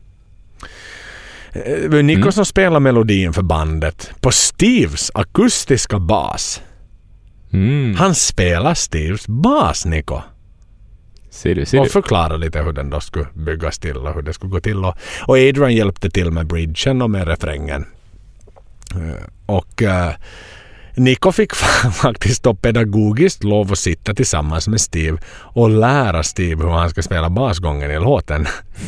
Nikos mm. som spelar melodin för bandet på Steves akustiska bas Mm. Han spelar Steves bas, Nico. Ser du, ser och du. förklarar lite hur den då skulle byggas till och hur det skulle gå till. Och, och Adrian hjälpte till med bridgen och med refrängen. Uh, och uh, Nico fick faktiskt då pedagogiskt lov att sitta tillsammans med Steve och lära Steve hur han ska spela basgången i låten.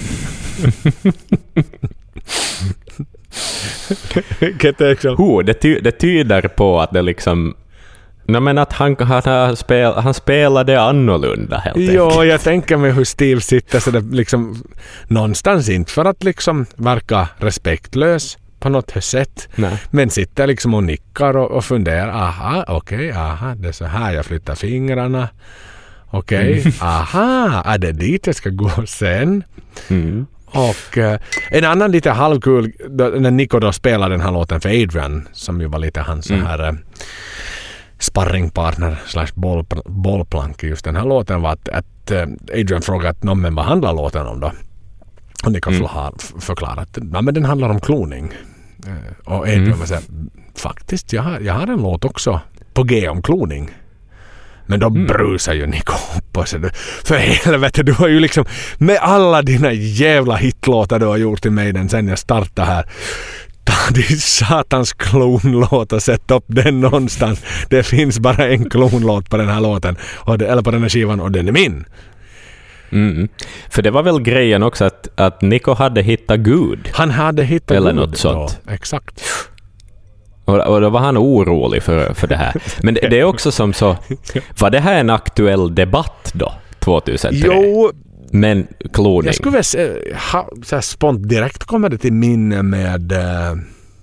oh, det, ty- det tyder på att det liksom Nej, men att han, han, spel, han spelade annorlunda helt enkelt. Ja, jag tänker mig hur Steve sitter så det liksom någonstans, inte för att liksom verka respektlös på något sätt. Nej. Men sitter liksom och nickar och, och funderar. Aha, okej, okay, aha, det är så här jag flyttar fingrarna. Okej, okay, mm. aha, är det dit jag ska gå sen? Mm. Och uh, en annan lite halvkul, när Nico då spelade den här låten för Adrian, som ju var lite hans så här mm. uh, sparringpartner slash boll, bollplank i just den här låten, var att, att uh, Adrian frågade att någon men vad handlar låten om då? Och Nico mm. förklarade att ja, men den handlar om kloning. Uh, och Adrian mm. var så här, faktiskt, jag har, jag har en låt också på G om kloning. Men då mm. brusar ju Nico upp och så, för helvete, du har ju liksom med alla dina jävla hitlåtar du har gjort i mig den sen jag startade här. Ta din satans klonlåt och sätt upp den någonstans. Det finns bara en klonlåt på den här låten, och det, eller på den här skivan, och den är min. Mm. För det var väl grejen också att, att Nico hade hittat Gud. Han hade hittat eller Gud. Något sånt. Ja, exakt. Och, och då var han orolig för, för det här. Men det, det är också som så, var det här en aktuell debatt då, tjugohundratre? Jo, men kloning. Jag skulle väl säga, ha, så här spont direkt kommer det till minne med uh,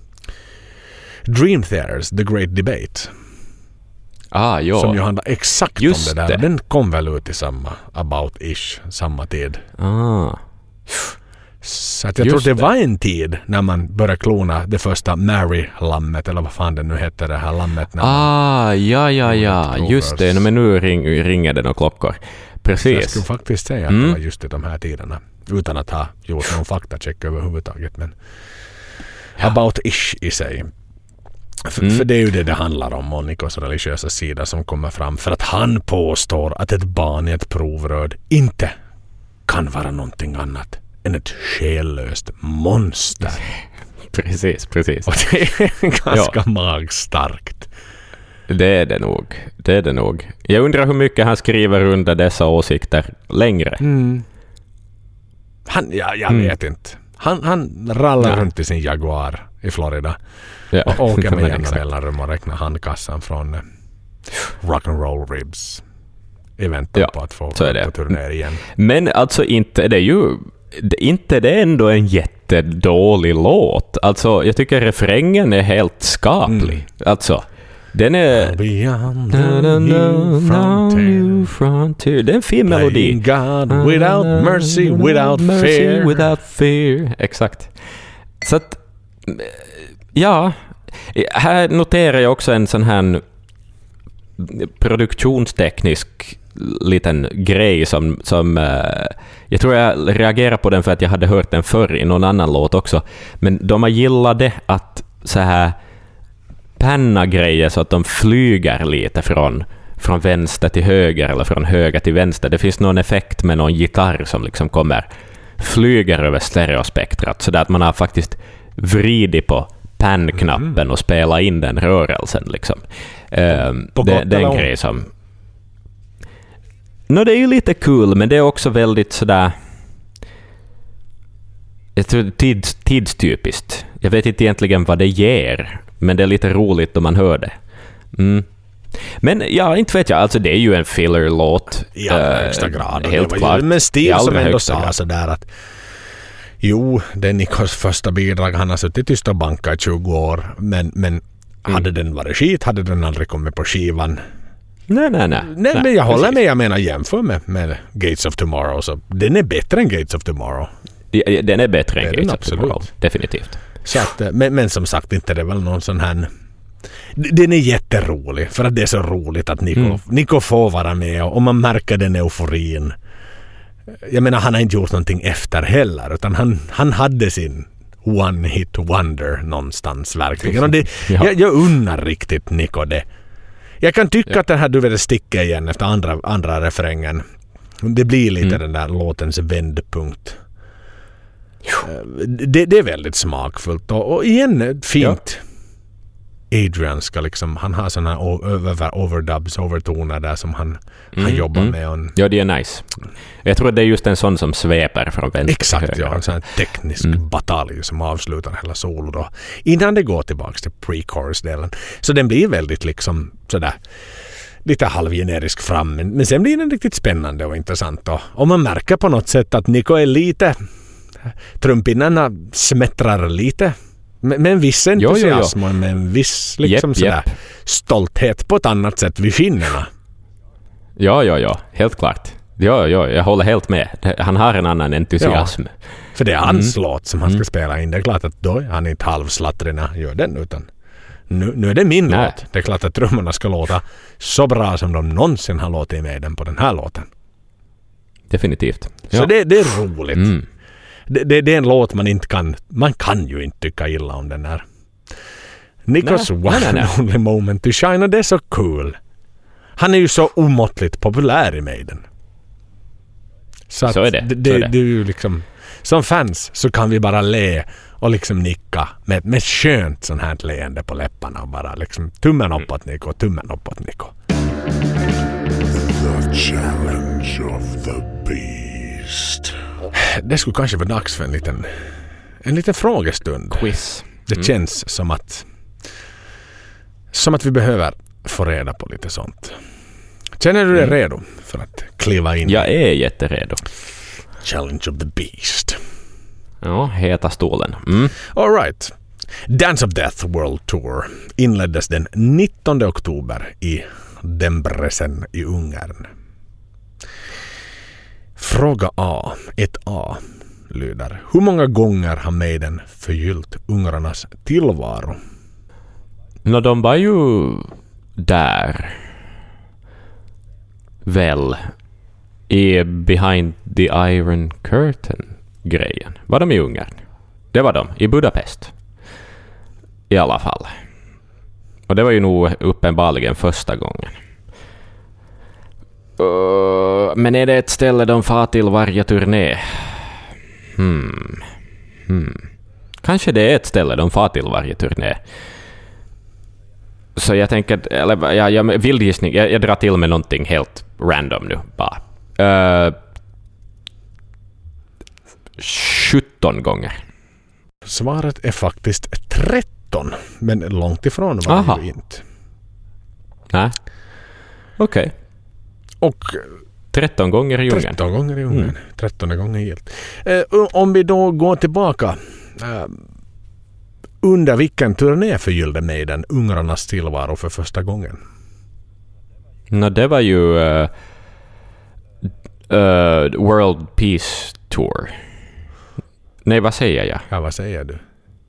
Dream Theaters, The Great Debate. Ah, jo. Som ju handlar exakt Just om det där. Det. Den kom väl ut i samma, about-ish, samma tid. Ah. Så att jag Just tror det, det var en tid när man började klona det första Mary-lammet, eller vad fan det nu heter, det här lammet. När ah, ja, ja, ja. Just det. Men nu ring, ringer det några klockor. Precis. Jag skulle faktiskt säga att mm. det var just i de här tiderna. Utan att ha gjort någon faktacheck överhuvudtaget. Men ja. About-ish i sig. F- mm. För det är ju det det handlar om, och Nikos religiösa sida som kommer fram. För att han påstår att ett barn i ett provrör inte kan vara någonting annat än ett själlöst monster. Precis, precis. Och det är ganska ja. magstarkt. Det är det nog. Det är det nog. Jag undrar hur mycket han skriver under dessa åsikter längre. Mm. Han, ja, jag mm. vet inte. Han, han rallar ja. runt i sin Jaguar i Florida. Ja. Och åker med jämna mellanrum och räknar handkassan från uh, Rock'n'Roll Ribs. I väntan ja, på att få på turnér igen. Men alltså inte, det är ju inte det är ändå en jättedålig låt. Alltså jag tycker refrängen är helt skaplig. Mm. Alltså den är Beyond the new frontier. frontier. Det är en fin melodi. God without mercy, without mercy, fear. Without fear. Exakt. Så att ja, här noterar jag också en sån här produktionsteknisk liten grej som, som uh, jag tror jag reagerar på den för att jag hade hört den förr i någon annan låt också. Men de har gillade att så här panna grejer så att de flyger lite från, från vänster till höger eller från höger till vänster. Det finns någon effekt med någon gitarr som liksom kommer flyger över stereospektrat så där att man har faktiskt vridit på pan-knappen mm. och spela in den rörelsen liksom. Uh, det, det är en grej som no, det är ju lite kul, men det är också väldigt sådär jag tror tids, tidstypiskt. Jag vet inte egentligen vad det ger, men det är lite roligt om man hör det. Mm. Men ja, inte vet jag. Alltså det är ju en filler-låt. I allra högsta grad. Helt klart. Men Steve som ändå sa sådär att jo, det är Nikos första bidrag. Han har suttit tyst och bankat i tjugo år. Men, men mm. hade den varit skit hade den aldrig kommit på skivan. Nej, nej, nej. Nej, nej men jag håller med. Jag menar jämför med, med Gates of Tomorrow. Så den är bättre än Gates of Tomorrow. Ja, den är bättre än den Gates of absolut. Tomorrow. Definitivt. Så att, men, men som sagt, inte det är väl någon sån här... Den är jätterolig. För att det är så roligt att Nico, mm. Nico får vara med. Och man märker den euforin. Jag menar, han har inte gjort någonting efter heller. Utan han, han hade sin one hit wonder någonstans verkligen. Och det, ja. jag, jag unnar riktigt Nico det. Jag kan tycka Ja. att den här du vet sticker igen efter andra, andra refrängen. Det blir lite Mm. den där låtens vändpunkt. Det, det är väldigt smakfullt och, och igen fint. Adrian ska liksom, han har såna här over, overdubs, overtoner där som han, Mm, han jobbar mm. med. Och, Ja, det är nice. Jag tror att det är just en sån som sveper från vänster exakt, till höger. ja. En sån här teknisk Mm. batalj som avslutar hela solo då. Innan det går tillbaka till pre-chorus-delen. Så den blir väldigt liksom sådär lite halvgenerisk fram. Men, men sen blir den riktigt spännande och intressant. Och, och man märker på något sätt att Nico är lite... Trumpinnarna smättrar lite. Med, med en viss entusiasm och med en viss liksom Jepp, sådär jepp. stolthet på ett annat sätt vid skinnorna. Ja, ja, ja. Helt klart. Ja, ja, jag håller helt med. Han har en annan entusiasm. För det är hans Mm. låt som han ska Mm. spela in. Det är klart att då är han inte halvslattrig när han gör den, utan nu, nu är det min Nej. låt. Det är klart att trummorna ska låta så bra som de någonsin har låtit med den på den här låten. Definitivt. Så Ja. det, det är roligt. Mm. Det, det, det är en låt man inte kan... Man kan ju inte tycka illa om den här. Nikos Nej, One nej, nej, nej. and Only Moment to Shine, och det är så cool. Han är ju så omåttligt populär i Maiden. Så, att Så är det, det, så det, är det. det är ju liksom... Som fans så kan vi bara le och liksom nicka med, med skönt sån här leende på läpparna och bara liksom tummen uppåt Nico, tummen uppåt Nico. The challenge of the beast. Det skulle kanske vara dags för en liten en liten frågestund. Quiz. Det Mm. känns som att som att vi behöver få reda på lite sånt. Känner du dig Mm. redo för att kliva in Jag är jätteredo. Challenge of the Beast? Ja, heta stolen. Mm. All right. Dance of Death World Tour inleddes den nittonde oktober i Debrecen i Ungern. Fråga A, ett A, lyder: hur många gånger har Maiden förgyllt ungrarnas tillvaro? Nå, de var ju där. Väl. I Behind the Iron Curtain-grejen. Var de i Ungern? Det var de. I Budapest. I alla fall. Och det var ju nog uppenbarligen första gången. Uh, men är det ett ställe de far till varje turné? Hmm. Hmm. Kanske det är ett ställe de far till varje turné. Så jag tänker, eller jag, jag vill gissning, jag, jag drar till med någonting helt random nu bara. Uh, sjutton gånger. Svaret är faktiskt tretton, men långt ifrån var Aha. det ju inte. Nej. Okej. Okay. Och tretton gånger i Ungern. tretton gånger i Ungern. Mm. trettonde gången gilt. Eh, om vi då går tillbaka. Eh, under vilken turné förgyllde Maiden ungrarnas tillvaro för första gången? Nå, det var ju uh, uh, World Peace Tour. Nej, vad säger jag? Ja, vad säger du?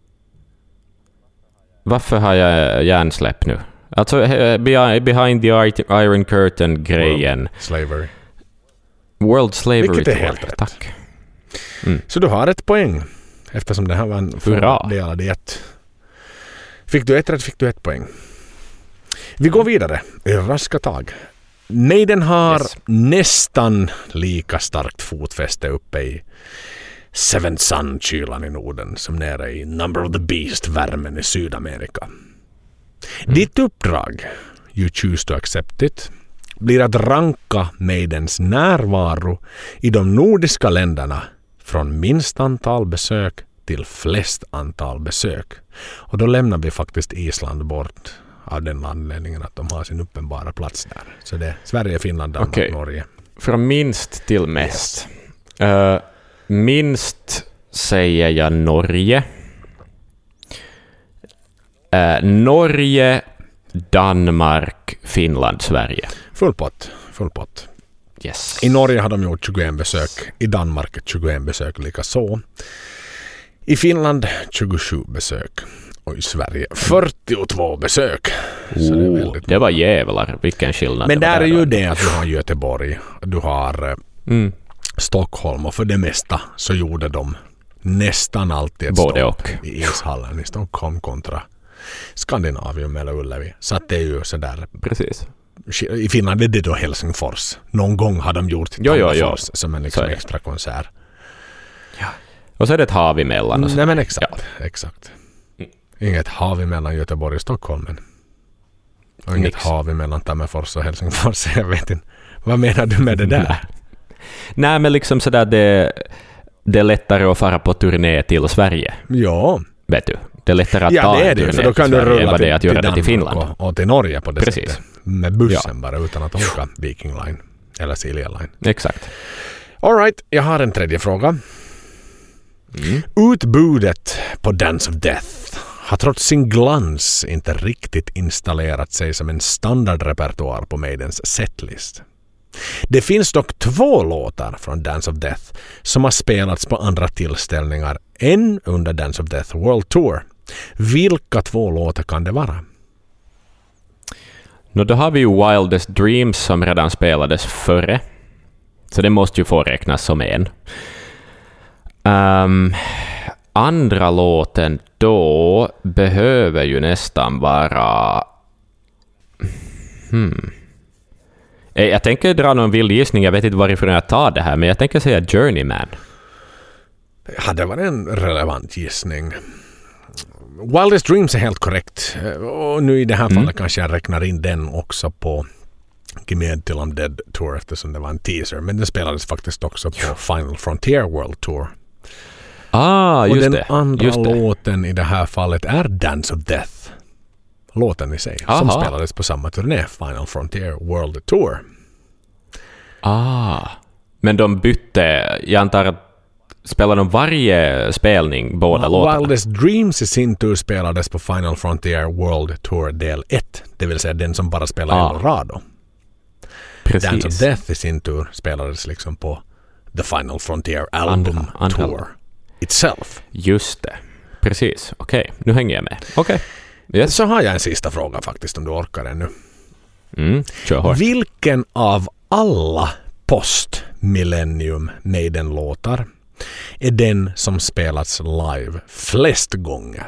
Varför har jag hjärnsläpp nu? Alltså, eh, behind, behind the Iron Curtain-grejen. World Slavery. World Slavery Vilket är Tour. helt rätt. Tack. Mm. Så du har ett poäng. Eftersom det här var en Hurra. delad i ett. Fick du ett rätt, fick du ett poäng. Vi går vidare i raska tag. Maiden har Yes. nästan lika starkt fotfäste uppe i Seven Sun-kylan i Norden som nere i Number of the Beast-värmen i Sydamerika. Mm. Ditt uppdrag, you choose to accept it, blir att ranka Maidens närvaro i de nordiska länderna från minst antal besök till flest antal besök. Och då lämnar vi faktiskt Island bort av den anledningen att de har sin uppenbara plats där. Så det är Sverige, Finland, Danmark, Okej. Norge. Från minst till mest. Uh, minst säger jag Norge. Uh, Norge, Danmark, Finland, Sverige. Full pott, full pott. Yes. I Norge har de gjort tjugoett besök, i Danmark tjugoett besök lika så. I Finland tjugosju besök och i Sverige fyrtiotvå besök. Så det är Oh, väldigt det var jävlar, vilken skillnad. Men det var där är då. ju det att du har Göteborg, du har eh, Mm. Stockholm, och för det mesta så gjorde de nästan alltid ett Både stopp och. i ishallen i Stockholm kontra Skandinavium eller Ullevi. Så att det är ju sådär. Precis. I Finland är det då Helsingfors. Någon gång har de gjort Tammerfors som en liksom extra konsert. Ja. Och så är det ett hav emellan. Nej men exakt. Ja. exakt. Mm. Inget hav emellan Göteborg och Stockholm. Men. Och inget Nix. hav emellan Tammerfors och Helsingfors. Jag vet inte. Vad menar du med det där? Nej men liksom sådär det, det är lättare att fara på turné till Sverige. Ja. Vet du. Det är lättare att ja, ta det är en det, för då kan du rulla till, att till göra Danmark det till Finland. Och, och till Norge på det Precis. sättet. Med bussen ja. bara utan att åka Viking Line eller Silja Line. Exakt. All right, jag har en tredje fråga. Mm. Utbudet på Dance of Death har trots sin glans inte riktigt installerat sig som en standardrepertoar på Maidens setlist. Det finns dock två låtar från Dance of Death som har spelats på andra tillställningar än under Dance of Death World Tour. Vilka två låtar kan det vara? Nå, då har vi ju Wildest Dreams som redan spelades före. Så det måste ju få räknas som en. Um, andra låten då behöver ju nästan vara... Hmm... Jag tänker dra någon vild gissning, jag vet inte varifrån jag tar det här, men jag tänker säga Journeyman. Ja, det var en relevant gissning. Wildest Dreams är helt korrekt. Och nu i det här fallet mm. kanske jag räknar in den också på Gimme Till I'm Dead Tour eftersom det var en teaser. Men den spelades faktiskt också på Final Frontier World Tour. Ah, just och den det. andra just det. låten i det här fallet är Dance of Death. Låten i sig. Aha. Som spelades på samma turné, Final Frontier World Tour. Ah, men de bytte, jag antar att spelar de varje spelning båda ja, låtarna? Wildest Dreams i sin tur spelades på Final Frontier World Tour del ett. Det vill säga den som bara spelar ah. Eldorado. Precis. Dance of Death i sin tur spelades liksom på The Final Frontier Album andra, andra. Tour itself. Just det. Precis. Okej, okay. Nu hänger jag med. Okej. Okay. Yes. Så har jag en sista fråga faktiskt om du orkar ännu. Mm, kör hårt. Vilken av alla post-millennium Maiden-låtar är den som spelats live flest gånger?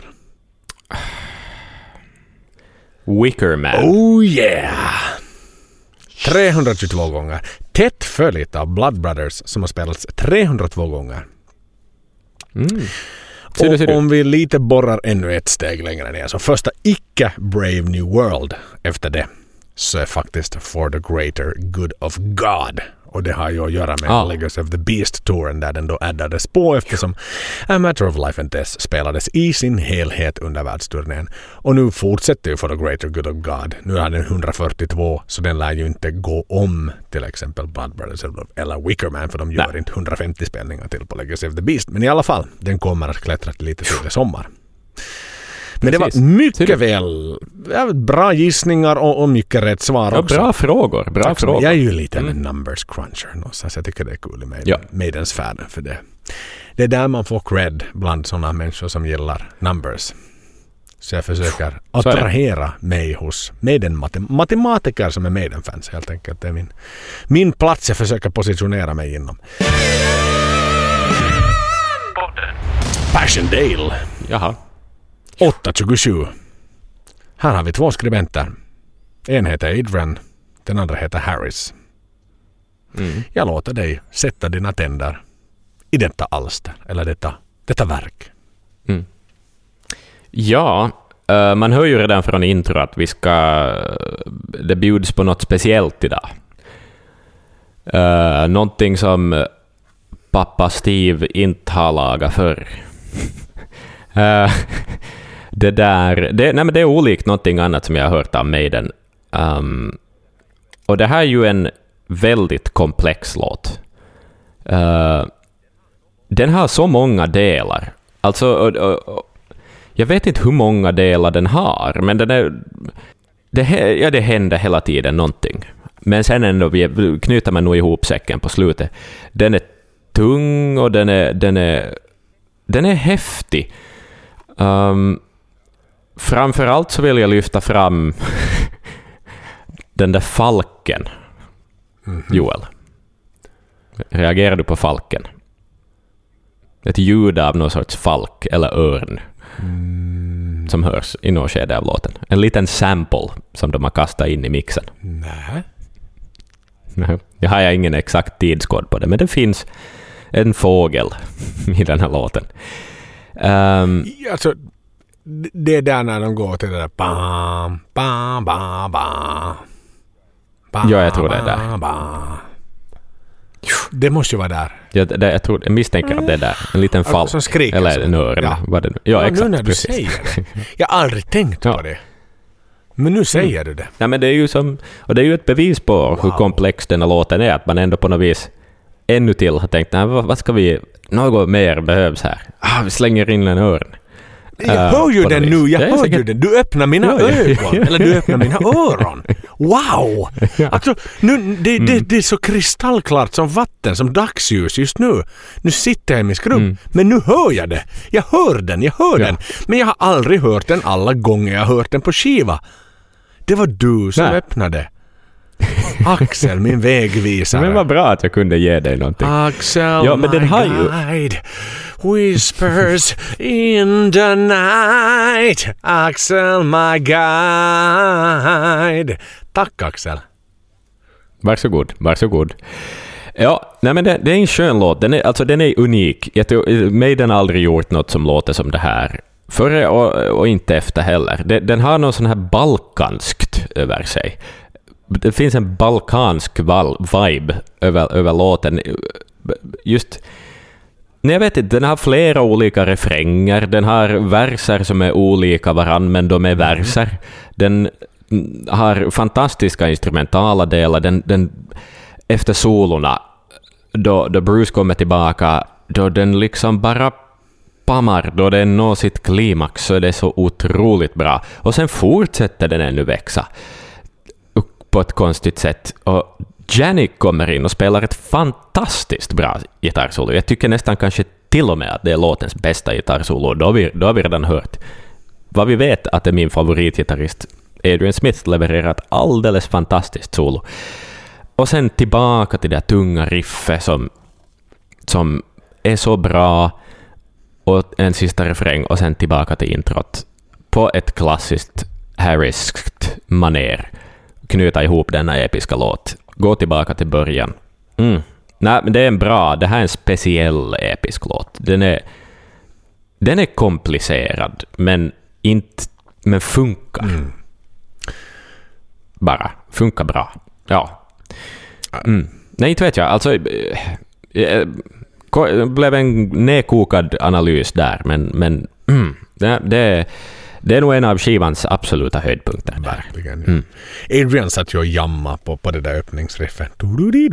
Wicker Man. Oh yeah! trehundratjugotvå gånger. Tätt följt av Blood Brothers som har spelats trehundratvå gånger. Mm. Och det, om vi lite borrar ännu ett steg längre ner så första icke Brave New World efter det så är faktiskt For the Greater Good of God. Och det har ju att göra med ah. Legacy of the Beast-touren där den då addades på eftersom A Matter of Life and Death spelades i sin helhet under världsturnén. Och nu fortsätter ju For the Greater Good of God. Nu är den hundrafyrtiotvå så den lär ju inte gå om till exempel Blood Brothers eller Wicker Man för de gör Nej. inte hundrafemtio spelningar till på Legacy of the Beast. Men i alla fall, den kommer att klättra lite till i sommar. Men Precis. det var mycket väl bra gissningar och, och mycket rätt svar ja, också. Bra frågor. Bra Tack, frågor. Jag är ju lite mm. en numbers cruncher så jag tycker det är kul med ja. Maidens färden för det. Det är där man får cred bland sådana människor som gillar numbers. Så jag försöker attrahera mig hos Maiden matem- matematiker som är Maiden-fans helt enkelt. Det är min, min plats jag försöker positionera mig inom. Passchendaele. Jaha. åtta tjugosju. Här har vi två skribenter. En heter Adrian, den andra heter Harris. Mm. Jag låter dig sätta dina tänder i detta alster, eller detta, detta verk. Mm. Ja, uh, man hör ju redan från intro att vi ska, det bjuds på något speciellt idag. Uh, någonting som pappa Steve inte har lagat förr. uh, Det där, det, nej men det är olikt någonting annat som jag har hört av Maiden. Um, och det här är ju en väldigt komplex låt. Uh, den har så många delar. Alltså, uh, uh, jag vet inte hur många delar den har, men den är, det, ja, det händer hela tiden någonting. Men sen ändå vi knyter man nog ihop säcken på slutet. Den är tung och den är, den är, den är häftig. Um, Framförallt så vill jag lyfta fram den där falken. Mm-hmm. Joel. Reagerar du på falken? Ett ljud av någon sorts falk eller örn. Mm, som hörs i något skede av låten. En liten sample som de har kastat in i mixen. Nej. Nej. Jag har jag ingen exakt tidskod på det, men det finns en fågel i den här låten. Um, alltså, det är där när de går till det där bam, bam, bam, bam. Bam, ja, jag tror det är där. Bam. Det måste ju vara där. Jag, det, jag, tror, jag misstänker att det är där. En liten fall. Som skriker. Eller en öron. Ja. Vad det nu. Ja, ja, exakt. Nu när du precis. säger det. Jag har aldrig tänkt ja. på det. Men nu säger du det. Ja, men det är ju som, och det är ju ett bevis på wow. hur komplex den här låten är. Att man ändå på något vis ännu till har tänkt, nej, vad, vad ska vi, något mer behövs här. Ah, vi slänger in en öron. Jag hör ju den nu, jag hör ju den. Du öppnar mina ja, ja, ögon, ja. eller du öppnar mina öron. Wow! Ja. Alltså, nu, det, mm. det, det är så kristallklart som vatten, som dagsljus just nu. Nu sitter jag i min skrubb, mm. men nu hör jag det. Jag hör den, jag hör ja. den. Men jag har aldrig hört den alla gånger jag har hört den på skiva. Det var du som Nej. öppnade. Axel, min vägvisare. Men vad bra att jag kunde ge dig någonting. Axel, ja, men my den har guide, whispers in the night. Axel, my guide. Tack, Axel. Varsågod, varsågod. Ja, nej men det, det är en skön låt. Den är, alltså, den är unik. Jag tror, Maiden har aldrig gjort något som låter som det här. Före och, och inte efter heller. Den, den har någon sån här balkanskt över sig. Det finns en balkansk vibe över, över låten. Just, nej, jag vet inte, den har flera olika refränger. Den har verser som är olika varann, men de är verser. Den har fantastiska instrumentala delar. Den, den, efter solorna, då, då Bruce kommer tillbaka, då den liksom bara pammar, då den når sitt klimax, så är det så otroligt bra. Och sen fortsätter den ännu växa på ett konstigt sätt. Och Janik kommer in och spelar ett fantastiskt bra gitarrsolo. Jag tycker nästan kanske till och med att det är låtens bästa gitarrsolo. Då har vi, då har vi redan hört. Vad vi vet att det är min favoritgitarrist Adrian Smith levererar ett alldeles fantastiskt solo. Och sen tillbaka till det tunga riffet som, som är så bra, och en sista refräng, och sen tillbaka till introt på ett klassiskt Harriskt maner. Knyta ihop denna episka låt. Gå tillbaka till början. Mm. Nej, men det är en bra, det här är en speciell episk låt. Den är, den är komplicerad, men inte, men funkar. Mm. Bara, funkar bra. Ja. Mm. Nej, inte vet jag. Alltså, det blev en nedkokad analys där, men, men mm, det, det Det är nog en av skivans absoluta höjdpunkter. Verkligen. Mm. Adrian satt ju och jamma på, på det där öppningsriffet.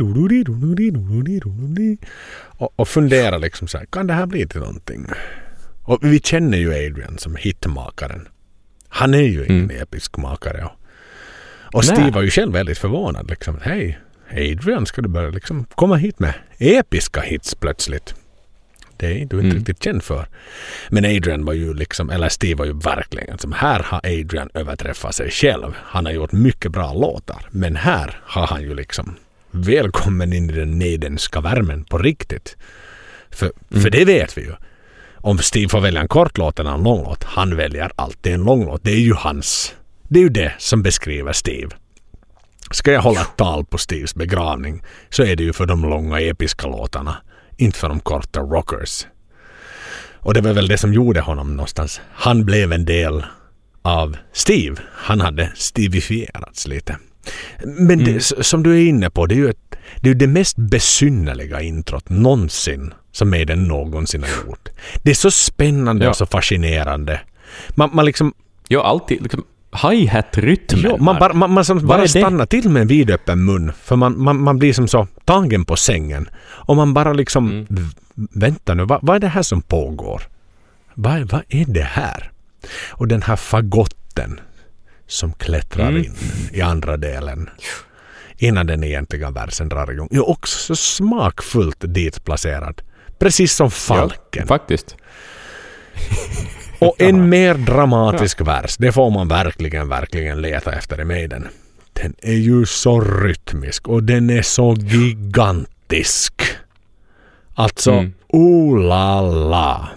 Och, och funderade liksom så här, kan det här bli till någonting? Och vi känner ju Adrian som hitmakaren. Han är ju ingen mm. episk makare. Och, och Steve var ju själv väldigt förvånad. Liksom, hej, Adrian, ska du börja liksom komma hit med episka hits plötsligt? Det är du inte mm. riktigt känd för. Men Adrian var ju liksom, eller Steve var ju verkligen som, här har Adrian överträffat sig själv. Han har gjort mycket bra låtar, men här har han ju liksom välkommen in i den nedenska värmen på riktigt. För, mm. för det vet vi ju. Om Steve får välja en kort låt eller en lång låt, han väljer alltid en lång låt. Det är ju hans, det är ju det som beskriver Steve. Ska jag hålla ett tal på Steves begravning, så är det ju för de långa episka låtarna, inte för de korta rockers. Och det var väl det som gjorde honom någonstans. Han blev en del av Steve. Han hade stivifierats lite. Men det, mm. som du är inne på, det är ju ett, det, är det mest besynnerliga introt någonsin som Maiden någonsin har gjort. Det är så spännande ja. och så fascinerande. Man, man liksom... Ja, alltid liksom hi-hat-rytmen. Ja, man bara, man, man som bara stannar till med en vidöppen mun, för man, man, man blir som så tagen på sängen. Och man bara liksom, mm. vänta nu, vad, vad är det här som pågår? Vad, vad är det här? Och den här fagotten som klättrar mm. in i andra delen innan den egentliga versen drar igång. är också så smakfullt ditplacerad. Precis som Falken. Ja, faktiskt. Och en mer dramatisk vers, det får man verkligen, verkligen leta efter i Maiden. Den är ju så rytmisk och den är så gigantisk. Alltså, mm. oh la la.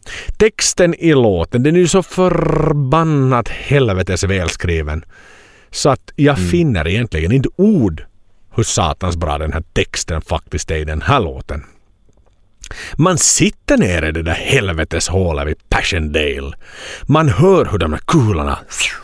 Texten i låten, den är ju så förbannat helvetes välskriven. Så att jag mm. finner egentligen inte ord hur satans bra den här texten faktiskt är i den här låten. Man sitter nere i det där helvetes hålet vid Passchendaele. Man hör hur de här kulorna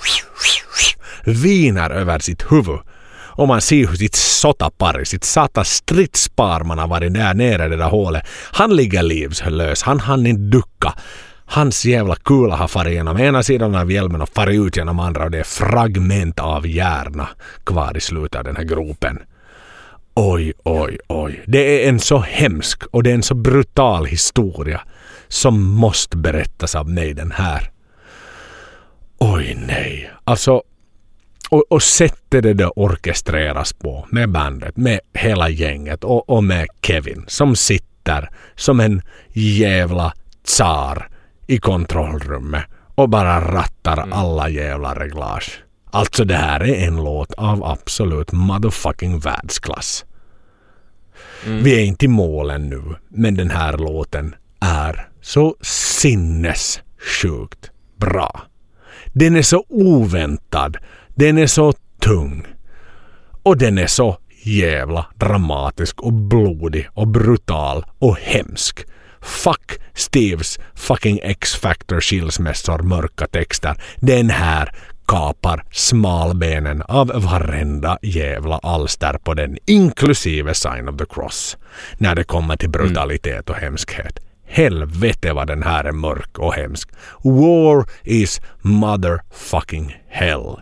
viner över sitt huvud. Och man ser hur sitt sotapar, sitt sata stridspar man har varit där nere i det där hålet. Han ligger livslös. Han hann inte ducka. Hans jävla kula har farit genom ena sidan av hjälmen och farit ut genom andra. Och det är fragment av hjärna kvar i slutet av den här gropen. Oj, oj, oj. Det är en så hemsk och det är en så brutal historia som måste berättas av mig den här. Oj, nej. Alltså, och, och sättet det där orkestreras på med bandet, med hela gänget och, och med Kevin som sitter som en jävla tsar i kontrollrummet och bara rattar mm. alla jävla reglage. Alltså det här är en låt av absolut motherfucking världsklass. Mm. Vi är inte i målen nu, men den här låten är så sinnessjukt bra. Den är så oväntad, den är så tung och den är så jävla dramatisk och blodig och brutal och hemsk. Fuck Steves fucking X-Factor skilsmässor mörka texter. Den här kapar smalbenen av varenda jävla alster på den, inklusive Sign of the Cross, när det kommer till brutalitet och hemskhet. Helvete vad den här är mörk och hemsk. War is motherfucking hell.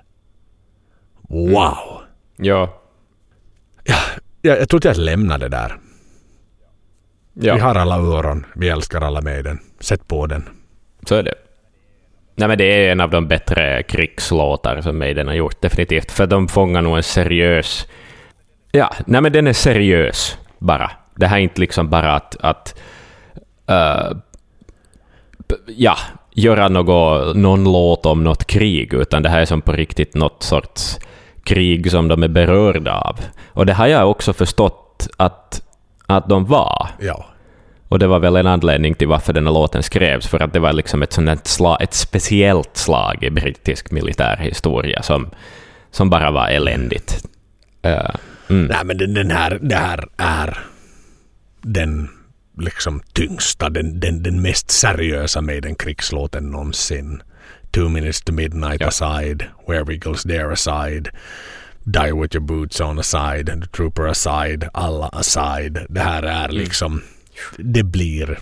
Wow. Ja. Ja, jag, jag tror att jag lämnade där. Ja. Vi har alla öron, vi älskar alla med den. Sätt på den. Så är det. Nej, men det är en av de bättre krigslåtar som Maiden har gjort, definitivt. För de fångar nog en seriös... Ja, nej men den är seriös bara. Det här är inte liksom bara att... att uh, ja, göra något, någon låt om något krig, utan det här är som på riktigt något sorts krig som de är berörda av. Och det har jag också förstått att, att de var. Ja. Och det var väl en anledning till varför den här låten skrevs, för att det var liksom ett sånt slag, ett speciellt slag i brittisk militärhistoria som, som bara var eländigt. Uh, mm. Nej, men den, den här, det här är den liksom tyngsta, den, den, den mest seriösa med den krigslåten någonsin. Two minutes to midnight ja. Aside, Where Eagles Dare aside, Die with your boots on aside, The Trooper aside, alla aside. Det här är liksom mm. det blir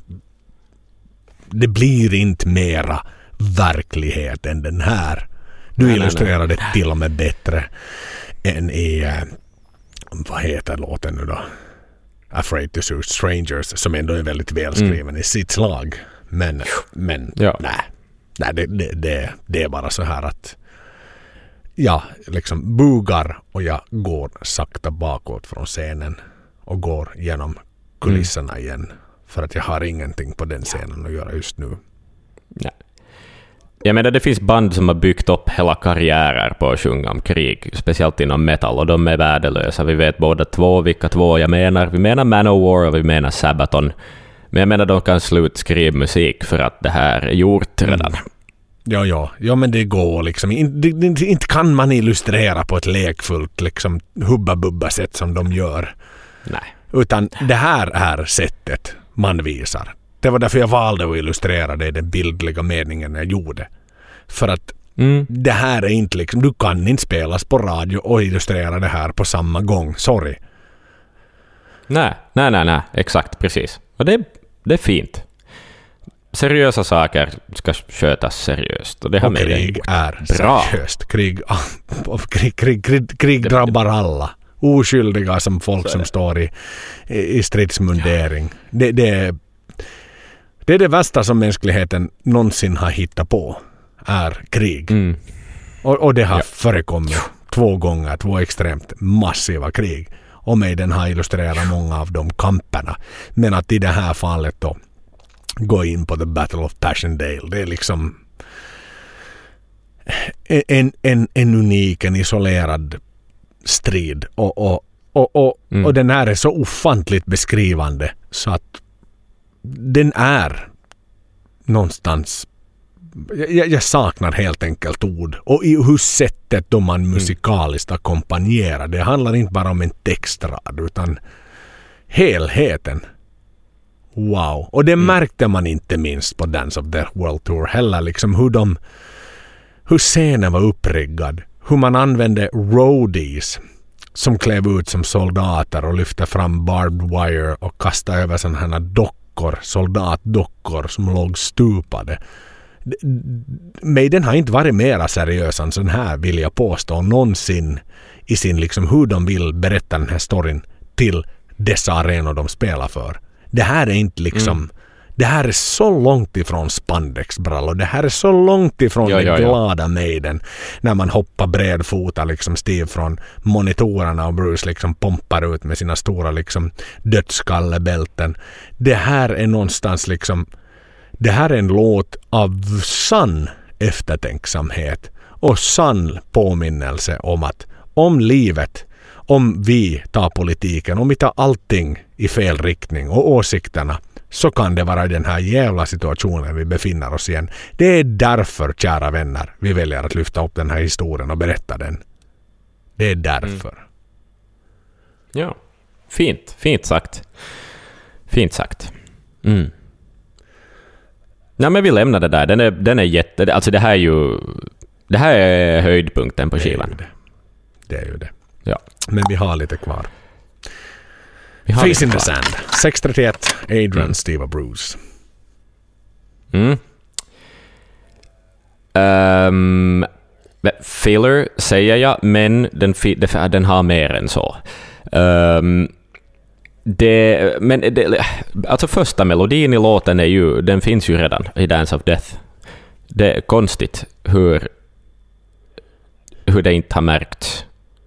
det blir inte mera verklighet än den här. Du nej, illustrerar nej, nej. det till och med bättre än i uh, vad heter låten nu då? Afraid to Shoot Strangers, som ändå är väldigt välskriven mm. i sitt slag. Men, men ja. nej, nej det, det, det, det är bara så här att jag liksom bugar och jag går sakta bakåt från scenen och går genom kulisserna mm. igen, för att jag har ingenting på den scenen att göra just nu. Nej. Jag menar, det finns band som har byggt upp hela karriärer på att sjunga om krig, speciellt inom metal, och de är värdelösa. Vi vet båda två vilka två jag menar. Vi menar Manowar och vi menar Sabaton. Men jag menar, de kan slutskriva musik för att det här är gjort redan. Mm. Ja, ja. Ja, men det går liksom. Inte, inte, inte kan man illustrera på ett lekfullt liksom hubba-bubba sätt som de gör. Nej. Utan det här är sättet man visar. Det var därför jag valde att illustrera det i den bildliga meningen jag gjorde. För att mm. det här är inte liksom, du kan inte spelas på radio och illustrera det här på samma gång. Sorry. Nej, nej, nej, nej. Exakt, precis. Och det, det är fint. Seriösa saker ska skötas seriöst. Och det har och krig är bra. Seriöst. Krig, krig, krig, krig, krig drabbar alla. Oskyldiga som folk som står i, i stridsmundering. Det, det, det är det värsta som mänskligheten någonsin har hittat på. Är krig. Mm. Och, och det har ja. förekommit två gånger. Två extremt massiva krig. Och Maiden har illustrerat många av de kamperna. Men att i det här fallet då gå in på The Battle of Passchendaele. Det är liksom en, en, en unik, en isolerad strid. Och, och, och, och, mm. och den här är så ofantligt beskrivande så att den är någonstans jag, jag saknar helt enkelt ord och i hur sättet då man musikaliskt ackompanjerar. Det handlar inte bara om en textrad utan helheten. Wow. Och det mm. märkte man inte minst på Dance of Death World Tour heller. Liksom hur de hur scenen var uppriggad. Hur man använde roadies som klev ut som soldater och lyfte fram barbed wire och kastade över sådana här dockor, soldatdockor som låg stupade. Maiden har inte varit mera seriös än sån här, vill jag påstå, någonsin i sin liksom hur de vill berätta den här storyn till dessa arenor de spelar för. Det här är inte liksom mm. det här är så långt ifrån spandexbrallor. Det här är så långt ifrån ja, den ja, glada ja. Maiden när man hoppar bredfota liksom stiv från monitorerna och Bruce liksom pompar ut med sina stora liksom dödskallebälten. Det här är någonstans liksom det här är en låt av sann eftertänksamhet och sann påminnelse om att om livet, om vi tar politiken, om vi tar allting i fel riktning och åsikterna, så kan det vara den här jävla situationen vi befinner oss i igen. Det är därför, kära vänner, vi väljer att lyfta upp den här historien och berätta den. Det är därför. Mm. Ja, fint. Fint sagt. Fint sagt. Mm. Nej, men vi lämnar det där. Den är, den är jätte... Alltså det här är ju... Det här är höjdpunkten på skivan. Det är ju det. Det är ju det. Ja. Men vi har lite kvar. Vi har Face lite in kvar. the Sand. sex trettioett. Adrian, Mm. Steve och Bruce. Mm. Um, filler säger jag, men den, den har mer än så. Um, det, men det, alltså första melodin i låten är ju, den finns ju redan i Dance of Death. Det är konstigt hur hur det inte har märkts.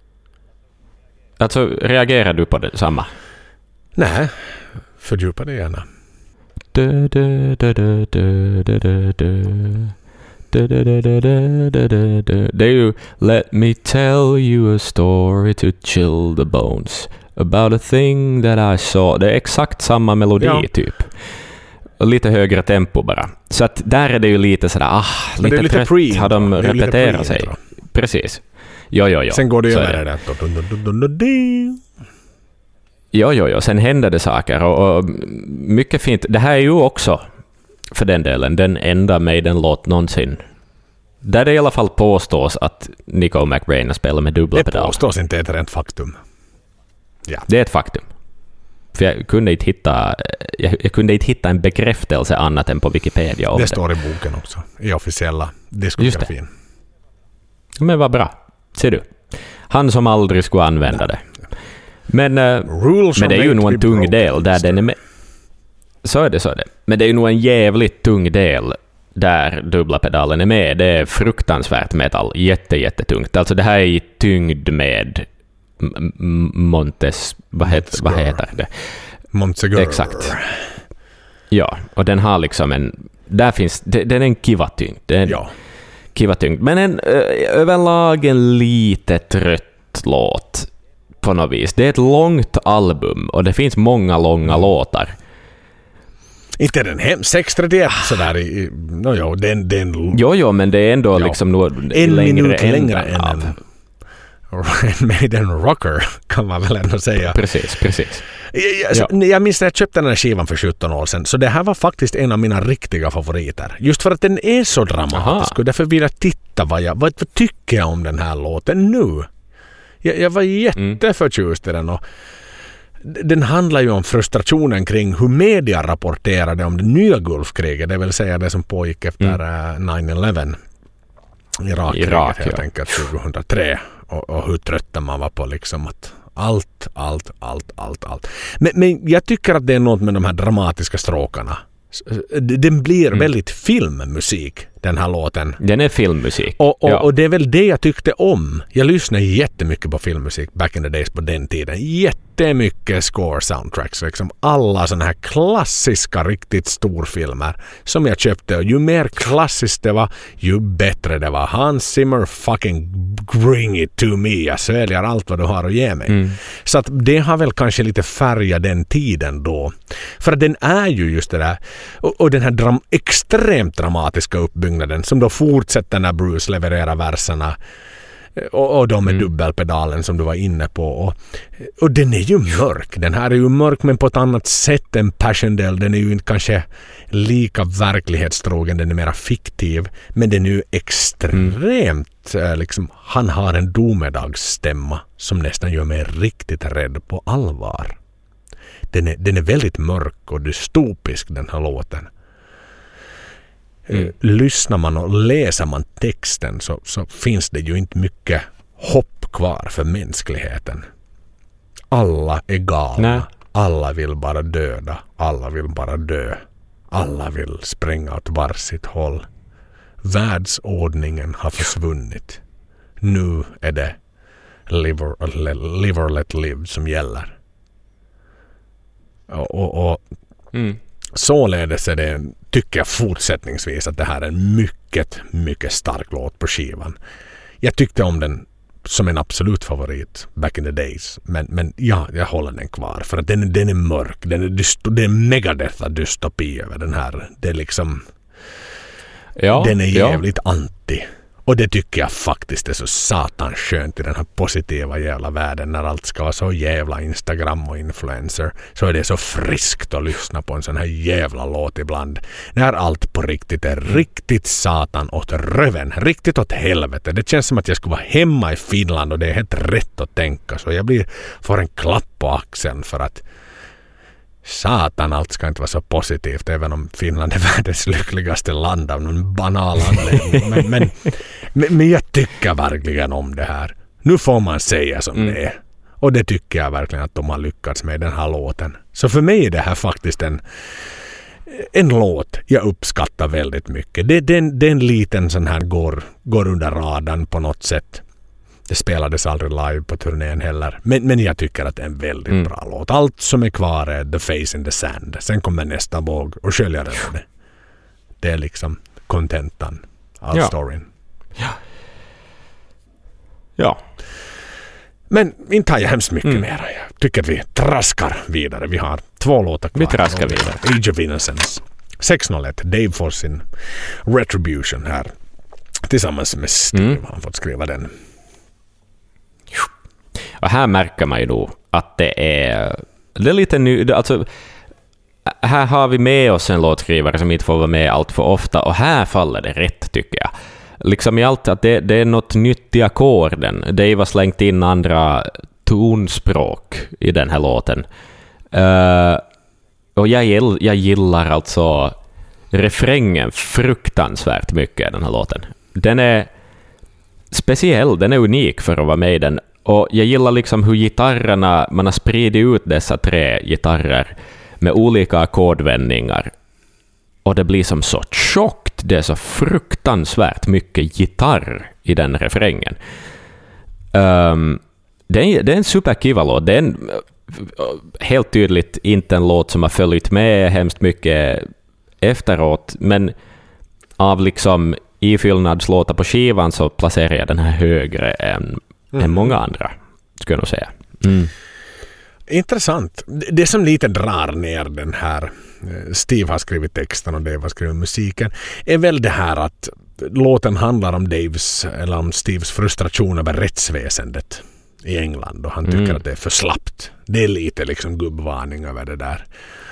Alltså, reagerar du på det samma? Nej, fördjupa det gärna. Du, du, du, du, du, du, du, du. Du, du, du, du, du, du, du, du. Det är ju Let me tell you a story to chill the bones about a thing that I saw. Det är exakt samma melodi, ja. Typ. Och lite högre tempo bara. Så att där är det ju lite sådär, ah, lite, lite trött pre, har de repeterat sig. Precis. Jo, jo, jo. Sen går det ju över det. det. Jo, jo, jo. Sen händer det saker. Och, och mycket fint. Det här är ju också, för den delen, den enda Maiden-låt någonsin. Där det i alla fall påstås att Nico McBrain har spelat med dubbla pedaler. Det påstås inte, ett rent faktum. Ja. Det är ett faktum. För jag kunde inte hitta, jag, jag kunde inte hitta en bekräftelse annat än på Wikipedia om det. Det står i boken också, i officiella diskografin. Men vad bra. Ser du. Han som aldrig skulle använda det. Men, men det är ju nog en tung del där den är med. Så är det, så är det. Men det är ju nog en jävligt tung del där dubbla pedalen är med. Det är fruktansvärt metall. Jätte, jättetungt. Alltså det här är tyngd med M- Montes... Vad, het, vad heter det? Montsegur. Exakt. Ja, och den har liksom en... Där finns... Det, den är en kiva-tyngd. Den, ja. Kiva-tyngd. Men en ö, överlag en lite trött låt på något vis. Det är ett långt album och det finns många långa låtar. Inte den hem sex trettioett sådär i... No, jo, den, den... Jo, jo, men det är ändå ja. liksom något en längre minut längre än av. en... En Maiden rocker kan man väl ändå säga. Precis, precis. Jag, alltså, ja. jag minns när jag köpte den här skivan för sjutton år sedan. Så det här var faktiskt en av mina riktiga favoriter. Just för att den är så dramatisk. Och därför vill jag titta vad jag... Vad, vad tycker jag om den här låten nu? Jag, jag var jätteförtjust i den. Och den handlar ju om frustrationen kring hur media rapporterade om det nya Gulfkriget. Det vill säga det som pågick efter mm. nine eleven. Irakkriget Irak, helt ja. enkelt tjugohundratre. Och, och hur trötta man var på liksom att allt, allt, allt, allt, allt. Men, men jag tycker att det är något med de här dramatiska stråkarna. Den blir mm. väldigt filmmusik. den här låten. Den är filmmusik. Och, och, ja. och det är väl det jag tyckte om. Jag lyssnade jättemycket på filmmusik back in the days på den tiden. Jättemycket score soundtracks. Liksom alla sådana här klassiska, riktigt storfilmer som jag köpte. Och ju mer klassiskt det var, ju bättre det var. Hans Zimmer fucking bring it to me. Jag sväljer allt vad du har att ge mig. Mm. Så att det har väl kanske lite färgat den tiden då. För att den är ju just det där. Och, och den här dram- extremt dramatiska uppbyggnaden som då fortsätter när Bruce levererar verserna. Och, och de med mm. dubbelpedalen som du var inne på. Och, och den är ju mörk. Den här är ju mörk men på ett annat sätt än Passchendaele. Den är ju inte kanske lika verklighetstrogen. Den är mera fiktiv. Men den är ju extremt mm. liksom, han har en domedagsstämma som nästan gör mig riktigt rädd på allvar. Den är, den är väldigt mörk och dystopisk den här låten. Mm. Lyssnar man och läser man texten så, så finns det ju inte mycket hopp kvar för mänskligheten. Alla är galna. Nej. Alla vill bara döda. Alla vill bara dö. Alla vill springa åt varsitt håll. Världsordningen har försvunnit. Nu är det live or, live or let live som gäller. Och, och, och mm. således är det, tycker jag fortsättningsvis att det här är en mycket, mycket stark låt på skivan. Jag tyckte om den som en absolut favorit back in the days. Men, men ja, jag håller den kvar. För att den, den är mörk. Den är, dysto, det är megadeth dystopi över den här. Det är liksom... Ja, den är jävligt ja. anti. Och det tycker jag faktiskt är så satan skönt i den här positiva jävla världen när allt ska vara så jävla Instagram och influencer. Så är det så friskt att lyssna på en sån här jävla låt ibland. När allt på riktigt är riktigt satan åt röven. Riktigt åt helvete. Det känns som att jag skulle vara hemma i Finland och det är helt rätt att tänka. Så jag blir, får en klapp på axeln för att satan, allt ska inte vara så positivt även om Finland är världens lyckligaste land av någon banal anledning. Men, men, men, men jag tycker verkligen om det här. Nu får man säga som mm. det är. Och det tycker jag verkligen att de har lyckats med den här låten. Så för mig är det här faktiskt en, en låt jag uppskattar väldigt mycket. Det, den, den liten sån här går, går under radarn på något sätt. Det spelades aldrig live på turnén heller. Men, men jag tycker att det är en väldigt mm. bra låt. Allt som är kvar är The Face in the Sand. Sen kommer nästa våg och sköljer över det. Det är liksom kontentan av ja. storyn. Ja. Ja. Men inte har jag hemskt mycket mm. mer. Jag tycker att vi traskar vidare. Vi har två låtar kvar. Vi traskar vidare. Age of Innocence. sex noll ett. Dave får sin Retribution här. Tillsammans med Steve. Mm. Han fått skriva den. Och här märker man ju då att det är, det är lite ny, alltså här har vi med oss en låtskrivare som inte får vara med allt för ofta och här faller det rätt tycker jag. Liksom i allt att det, det är något nytt i ackorden. Dave har slängt in andra tonspråk i den här låten. Uh, och jag, gill, jag gillar alltså refrängen fruktansvärt mycket i den här låten. Den är speciell, den är unik för att vara med i den. Och jag gillar liksom hur gitarrerna, man har spridit ut dessa tre gitarrer med olika ackordvändningar. Och det blir som så tjockt, det är så fruktansvärt mycket gitarr i den refrängen. Um, det, är, det är en superkiva låt. Det är en, helt tydligt inte en låt som har följt med hemskt mycket efteråt, men av liksom ifyllnadslåtar på skivan så placerar jag den här högre än Mm. än många andra, skulle jag nog säga. Mm. Intressant. Det som lite drar ner den här, Steve har skrivit texten och Dave har skrivit musiken, är väl det här att låten handlar om Daves, eller om Steves frustration över rättsväsendet i England och han tycker mm. att det är för slappt. Det är lite liksom gubbvarning över det där.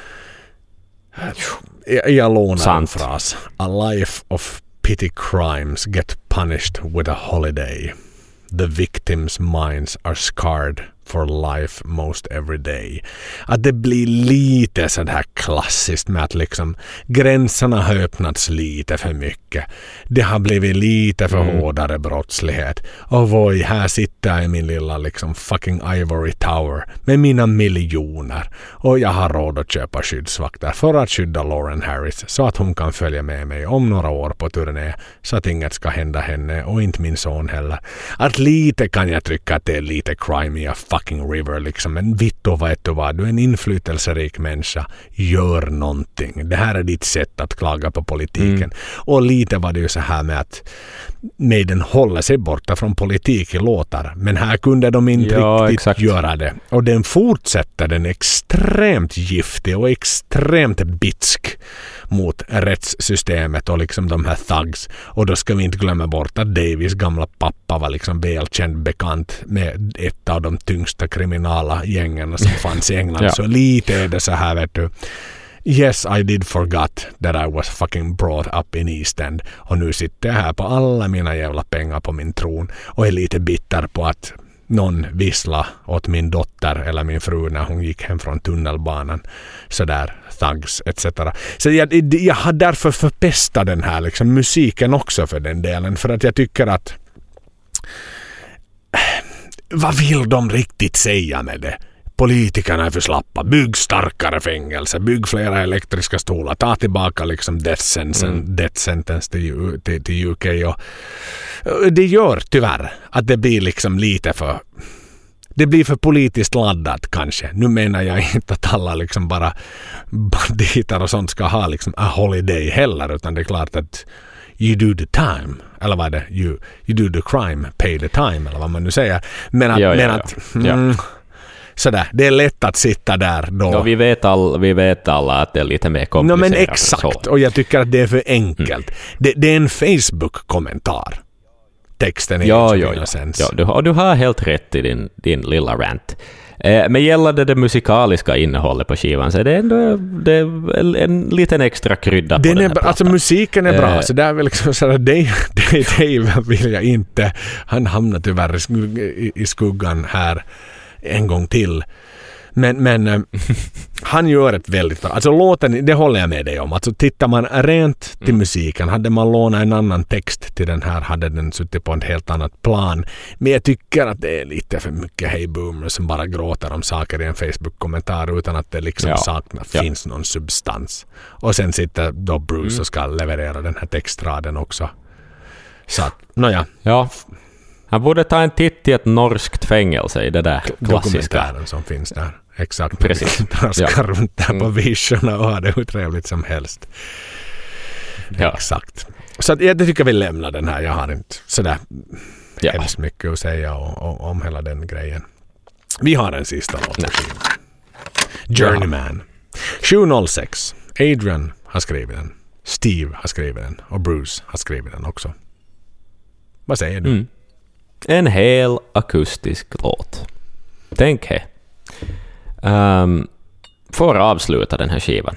Jag, jag lånar Sant. en fras. A life of petty crimes get punished with a holiday. The victims' minds are scarred for life most every day. Att det blir lite så här klassiskt med att liksom gränserna har öppnats lite för mycket. Det har blivit lite för mm. hårdare brottslighet. Och voi, här sitter sitter jag i min lilla liksom fucking Ivory Tower med mina miljoner och jag har råd att köpa skyddsvakter för att skydda Lauren Harris så att hon kan följa med mig om några år på turné så att inget ska hända henne och inte min son heller. Att lite kan jag trycka att det är lite crime i a fucking river liksom, men vittu vet du vad, du är en inflytelserik människa, gör någonting. Det här är ditt sätt att klaga på politiken. Mm. Och lite var det ju så här med att Maiden håller sig borta från politik i låtar, men här kunde de inte ja, riktigt exakt. göra det. Och den fortsätter, den extremt giftig och extremt bitsk mot rättssystemet och liksom de här thugs. Och då ska vi inte glömma bort att Davies gamla pappa var liksom välkänd bekant med ett av de tyngsta kriminala gängen som fanns i England. Ja. Så lite är det så här, vet du. Yes, I did forgot that I was fucking brought up in East End. Och nu sitter jag här på alla mina jävla pengar på min tron och är lite bitter på att någon vissla åt min dotter eller min fru när hon gick hem från tunnelbanan. Sådär, thugs et cetera. Så jag, jag har därför förpestat den här liksom, musiken också för den delen. För att jag tycker att vad vill de riktigt säga med det? Politikerna är för slappa. Bygg starkare fängelse. Bygg flera elektriska stolar. Ta tillbaka liksom death sentence, mm. death sentence till, till, till U K. Och det gör tyvärr att det blir liksom lite för... Det blir för politiskt laddat kanske. Nu menar jag inte att alla liksom bara banditer och sånt ska ha liksom a holiday heller. Utan det är klart att you do the time. Eller vad är det? You, you do the crime, pay the time. Eller vad man nu säger. Men att... Ja, men ja, att ja. Mm, sådär, det är lätt att sitta där då. Ja, vi, vet all, vi vet alla att det är lite mer komplicerat. No, men exakt, och jag tycker att det är för enkelt. Mm. Det, det är en Facebook-kommentar. Texten är ja, ju ja, ja. ja du, har, du har helt rätt i din, din lilla rant. Eh, men gällande det musikaliska innehållet på skivan så är det ändå det är en liten extra krydda på den, den här är, alltså musiken är bra, eh, så där vill liksom sådär, Dave, Dave vill jag inte. Han hamnar tyvärr i, i skuggan här en gång till. Men, men han gör ett väldigt bra. Alltså låten, det håller jag med dig om. Alltså tittar man rent till mm. musiken, hade man lånat en annan text till den här, hade den suttit på ett helt annat plan. Men jag tycker att det är lite för mycket Hey Boomer som bara gråter om saker i en Facebook-kommentar utan att det liksom ja. saknar, ja. finns någon substans. Och sen sitter då Bruce mm. och ska leverera den här textraden också. Så att, nåja. Ja. Han borde ta en titt i ett norskt fängelse i det där klassiska. Dokumentären som finns där. Exakt. Precis. Traskar ja. runt där på visorna och har det hur trevligt som helst. Ja. Exakt. Så att, jag tycker vi lämnar den här. Jag har inte sådär ja. hemskt mycket att säga och, och, om hela den grejen. Vi har en sista låt. Journeyman. sju noll sex. Adrian har skrivit den. Steve har skrivit den. Och Bruce har skrivit den också. Vad säger du? Mm. En hel akustisk låt. Tänk he. Um, för att avsluta den här skivan.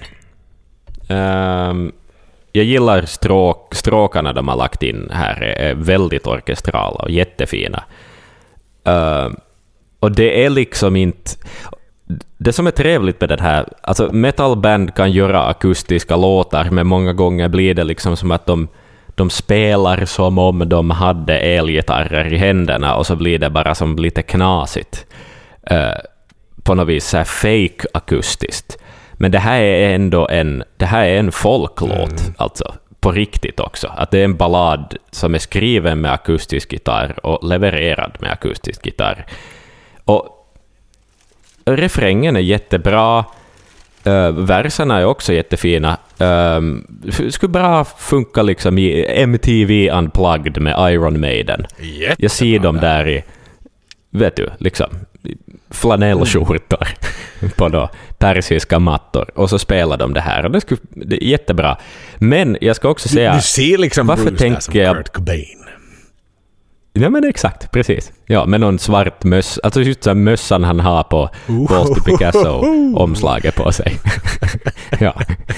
Um, jag gillar stråk, stråkarna de har lagt in här är väldigt orkestrala och jättefina. Um, och det är liksom inte... Det som är trevligt med den här... Alltså metalband kan göra akustiska låtar, men många gånger blir det liksom som att de... De spelar som om de hade elgitarrer i händerna och så blir det bara som lite knasigt. Uh, på något vis så här fake akustiskt. Men det här är ändå en, det här är en folklåt, mm. alltså på riktigt också. Att det är en ballad som är skriven med akustisk gitarr och levererad med akustisk gitarr. Och refrängen är jättebra. Uh, verserna är också jättefina. Um, skulle bra funka liksom i M T V Unplugged med Iron Maiden. Jättebra. Jag ser dem där i, vet du, liksom flanellskjortor mm. på då persiska mattor och så spelar de det här och det, skulle, det är jättebra. Men jag ska också säga, du, du ser liksom varför Bruce tänker som jag, Kurt Cobain. Ja, men exakt, precis. Ja, med någon svart möss, alltså just så mössan han har på Balls to Picasso-omslaget på sig. ja.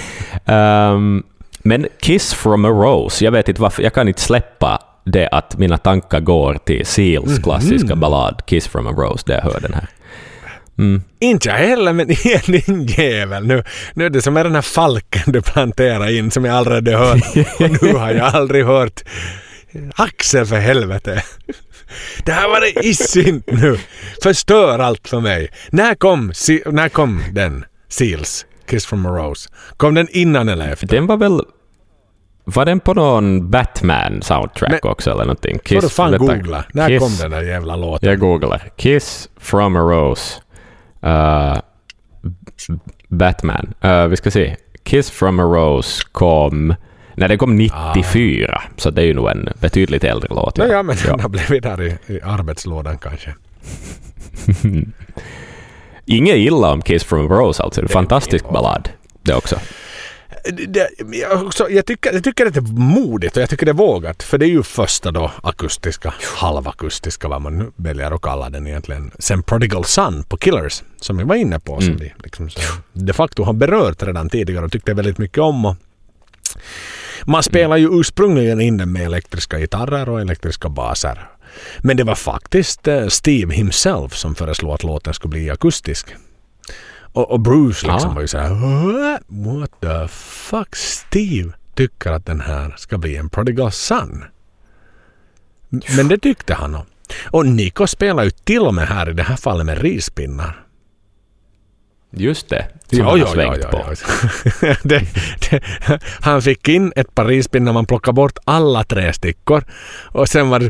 Um, men Kiss from a Rose, jag vet inte varför, jag kan inte släppa det att mina tankar går till Seals klassiska mm. ballad Kiss from a Rose, där jag hör den här. Mm. Inte jag heller, men din jävel. Nu, nu är det som är den här falken du planterar in som jag aldrig hört. Och nu har jag aldrig hört Axel för helvete. Det här var det isint nu. Förstör allt för mig. När kom, när kom den? Seals, Kiss from a Rose. Kom den innan eller efter? Den var väl... Var den på någon Batman-soundtrack men, också eller någonting? Kiss, får du fan googla. När Kiss, kom den där jävla låten? Jag googlar. Kiss from a Rose. Uh, Batman. Uh, vi ska se. Kiss from a Rose kom... Nej, det kom nittiofyra. Ah. Så det är ju nog en betydligt äldre låt. Ja, ja men den har blivit där i, i arbetslådan kanske. Inget illa om Kiss from a Rose alltså. Det är en fantastisk ballad. Det också. Det, jag, också, jag, tycker, jag tycker att det är modigt och jag tycker det är vågat. För det är ju första då akustiska, halvakustiska, vad man nu väljer att kalla den egentligen. Sen Prodigal Son på Killers, som jag var inne på. Mm. Som vi liksom, så, de facto har berört redan tidigare och tyckte väldigt mycket om. Och man spelar ju ursprungligen in den med elektriska gitarrer och elektriska baser. Men det var faktiskt uh, Steve himself som föreslog att låten skulle bli akustisk. Och, och Bruce liksom ah. var ju så här, what? What the fuck? Steve tycker att den här ska bli en Prodigal Son. Men det tyckte han om. Och Nico spelar ju till och med här i det här fallet med rispinnar. Just det. Som ja, han ja, ja, ja, ja. det, det, han fick in ett par rispinnar, man plockade bort alla tre stickor. Och sen var det...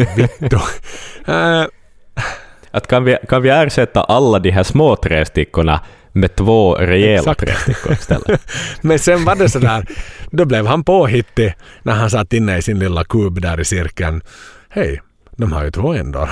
uh, att kan vi, kan vi ersätta alla de här små trästickorna med två rejäla trästickor istället? Men sen var det så där, då blev han påhittig när han satt inne i sin lilla kub där i cirkeln. Hej, de har ju två ändå.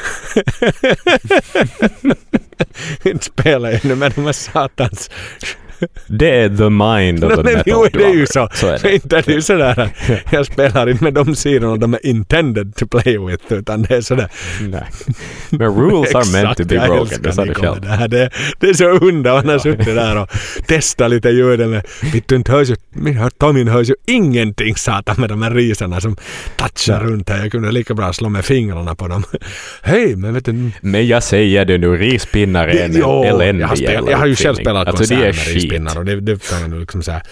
Inte spelar ju nu med de här satans... Det är the mind of the metal. Jo, det är ju så. så är det. Inte det är ju sådär. Jag spelar inte med de sidorna de är intended to play with, utan det är sådär. Nej. Men rules are meant to be broken. Det, det, det, här, det, det är så unda. Han har suttit där och testat lite ljudet med vittu inte hörs ju, min Tomin hörs ju ingenting satan med de här risarna som touchar mm. runt här. Jag kunde lika bra slå med fingrarna på dem. Hej, men vet du. Men jag säger det nu, rispinnar är en eländig jag, spel, jag har ju själv spelat alltså, konserter med rispinnar och det, det kan man liksom säga.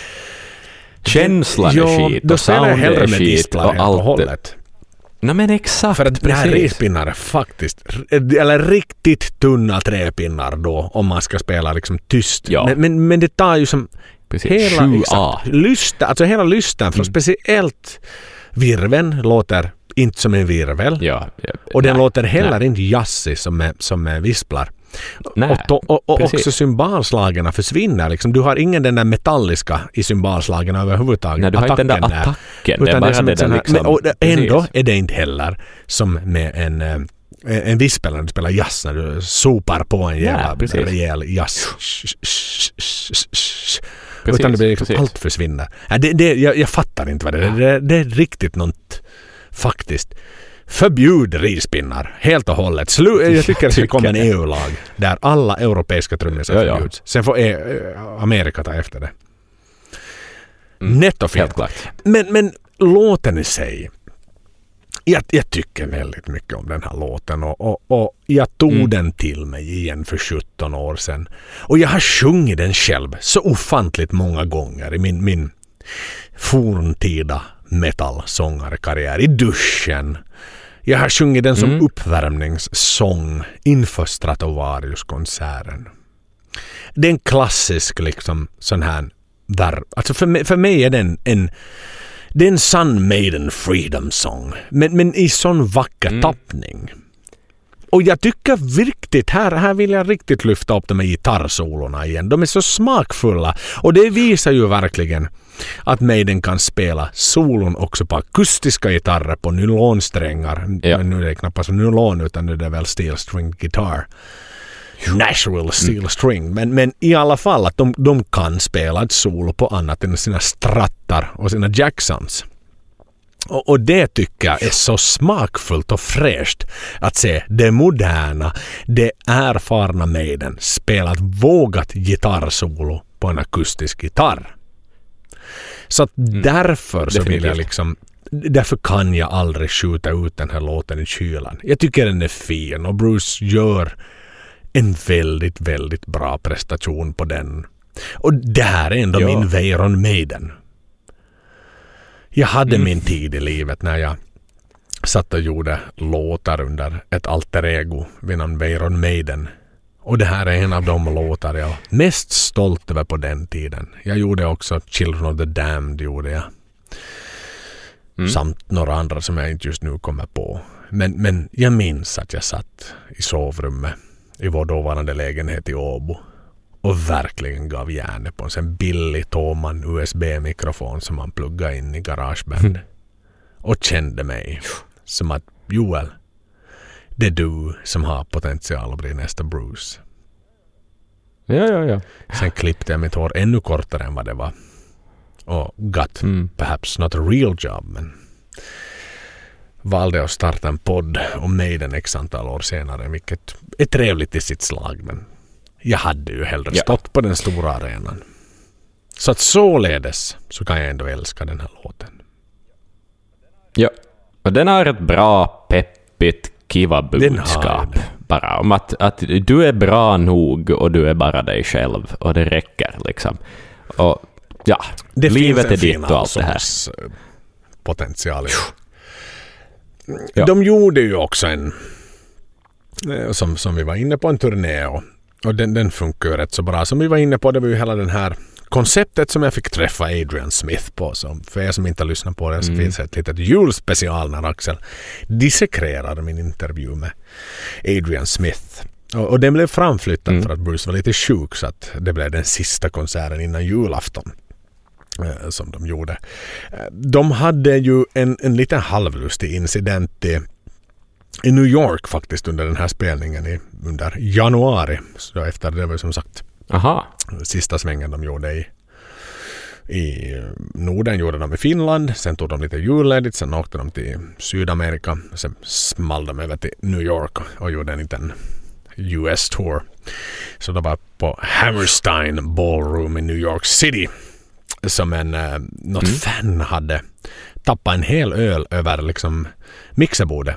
Känslan jo, är skit och sound är skit och allt. Hållet. Nej men exakt. För att det här rispinnar är faktiskt eller riktigt tunna träpinnar då om man ska spela liksom tyst. Ja. Men, men, men det tar ju som precis. hela exakt, lysta, alltså hela lysten för mm. speciellt virven låter inte som en virvel. Ja, ja, och den nej, låter heller nej. inte jazzig som är, som är visplar. Nej, och, to, och, och också symbolslagen försvinner. Liksom. Du har ingen den där metalliska i symbolslagen överhuvudtaget. Nej, du har inte den där attacken. Utan det är bara det, det där liksom. Men, och ändå är det inte heller som med en, en vispel när du spelar jazz. När du sopar på en jävla Nej, rejäl jazz. Precis, utan det blir liksom, allt försvinner. Det, det, jag, jag fattar inte vad det är. Det, det är riktigt något faktiskt. Förbjud rispinnar helt och hållet. Slu- jag tycker att det kommer en E U-lag där alla europeiska trummisar ja, förbjuds. Ja. Sen får e- Amerika ta efter det. Mm. Netto och fel. Men, men låten i sig. Jag, jag tycker väldigt mycket om den här låten och, och, och jag tog mm. den till mig igen för sjutton år sedan. Och jag har sjungit den själv så ofantligt många gånger i min, min forntida metal-sångarkarriär. I duschen. Jag har sjungit den som mm. uppvärmningssång inför Stratovarius-konserten. Det är en klassisk liksom sån här där, alltså för mig, för mig är den en det är en Sun Maiden Freedom Song men, men i sån vacker mm. tappning. Och jag tycker riktigt, här, här vill jag riktigt lyfta upp de här gitarrsolorna igen. De är så smakfulla och det visar ju verkligen att Maiden kan spela solon också på akustiska gitarrer på nylonsträngar. Ja. Men nu är det knappast nylon utan nu är det väl steel string guitar. Nashville steel mm. string. Men, men i alla fall att de, de kan spela ett solo på annat än sina strattar och sina Jacksons. Och, och det tycker jag är så smakfullt och fräscht att se det moderna, det erfarna Maiden spela ett vågat gitarrsolo på en akustisk gitarr. Så att mm. därför så Definitivt. vill jag liksom därför kan jag aldrig skjuta ut den här låten i kylan. Jag tycker den är fin och Bruce gör en väldigt, väldigt bra prestation på den. Och det här är ändå ja. min Iron Maiden. Jag hade Mm. min tid i livet när jag satt och gjorde låtar under ett alter ego vid namn Iron Maiden. Och det här är en av de låtar jag är mest stolt över på den tiden. Jag gjorde också Children of the Damned gjorde jag. Mm. Samt några andra som jag inte just nu kommer på. Men, men jag minns att jag satt i sovrummet i vår dåvarande lägenhet i Åbo och verkligen gav järnet på en sån billig Thomann U S B-mikrofon som man pluggade in i GarageBand. Mm. Och kände mig som att Joel, det är du som har potential att bli nästa Bruce. Ja, ja, ja. Sen klippte jag mitt hår ännu kortare än vad det var. Och got Mm. perhaps not a real job, men valde att starta en podd om Maiden x antal år senare, vilket är trevligt i sitt slag, men jag hade ju hellre Ja. stått på den stora arenan. Så att således så kan jag ändå älska den här låten. Ja, och den har ett bra, peppigt, kiva Den har budskap. det. Bara om att, att du är bra nog och du är bara dig själv och det räcker liksom. Och ja, Det livet är finns en ditt och allt det här. fin potential i. Ja. De gjorde ju också en eh, som, som vi var inne på en turné och, och den, den funkar ju rätt så bra. Som vi var inne på, det var ju hela den här konceptet som jag fick träffa Adrian Smith på. Så för er som inte har lyssnat på det så Mm. finns ett litet julspecial när Axel dissekrerar min intervju med Adrian Smith. Och, och den blev framflyttad Mm. för att Bruce var lite sjuk, så att det blev den sista konserten innan julafton eh, som de gjorde. Eh, De hade ju en, en liten halvlustig incident i, i New York faktiskt under den här spelningen i, under januari. Så efter det var som sagt Aha. sista svängen de gjorde i, i Norden gjorde de i Finland. Sen tog de lite julledigt. Sen åkte de till Sydamerika. Sen small de över till New York och gjorde en liten U S-tour. Så det var på Hammerstein Ballroom i New York City som en eh, något Mm. fan hade tappat en hel öl över liksom mixerbordet.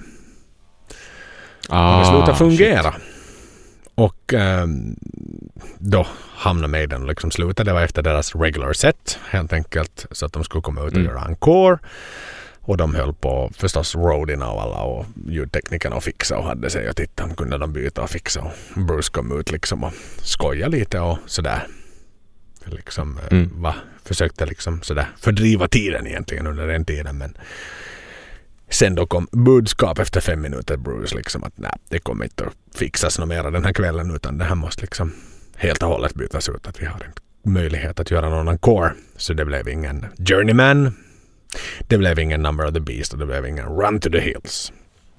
Ah, det slutade fungera. shit. Och eh, då hamnade Maiden och liksom slutade. Det var efter deras regular set helt enkelt. Så att de skulle komma ut och Mm. göra encore. Och de höll på förstås roadina och alla och ljudteknikerna och fixa och hade sig och titta. Kunde de byta och fixa. Och Bruce kom ut liksom och skoja lite och sådär. Liksom Mm. eh, va, försökte liksom sådär fördriva tiden egentligen under den tiden. Men sen då kom budskap efter fem minuter Bruce liksom att nej, det kommer inte att fixas något mer den här kvällen utan det här måste liksom helt och hållet bytas ut, att vi har en möjlighet att göra någon encore. Så det blev ingen Journeyman, det blev ingen Number of the Beast och det blev ingen Run to the Hills.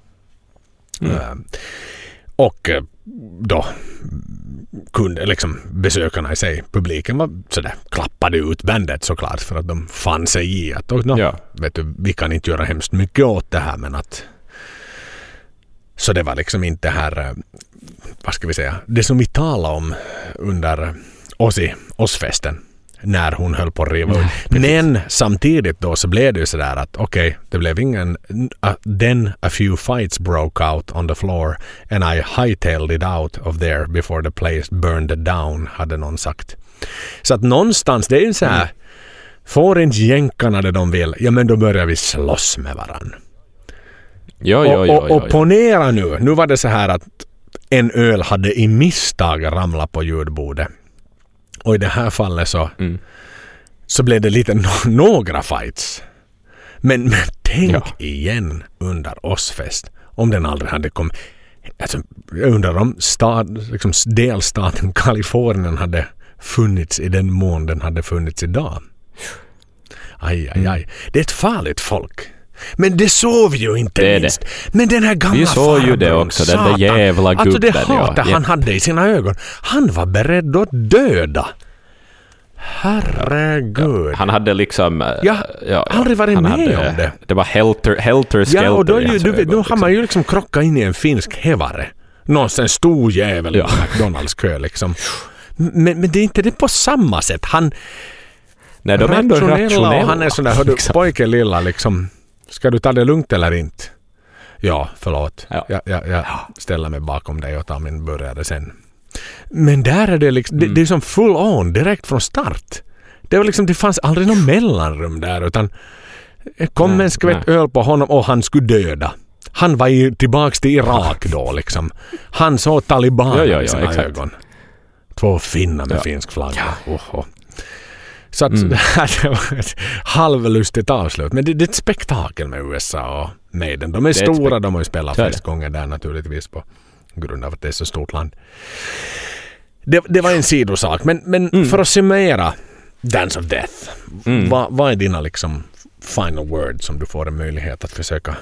Mm. Uh, och uh, då kunde liksom besökarna i sig, publiken var sådär, klappade ut bandet såklart för att de fann sig i att no, Ja. vet du, vi kan inte göra hemskt mycket åt det här, men att så det var liksom inte här, vad ska vi säga, det som vi talade om under Ozzy, Ozzfesten när hon höll på att riva ut. Men samtidigt då så blev det ju sådär att okej, okay, det blev ingen uh, then a few fights broke out on the floor and I hightailed it out of there before the place burned down, hade någon sagt. Så att någonstans, det är ju så här, mm. får inte jänkarna det de vill, ja men då börjar vi slåss med varann. Jo, jo, och, jo, och, jo, och jo. ponera nu, nu var det så här att en öl hade i misstag ramlat på ljudbordet. Och i det här fallet så, Mm. så blev det lite no- några fights. Men, men tänk Ja. igen under Ozzfest om den aldrig hade kommit. Alltså, jag undrar om stad, liksom delstaten Kalifornien hade funnits i den mån den hade funnits idag. Aj, aj, aj. Det är ett farligt folk. Men det såg vi ju inte Det är minst. Men den här gamla Vi såg ju det farbrorn, också, den där satan. jävla Alltså det gubben, ja. hatet han hade i sina ögon. Han var beredd att döda. Herregud. Han hade liksom... eh, Jag har aldrig varit han med hade, om det. Det var helter, helter skelter Ja, och då, i ju, hans du, ögon, då har liksom. man ju liksom krockat in i en finsk hevare. Någonstans stor jävel Ja. i McDonalds-kö liksom. Men, men det är inte det på samma sätt. Han Nej, de är ändå rationella. och han är sån där, hör du, liksom. pojke lilla liksom, ska du ta det lugnt eller inte? Ja, förlåt. Ja. Jag, jag, jag ställer mig bakom dig och tar min burgare sen. Men där är det liksom, Mm. det, det är som full on direkt från start. Det var liksom, det fanns aldrig någon mellanrum där utan Kom Nej, en skvätt nej. öl på honom och han skulle döda. Han var ju tillbaks till Irak då liksom. Han såg talibaner Ja, ja, ja, i sina exakt. ögon. Två finnar med Ja. finsk flagga. Oh, oh. Så att Mm. det här det var ett halvlustigt avslut. Men det, det är ett spektakel med U S A och Maiden. De är, Det är ett stora, spek- de har ju spelat Så är det. flest gånger där naturligtvis på grund av att det är så stort land. Det, det var en sidosak. Men, men Mm. för att summera Dance of Death. Mm. Vad, vad är dina liksom final words som du får en möjlighet att försöka?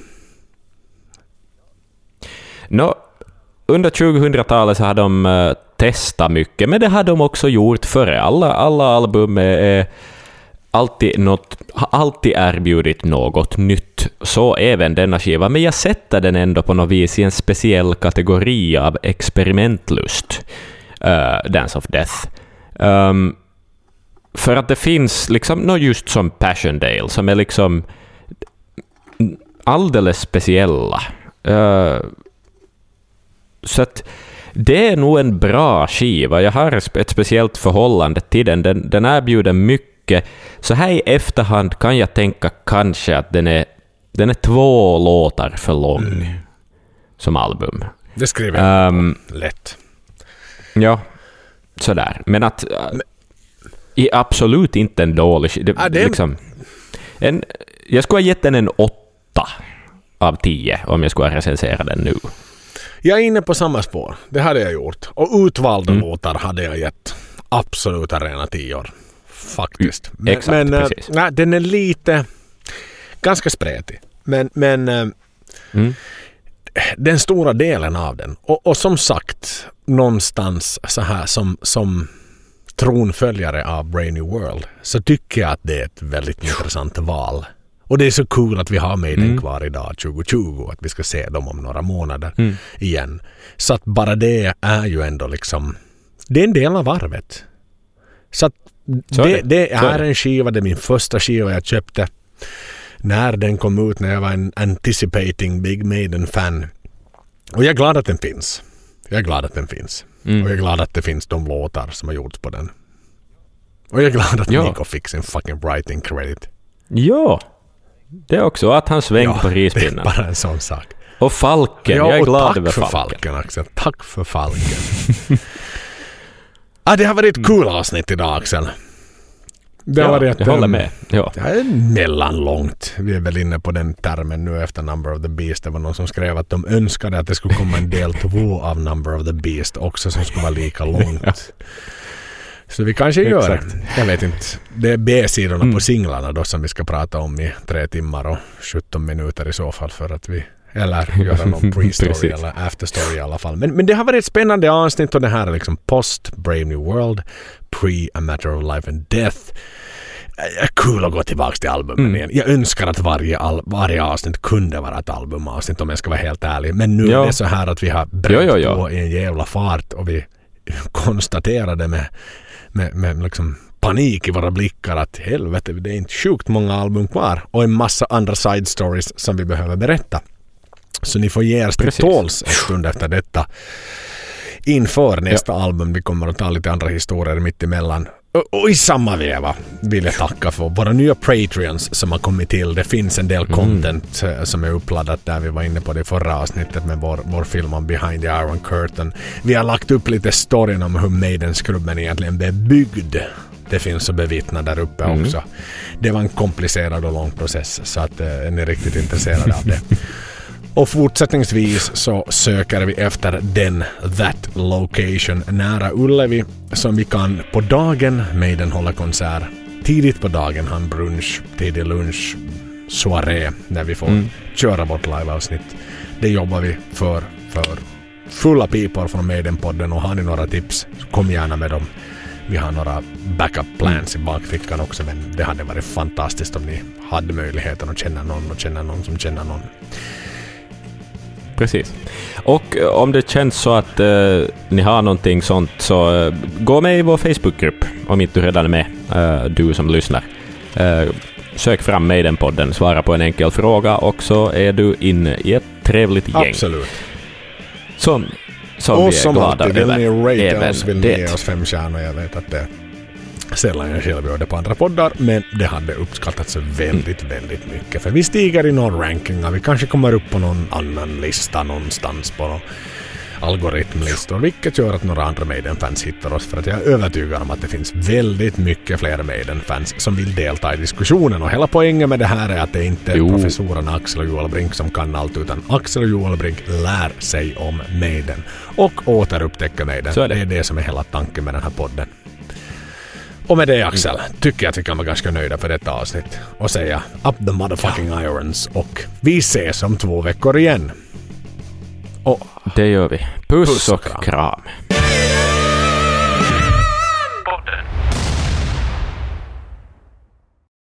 Nå, under tjugohundratalet så har de uh, testat mycket, men det har de också gjort före. Alla, alla album är, är alltid, något, har alltid erbjudit något nytt. Så även denna skiva. Men jag sätter den ändå på något vis i en speciell kategori av experimentlust. Uh, Dance of Death. Um, för att det finns liksom något just som Passchendaele som är liksom alldeles speciella. Uh, så att det är nog en bra skiva. Jag har ett speciellt förhållande till den. Den, den erbjuder mycket. Så här i efterhand kan jag tänka kanske att den är, den är två låtar för lång mm. som album. Det skriver jag um, lätt. Ja, sådär. Men att Men, är absolut inte en dålig skiva. Ah, det... liksom, en, jag skulle ha gett den en åtta av tio om jag skulle recensera den nu. Jag är inne på samma spår. Det hade jag gjort. Och utvalda mm. låtar hade jag gett absoluta rena tior. Faktiskt. Mm, exakt, men men precis. Nej, den är lite ganska spretig. Men, men mm. den stora delen av den. Och, och som sagt, någonstans så här som, som tronföljare av Brave New World så tycker jag att det är ett väldigt intressant val. Och det är så cool att vi har med den mm. kvar idag tjugo tjugo. Att vi ska se dem om några månader mm. igen. Så att bara det är ju ändå liksom... Det är en del av varvet. Så att så det, är det. det är, är det. en skiva. Det är min första skiva jag köpte. När den kom ut. När jag var en anticipating Big Maiden-fan. Och jag är glad att den finns. Jag är glad att den finns. Mm. Och jag är glad att det finns de låtar som har gjorts på den. Och jag är glad att ja. Nico fick sin fucking writing credit. Ja. Det är också att han svängde ja, på rispinnen. Det är bara en sån sak. Och Falken, ja, jag är glad tack över för Falken. Falken Axel. Tack för Falken. ah, det har varit ett kul avsnitt idag, Axel. Det ja, har varit jag håller med. Ja. Det är mellanlångt. Vi är väl inne på den termen nu efter Number of the Beast. Det var någon som skrev att de önskade att det skulle komma en del två av Number of the Beast också som skulle vara lika långt. ja. Så vi kanske gör det. Jag vet inte. Det är B-sidorna mm. på singlarna då som vi ska prata om i tre timmar och sjutton minuter i så fall för att vi eller göra någon pre-story eller after-story i alla fall. Men, men det har varit ett spännande avsnitt och det här är liksom post Brave New World, pre A Matter of Life and Death. Det är kul att gå tillbaka till albumen mm. igen. Jag önskar att varje, al- varje avsnitt kunde vara ett albumavsnitt om jag ska vara helt ärlig. Men nu ja. är det så här att vi har bränt ja, ja, ja. på i en jävla fart och vi konstaterade med med, med liksom panik i våra blickar att helvete, det är inte sjukt många album kvar och en massa andra side stories som vi behöver berätta. Så ni får ge er till tåls en stund efter detta. Inför nästa ja. album vi kommer att ta lite andra historier mitt emellan. Och, och i samma veva vill jag tacka för våra nya Patreons som har kommit till. Det finns en del mm. content som är uppladdat där vi var inne på det förra avsnittet med vår, vår film om Behind the Iron Curtain. Vi har lagt upp lite storyn om hur Maiden-skrubben egentligen blev byggd. Det finns att bevittna där uppe mm. också. Det var en komplicerad och lång process så att eh, är ni riktigt intresserade av det. Och fortsättningsvis så söker vi efter den that location nära Ullevi som vi kan på dagen med den hålla konsert. Tidigt på dagen han brunch, tidig lunch, soaré när vi får mm. köra vårt liveavsnitt. Det jobbar vi för för fulla pipor från Maiden-podden och har ni några tips så kom gärna med dem. Vi har några backup plans mm. i bakfickan också men det hade varit fantastiskt om ni hade möjligheten att känna någon och känna någon som känner någon. Precis. Och om det känns så att uh, ni har någonting sånt så uh, gå med i vår Facebookgrupp om inte du redan är med, uh, du som lyssnar. Uh, sök fram Maiden-podden, svara på en enkel fråga och så är du inne i ett trevligt gäng. Absolut. Som, som och vi är som glada alltid, över. Vill ni rate Även oss, vill ni det. ge oss fem stjärnor, jag vet att det sällan jag själv gör det på andra poddar, men det hade uppskattats väldigt, väldigt mycket. För vi stiger i någon ranking och vi kanske kommer upp på någon annan lista någonstans på någon algoritmlistor, vilket gör att några andra Maiden-fans hittar oss, för att jag är övertygad om att det finns väldigt mycket fler Maiden-fans som vill delta i diskussionen, och hela poängen med det här är att det inte är jo. professorerna Axel och Joel Brink som kan allt, utan Axel och Joel Brink lär sig om Maiden och återupptäcker Maiden. Så är det. det är det som är hela tanken med den här podden. Och med det, Axel, tycker jag att vi kan vara ganska nöjda för detta avsnitt och säga up the motherfucking ja. irons, och vi ses om två veckor igen. Och det gör vi. Puss, Puss och kram. kram.